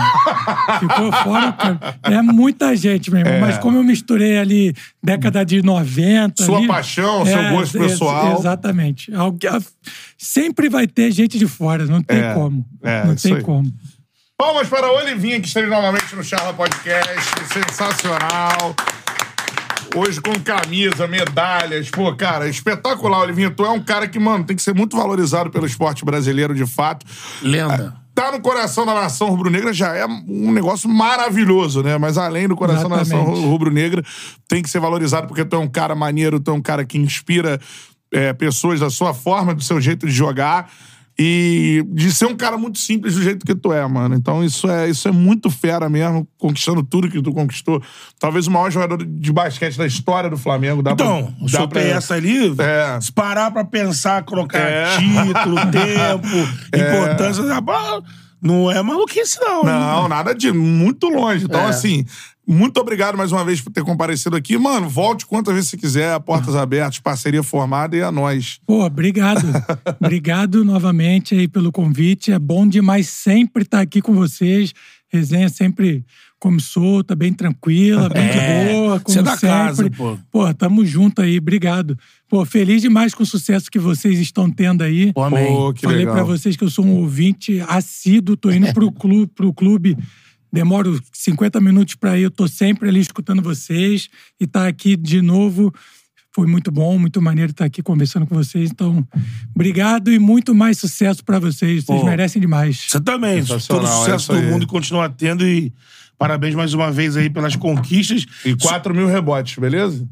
fora o Curry. É muita gente, meu irmão. Mas como eu misturei ali década de 90... Sua paixão, seu gosto pessoal. Exatamente. Sempre vai ter gente de fora, não tem como. Não tem como. Palmas para a Olivinha, que esteve novamente no Charla Podcast. Sensacional. Hoje com camisa, medalhas. Pô, cara, espetacular, Olivinha. Tu é um cara que, mano, tem que ser muito valorizado pelo esporte brasileiro, de fato. Lenda. Tá no coração da nação rubro-negra já é um negócio maravilhoso, né? Mas além do coração da nação rubro-negra, tem que ser valorizado porque tu é um cara maneiro, tu é um cara que inspira pessoas da sua forma, do seu jeito de jogar. E de ser um cara muito simples do jeito que tu é, mano. Então isso é muito fera mesmo, conquistando tudo que tu conquistou. Talvez o maior jogador de basquete da história do Flamengo. Eu soltei essa ali, se parar pra pensar, colocar título, tempo, importância, não é maluquice não. Não, nada de muito longe. Então, assim, muito obrigado mais uma vez por ter comparecido aqui. Mano, volte quantas vezes você quiser, portas abertas, parceria formada e a nós. Pô, obrigado. Obrigado novamente aí pelo convite. É bom demais sempre estar aqui com vocês. Resenha sempre como solta, bem tranquila, bem de boa, como da sempre. Casa, pô. Pô, tamo junto aí, obrigado. Pô, feliz demais com o sucesso que vocês estão tendo aí. Pô, amém. Falei pra vocês que eu sou um ouvinte assíduo, tô indo pro clube. Demoro 50 minutos pra ir, eu tô sempre ali escutando vocês. E tá aqui de novo, foi muito bom, muito maneiro estar aqui conversando com vocês. Então, obrigado e muito mais sucesso pra vocês. Vocês merecem demais. Você também. Todo o sucesso do mundo continua tendo e parabéns mais uma vez aí pelas conquistas. E 4 mil rebotes, beleza?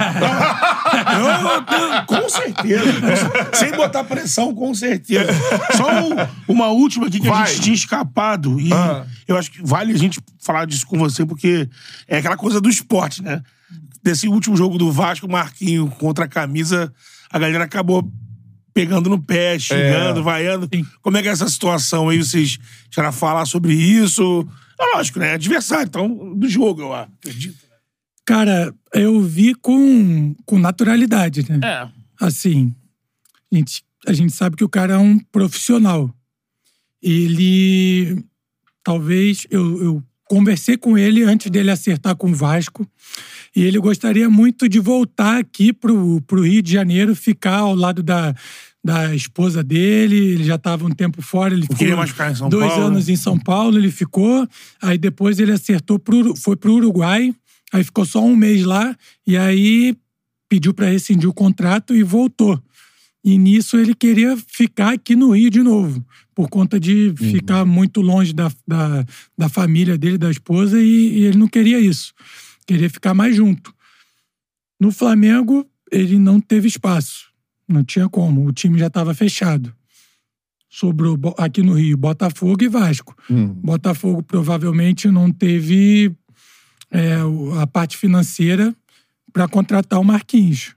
Com certeza. Sem botar pressão, com certeza. Só uma última aqui que a gente tinha escapado. E eu acho que vale a gente falar disso com você, porque é aquela coisa do esporte, né? Desse último jogo do Vasco, Marquinho contra a Camisa, a galera acabou pegando no pé, xingando, vaiando. Como é que é essa situação aí? Vocês já falar sobre isso? É lógico, né? Adversário, então, do jogo, eu acredito. Cara, eu vi com naturalidade, né? Assim, a gente sabe que o cara é um profissional. Ele... Talvez... Eu conversei com ele antes dele acertar com o Vasco. E ele gostaria muito de voltar aqui pro Rio de Janeiro, ficar ao lado da esposa dele. Ele já estava um tempo fora. Ele ficou queria mais ficar em São Paulo. 2 anos em São Paulo, ele ficou. Aí depois ele acertou, foi pro Uruguai. Aí ficou só 1 mês lá. E aí pediu para rescindir o contrato e voltou. E nisso ele queria ficar aqui no Rio de novo. Por conta de ficar muito longe da família dele, da esposa. E ele não queria isso. Queria ficar mais junto. No Flamengo, ele não teve espaço. Não tinha como. O time já estava fechado. Sobrou aqui no Rio Botafogo e Vasco. Botafogo provavelmente não teve a parte financeira para contratar o Marquinhos.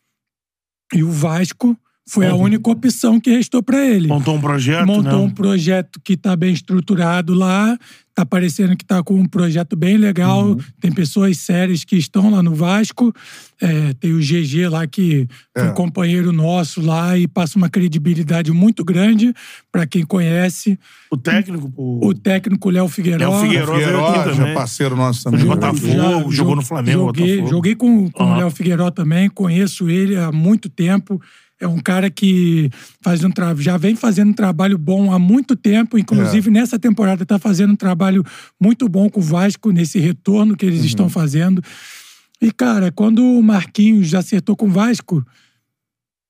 E o Vasco foi a única opção que restou para ele. Montou um projeto, Montou um projeto que está bem estruturado lá. Tá parecendo que tá com um projeto bem legal. Tem pessoas sérias que estão lá no Vasco. Tem o GG lá, que foi um companheiro nosso lá e passa uma credibilidade muito grande para quem conhece. O técnico? O técnico Léo Figueiró. Léo Figueiró já parceiro nosso também. Botafogo, jogou no Flamengo. Joguei com o Léo Figueiró também. Conheço ele há muito tempo. É um cara que já vem fazendo um trabalho bom há muito tempo. Inclusive, nessa temporada, está fazendo um trabalho muito bom com o Vasco, nesse retorno que eles estão fazendo. E, cara, quando o Marquinhos já acertou com o Vasco,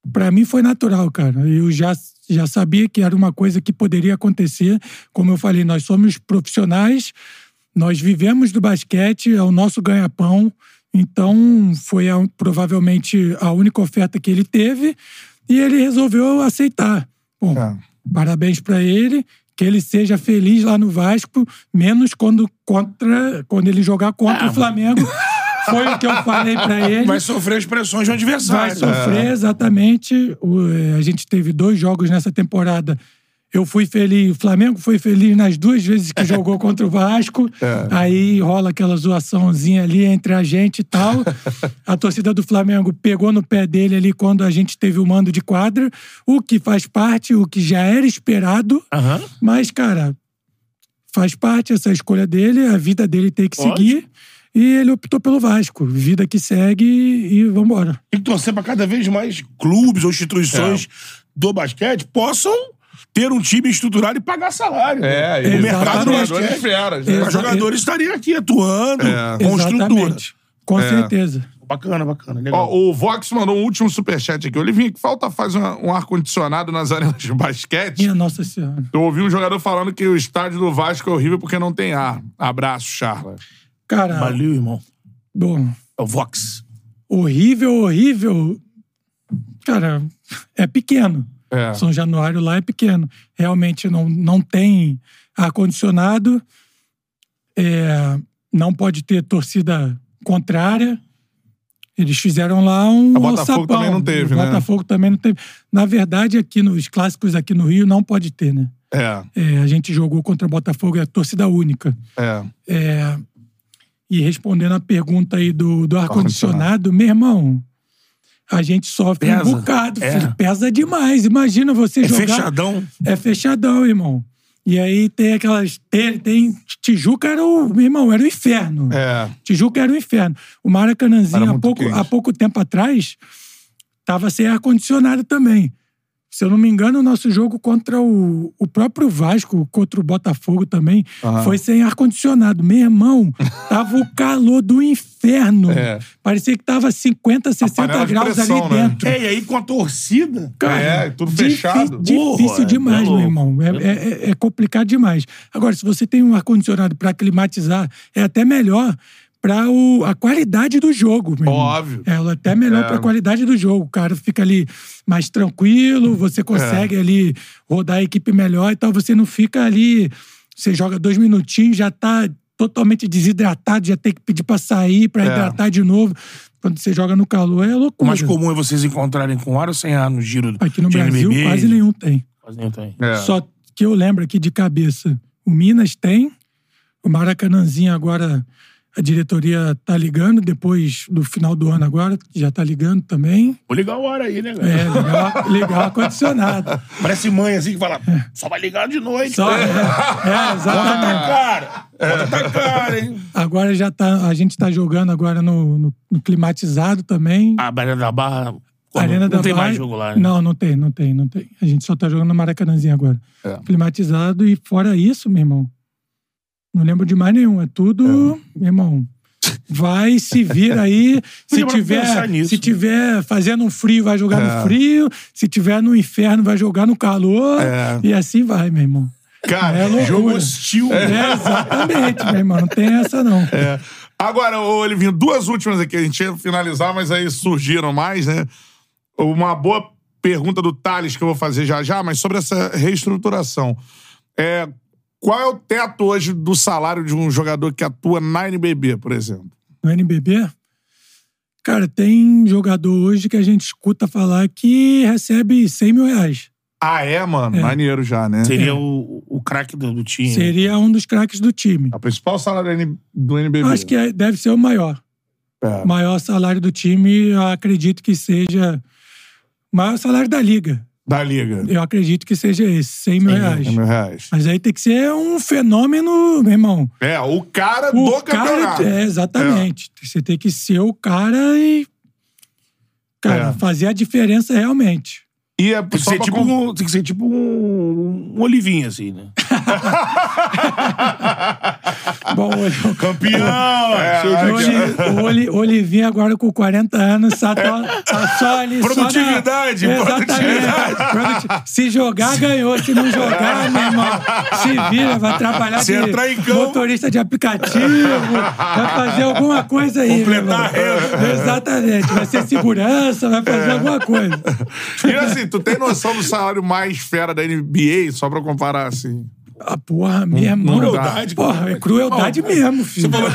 Pra mim foi natural, cara. Eu já sabia que era uma coisa que poderia acontecer. Como eu falei, nós somos profissionais, nós vivemos do basquete, é o nosso ganha-pão. Então, foi provavelmente a única oferta que ele teve e ele resolveu aceitar. Bom, parabéns pra ele, que ele seja feliz lá no Vasco, menos quando ele jogar contra o Flamengo. Foi o que eu falei pra ele. Vai sofrer as pressões do adversário. Vai sofrer, exatamente. A gente teve 2 jogos nessa temporada. Eu fui feliz, o Flamengo foi feliz nas 2 vezes que jogou contra o Vasco. Aí rola aquela zoaçãozinha ali entre a gente e tal. A torcida do Flamengo pegou no pé dele ali quando a gente teve o mando de quadra. O que faz parte, o que já era esperado. Mas, cara, faz parte essa escolha dele, a vida dele tem que seguir. E ele optou pelo Vasco. Vida que segue e vambora. Tem que torcer pra cada vez mais clubes ou instituições do basquete possam ter um time estruturado e pagar salário. O mercado do basquete. Os jogadores estariam aqui atuando com estrutura. Com certeza. Bacana. Legal. O Vox mandou um último superchat aqui. Olivinho, que falta faz um ar-condicionado nas arenas de basquete? Minha Nossa Senhora. Eu ouvi um jogador falando que o estádio do Vasco é horrível porque não tem ar. Abraço, Charla. Cara... Valeu, irmão. Bom... É o Vox. Horrível. Cara, é pequeno. São Januário lá é pequeno. Realmente não tem ar-condicionado. Não pode ter torcida contrária. Eles fizeram lá um Botafogo também não teve, né? Botafogo também não teve. Na verdade, aqui nos clássicos aqui no Rio não pode ter, né? A gente jogou contra o Botafogo, é a torcida única. E respondendo a pergunta aí do ar-condicionado, meu irmão, a gente sofre um bocado, filho. Pesa demais. Imagina você jogar... É fechadão? É fechadão, irmão. E aí tem aquelas... Tijuca era meu irmão, era o inferno. Tijuca era o inferno. O Maracanãzinho, há pouco tempo atrás, tava sem ar-condicionado também. Se eu não me engano, o nosso jogo contra o próprio Vasco, contra o Botafogo também, foi sem ar-condicionado. Meu irmão, tava o calor do inferno. Parecia que tava 50, 60 graus ali dentro. E aí com a torcida? Cara, tudo fechado. Difícil demais, meu irmão. É complicado demais. Agora, se você tem um ar-condicionado para climatizar, é até melhor pra a qualidade do jogo, meu irmão. Óbvio. É até melhor pra qualidade do jogo. O cara fica ali mais tranquilo, você consegue ali rodar a equipe melhor e tal. Você não fica ali... Você joga 2 minutinhos, já tá totalmente desidratado, já tem que pedir pra sair, pra hidratar de novo. Quando você joga no calor, é loucura. O mais comum é vocês encontrarem com ar ou sem ar no giro aqui no Brasil, NBB? quase nenhum tem. Só que eu lembro aqui de cabeça. O Minas tem, o Maracanãzinho agora... A diretoria tá ligando, depois do final do ano agora, já tá ligando também. Vou ligar o ar aí, né, galera? Ligar o ar-condicionado. Parece mãe, assim, que fala, só vai ligar de noite. Exatamente. Bota tá cara, hein? Agora a gente tá jogando agora no climatizado também. A Arena da Barra... Não tem mais jogo lá, né? Não tem. A gente só tá jogando no Maracanãzinho agora. Climatizado e fora isso, meu irmão, não lembro de mais nenhum. É tudo, meu irmão. Vai, se vira aí. Se tiver fazendo um frio, vai jogar no frio. Se tiver no inferno, vai jogar no calor. E assim vai, meu irmão. Cara, jogo hostil. Exatamente, meu irmão. Não tem essa, não. Agora, Olivinho, 2 últimas aqui. A gente ia finalizar, mas aí surgiram mais, né? Uma boa pergunta do Thales que eu vou fazer já, mas sobre essa reestruturação. Qual é o teto hoje do salário de um jogador que atua na NBB, por exemplo? No NBB? Cara, tem jogador hoje que a gente escuta falar que recebe R$100 mil. Mano? Maneiro já, né? Seria o craque do time. Seria um dos craques do time. O principal salário do NBB. Acho que deve ser o maior. O maior salário do time, eu acredito que seja o maior salário da Liga. Da Liga. Eu acredito que seja esse, R$100 mil. R$100 mil. Mas aí tem que ser um fenômeno, meu irmão. O cara do campeonato. Exatamente. Você tem que ser o cara e... Cara, fazer a diferença realmente. E tem que ser tipo um Olivinho, assim, né? Bom, Campeão! O Olivinho agora com 40 anos tá só ali. Produtividade! Exatamente. Se jogar, ganhou. Se não jogar, meu irmão, se vira, vai trabalhar se entrar em campo, motorista de aplicativo, vai fazer alguma coisa aí. Completar a renda. Exatamente. Vai ser segurança, vai fazer alguma coisa. E assim, tu tem noção do salário mais fera da NBA, só pra comparar assim? Ah, porra, mesmo. Crueldade. Porra, é crueldade mesmo, filho. Você falou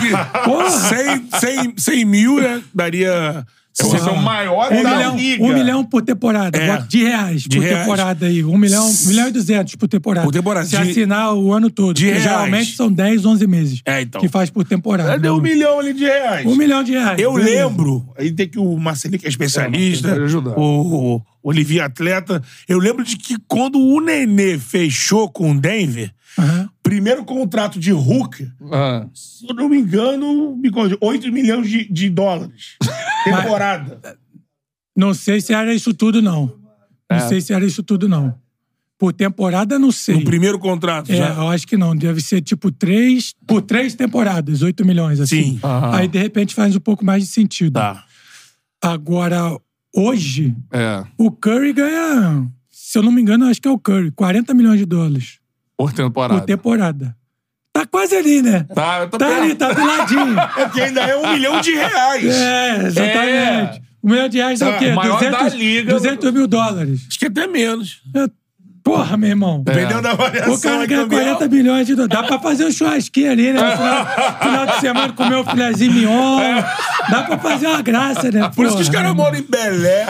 que 100 mil, né, daria... Você é o maior da liga. 1 milhão por temporada. De reais por temporada aí. 1 milhão e 200 por temporada. Por temporada. Se assinar o ano todo. Geralmente são 10, 11 meses. Então. Que faz por temporada. Deu 1 milhão ali de reais. 1 milhão de reais. Eu lembro, aí tem que o Marcelinho, que é especialista, o Olivier atleta, eu lembro de que quando o Nenê fechou com o Denver, primeiro contrato de Hulk, se eu não me engano, 8 milhões de dólares. Temporada. Não sei se era isso tudo, não. Não sei se era isso tudo, não. Por temporada, não sei. No primeiro contrato, já? Eu acho que não. Deve ser tipo 3... Por 3 temporadas, 8 milhões, assim. Sim. Aí, de repente, faz um pouco mais de sentido. Tá. Agora, hoje, o Curry ganha... Se eu não me engano, acho que é o Curry. 40 milhões de dólares. Por temporada. Por temporada. Tá quase ali, né? Eu tô tá ali, tá do ladinho. É que ainda é 1 milhão de reais. Exatamente. 1 milhão de reais é o quê? Maior da liga. 200 mil dólares. Acho que até menos. Porra, meu irmão. Dependendo da variação. O cara ganha 40 milhões de dólares. Dá pra fazer um churrasquinho ali, né? Final de semana, comer um filézinho mignon. Dá pra fazer uma graça, né? Por isso que os caras moram em Belé.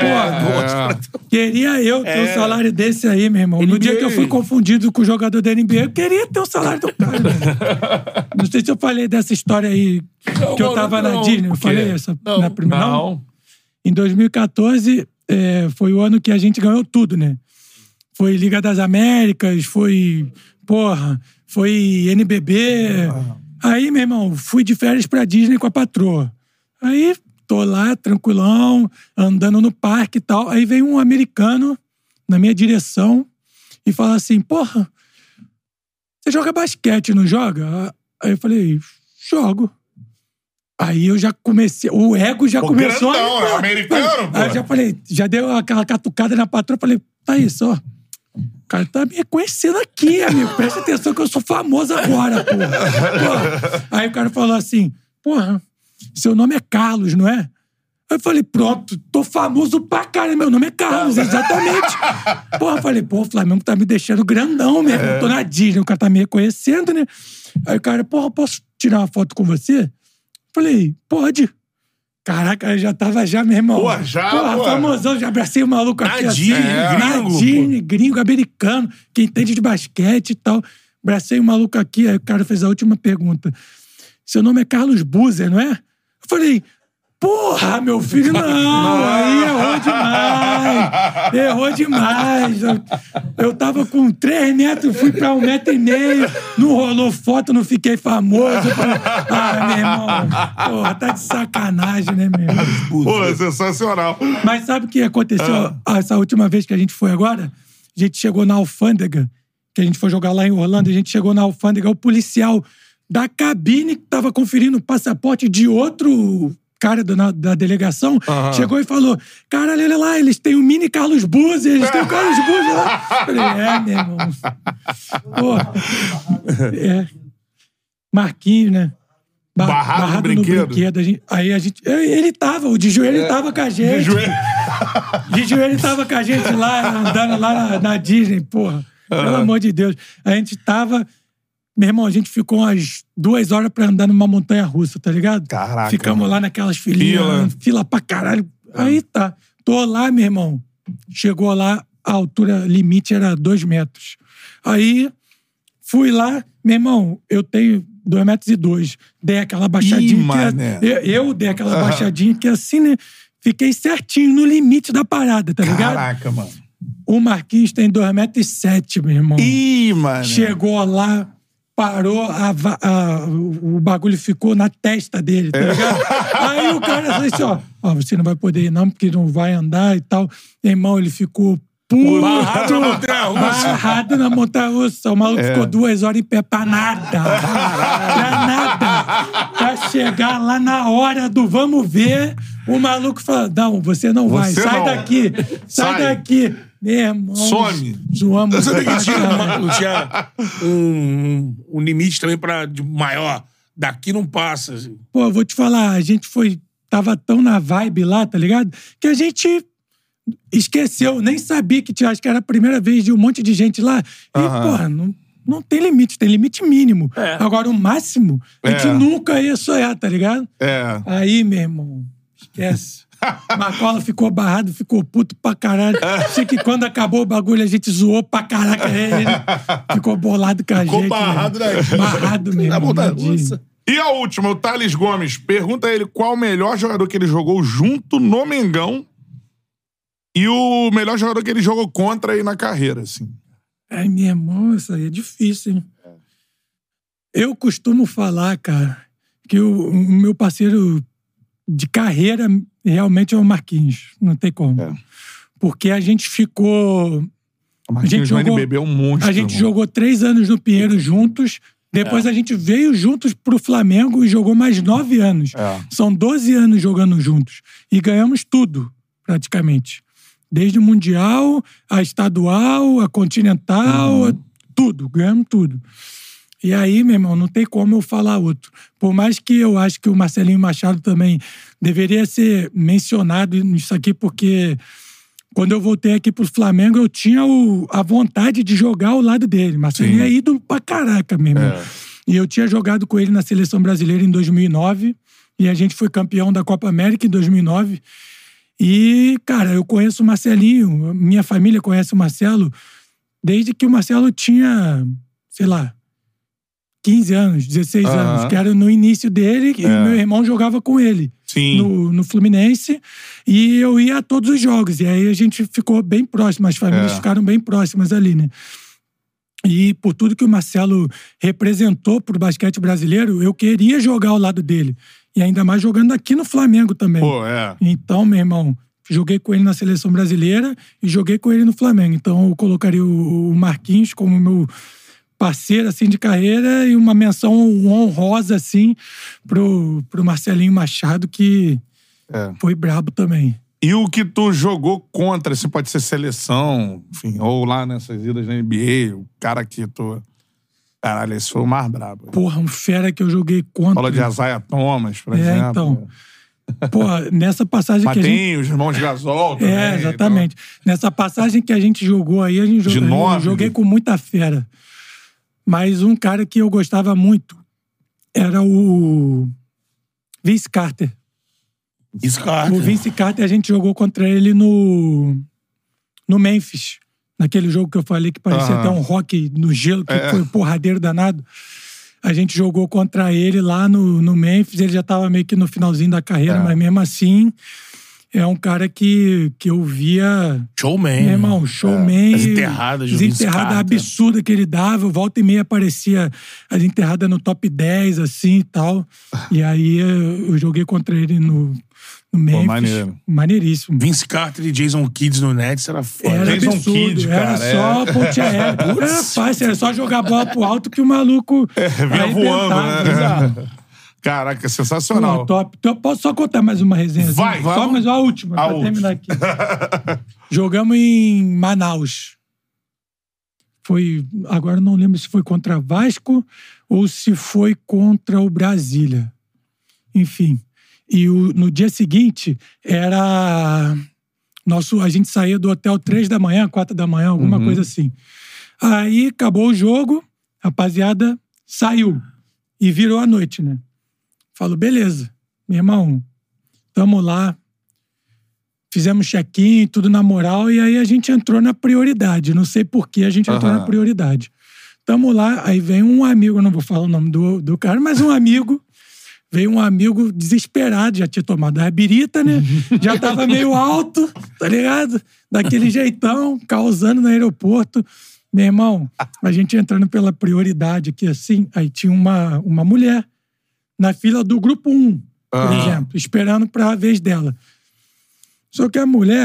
Queria eu ter um salário desse aí, meu irmão. No dia que eu fui confundido com o jogador da NBA, eu queria ter o salário do cara. Não sei se eu falei dessa história aí, que eu tava na Disney. Eu falei essa na primeira? Não. Em 2014, foi o ano que a gente ganhou tudo, né? Foi Liga das Américas, foi NBB. Aí, meu irmão, fui de férias pra Disney com a patroa. Aí, tô lá, tranquilão, andando no parque e tal. Aí vem um americano na minha direção e fala assim, porra, você joga basquete, não joga? Aí eu falei, jogo. Aí eu já comecei, o ego já começou... Grandão, é americano, pô. Aí eu já falei, já deu aquela catucada na patroa, falei, tá isso, ó. O cara tá me reconhecendo aqui, amigo. Presta atenção que eu sou famoso agora, porra. Aí o cara falou assim, porra, seu nome é Carlos, não é? Aí eu falei, pronto, tô famoso pra caralho, meu nome é Carlos, exatamente. Porra, eu falei, pô, o Flamengo tá me deixando grandão mesmo, eu tô na Disney, o cara tá me reconhecendo, né? Aí o cara, porra, posso tirar uma foto com você? Falei, pode. Caraca, eu já tava meu irmão. Porra, famosão, já abracei o maluco aqui. Nadine, gringo, americano, que entende de basquete e tal. Abracei o maluco aqui, aí o cara fez a última pergunta. Seu nome é Carlos Buzer, não é? Eu falei, porra, meu filho, não. Aí errou demais. Eu tava com 3 metros, fui pra 1,5 metro. Não rolou foto, não fiquei famoso. Eu falei, meu irmão, porra, tá de sacanagem, né, meu irmão? Pô, sensacional. Mas sabe o que aconteceu essa última vez que a gente foi agora? A gente chegou na alfândega, que a gente foi jogar lá em Orlando, a gente chegou na alfândega, o policial da cabine que tava conferindo o passaporte de outro cara da delegação, chegou e falou, caralho, olha lá, eles têm o mini Carlos Buzer, eles têm o Carlos Buzer lá. Eu falei, meu irmão. Pô, Marquinhos, né? Barrado no brinquedo. Aí a gente... Ele tava, o de joelho tava com a gente. De joelho tava com a gente lá, andando lá na Disney, porra. Pelo amor de Deus. A gente tava... Meu irmão, a gente ficou umas 2 horas pra andar numa montanha-russa, tá ligado? Caraca. Ficamos lá naquelas filinhas, fila pra caralho. Aí tá. Tô lá, meu irmão. Chegou lá, a altura limite era 2 metros. Aí, fui lá, meu irmão, eu tenho 2,2 metros. Dei aquela baixadinha. Eu dei aquela baixadinha que assim, né? Fiquei certinho no limite da parada, tá ligado? Caraca, mano. O Marquinhos tem 2,7 metros, meu irmão. Mano. Chegou lá, parou, o bagulho ficou na testa dele, tá ligado? Aí o cara falou assim, ó, você não vai poder ir não, porque não vai andar e tal. Meu irmão, ele ficou Barrado na montanha-russa. Barrado na montanha-russa. O maluco ficou 2 horas em pé pra nada. Pra nada. Pra chegar lá na hora do vamos ver, o maluco fala, não, você não vai. Sai daqui. Sai daqui. Meu irmão. Some. Zoamos. Você tinha um limite também de maior. Daqui não passa. Assim. Pô, vou te falar, a gente tava tão na vibe lá, tá ligado? Que a gente esqueceu, nem sabia que tinha, acho que era a primeira vez de um monte de gente lá. E, porra, não tem limite, tem limite mínimo. Agora, o máximo, a gente nunca ia sonhar, tá ligado? Aí, meu irmão, esquece. Marcola ficou barrado, ficou puto pra caralho. Sei que quando acabou o bagulho, a gente zoou pra caraca ele. Ficou bolado com a gente. Ficou barrado daqui. Barrado mesmo. Na montanha-russa. E a última, o Thales Gomes. Pergunta a ele qual o melhor jogador que ele jogou junto no Mengão e o melhor jogador que ele jogou contra aí na carreira, assim. Ai, meu irmão, isso aí é difícil, hein? Eu costumo falar, cara, que o meu parceiro de carreira realmente é o Marquinhos. Não tem como. Porque a gente ficou... O Marquinhos no NBB é um monstro. A gente jogou 3 anos no Pinheiro juntos. Depois a gente veio juntos pro Flamengo e jogou mais 9 anos. São 12 anos jogando juntos. E ganhamos tudo, praticamente. Desde o Mundial, a Estadual, a Continental, tudo. Ganhamos tudo. E aí, meu irmão, não tem como eu falar outro. Por mais que eu acho que o Marcelinho Machado também deveria ser mencionado nisso aqui, porque quando eu voltei aqui pro Flamengo, eu tinha a vontade de jogar ao lado dele. Marcelinho é ídolo pra caraca, meu irmão. E eu tinha jogado com ele na Seleção Brasileira em 2009, e a gente foi campeão da Copa América em 2009. E, cara, eu conheço o Marcelinho, minha família conhece o Marcelo, desde que o Marcelo tinha, sei lá, 15 anos, 16 anos, que era no início dele, e meu irmão jogava com ele no Fluminense, e eu ia a todos os jogos, e aí a gente ficou bem próximo, as famílias ficaram bem próximas ali, né? E por tudo que o Marcelo representou pro basquete brasileiro, eu queria jogar ao lado dele. E ainda mais jogando aqui no Flamengo também. Então, meu irmão, joguei com ele na Seleção Brasileira e joguei com ele no Flamengo. Então, eu colocaria o Marquinhos como meu parceiro, assim, de carreira e uma menção honrosa, assim, pro Marcelinho Machado, que foi brabo também. E o que tu jogou contra, assim, pode ser seleção, enfim, ou lá nessas idas na NBA, o cara que tu... Caralho, esse foi o mais brabo. Porra, um fera que eu joguei contra. Fala de Isaiah Thomas, por exemplo. Então. Porra, nessa passagem mas que a gente... tem os irmãos Gasol também. Exatamente. Então... Nessa passagem que a gente jogou aí, eu joguei com muita fera. Mas um cara que eu gostava muito era o Vince Carter. O Vince Carter, a gente jogou contra ele no Memphis. Naquele jogo que eu falei que parecia até um rock no gelo, que foi um porradeiro danado. A gente jogou contra ele lá no Memphis. Ele já estava meio que no finalzinho da carreira, mas mesmo assim, é um cara que eu via... Showman. Meu irmão, showman. As enterradas. As enterradas absurdas que ele dava. Volta e meia aparecia as enterradas no top 10, assim e tal. E aí eu joguei contra ele no Memphis. Pô, maneiro. Maneiríssimo. Vince Carter e Jason Kidd no Nets era foda. Era Jason absurdo, Kidd, era cara. só ponte aérea. Era fácil, era só jogar a bola pro alto que o maluco vinha voando, né? Caraca, sensacional. Pô, top. Então, eu posso só contar mais uma resenha? Vai, assim? Só mais a última, pra terminar aqui. Jogamos em Manaus. Foi... Agora não lembro se foi contra Vasco ou se foi contra o Brasília. Enfim. E no dia seguinte, era... A gente saía do hotel 3 da manhã, 4 da manhã, alguma coisa assim. Aí, acabou o jogo, a rapaziada saiu. E virou a noite, né? Falou, beleza, meu irmão, tamo lá. Fizemos check-in, tudo na moral, e aí a gente entrou na prioridade. Não sei por que a gente entrou na prioridade. Tamo lá, aí vem um amigo, eu não vou falar o nome do cara, mas um amigo... Veio um amigo desesperado, já tinha tomado a birita, né? Já tava meio alto, tá ligado? Daquele jeitão, causando no aeroporto. Meu irmão, a gente entrando pela prioridade aqui assim, aí tinha uma mulher na fila do grupo 1, por exemplo, esperando pra vez dela. Só que a mulher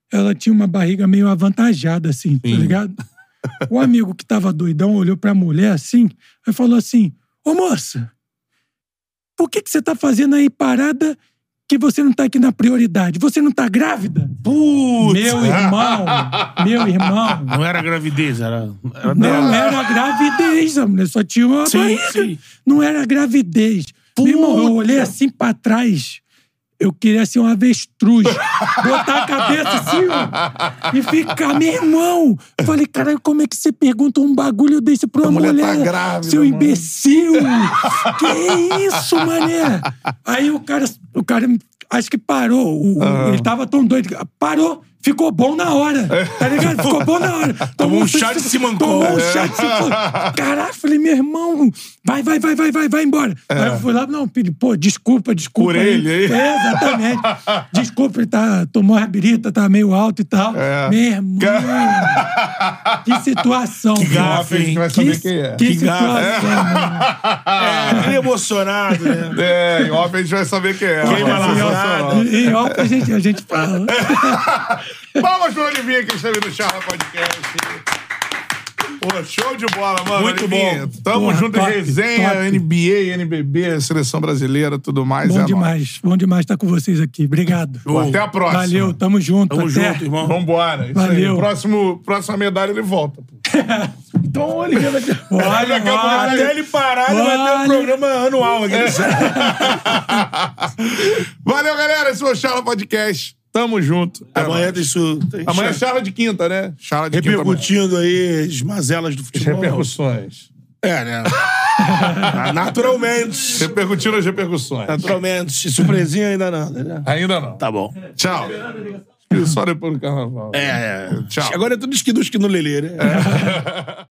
ela tinha uma barriga meio avantajada, assim, tá ligado? O amigo que tava doidão olhou pra mulher assim e falou assim: ô moça, por que você tá fazendo aí parada que você não tá aqui na prioridade? Você não tá grávida? Putz! Meu irmão. Não era gravidez, era Não era gravidez, a mulher só tinha uma barriga. Sim. Não era gravidez. Meu irmão, eu olhei assim pra trás. Eu queria ser um avestruz. Botar a cabeça assim, ó. E ficar, meu irmão. Falei, caralho, como é que você pergunta um bagulho desse pra uma mulher? Tá grávida, seu mano. Imbecil. Que isso, mané? Aí o cara acho que parou. Ele tava tão doido. Parou. Ficou bom na hora. Tá ligado? Ficou bom na hora. Tomou um chá de Simancol. Tomou um chá de Simancol. Caralho, falei, meu irmão, vai embora. Aí eu fui lá, não, filho, pô, desculpa. Por ele, hein? Exatamente. Desculpa, ele tomou a birita, tá meio alto e tal. Meu irmão. Que situação. Que gafe, hein? Vai saber quem é. Que situação, mano. Aquele emocionado, né? Em off a gente vai saber quem é. Quem vai lá? Em off a gente fala. Palmas pro Olivinha que esteve no Charla Podcast. Pô, show de bola, mano. Muito Olivinha. bom. Tamo junto top, em resenha, top. NBA, NBB, Seleção Brasileira, tudo mais. Bom nóis. demais estar com vocês aqui. Obrigado. Pô, até a próxima. Valeu, tamo junto. Tamo até. junto, irmão. Vambora. Isso Valeu. aí. Próxima medalha ele volta. Pô. Então, olha, Olha, até ele parar, ele vai ter um programa anual aqui. Valeu, galera. Esse foi o Charla Podcast. Tamo junto. Amanhã tem isso. Amanhã é charla de quinta, né? Charla de repercutindo aí as mazelas do quinta. futebol. As repercussões. Né? Naturalmente. Repercutindo as repercussões. Naturalmente. Surpresinha ainda não, né? Ainda não. Tá bom. Tchau. Só depois do carnaval. Tchau. Agora é tudo esquino lelê, né?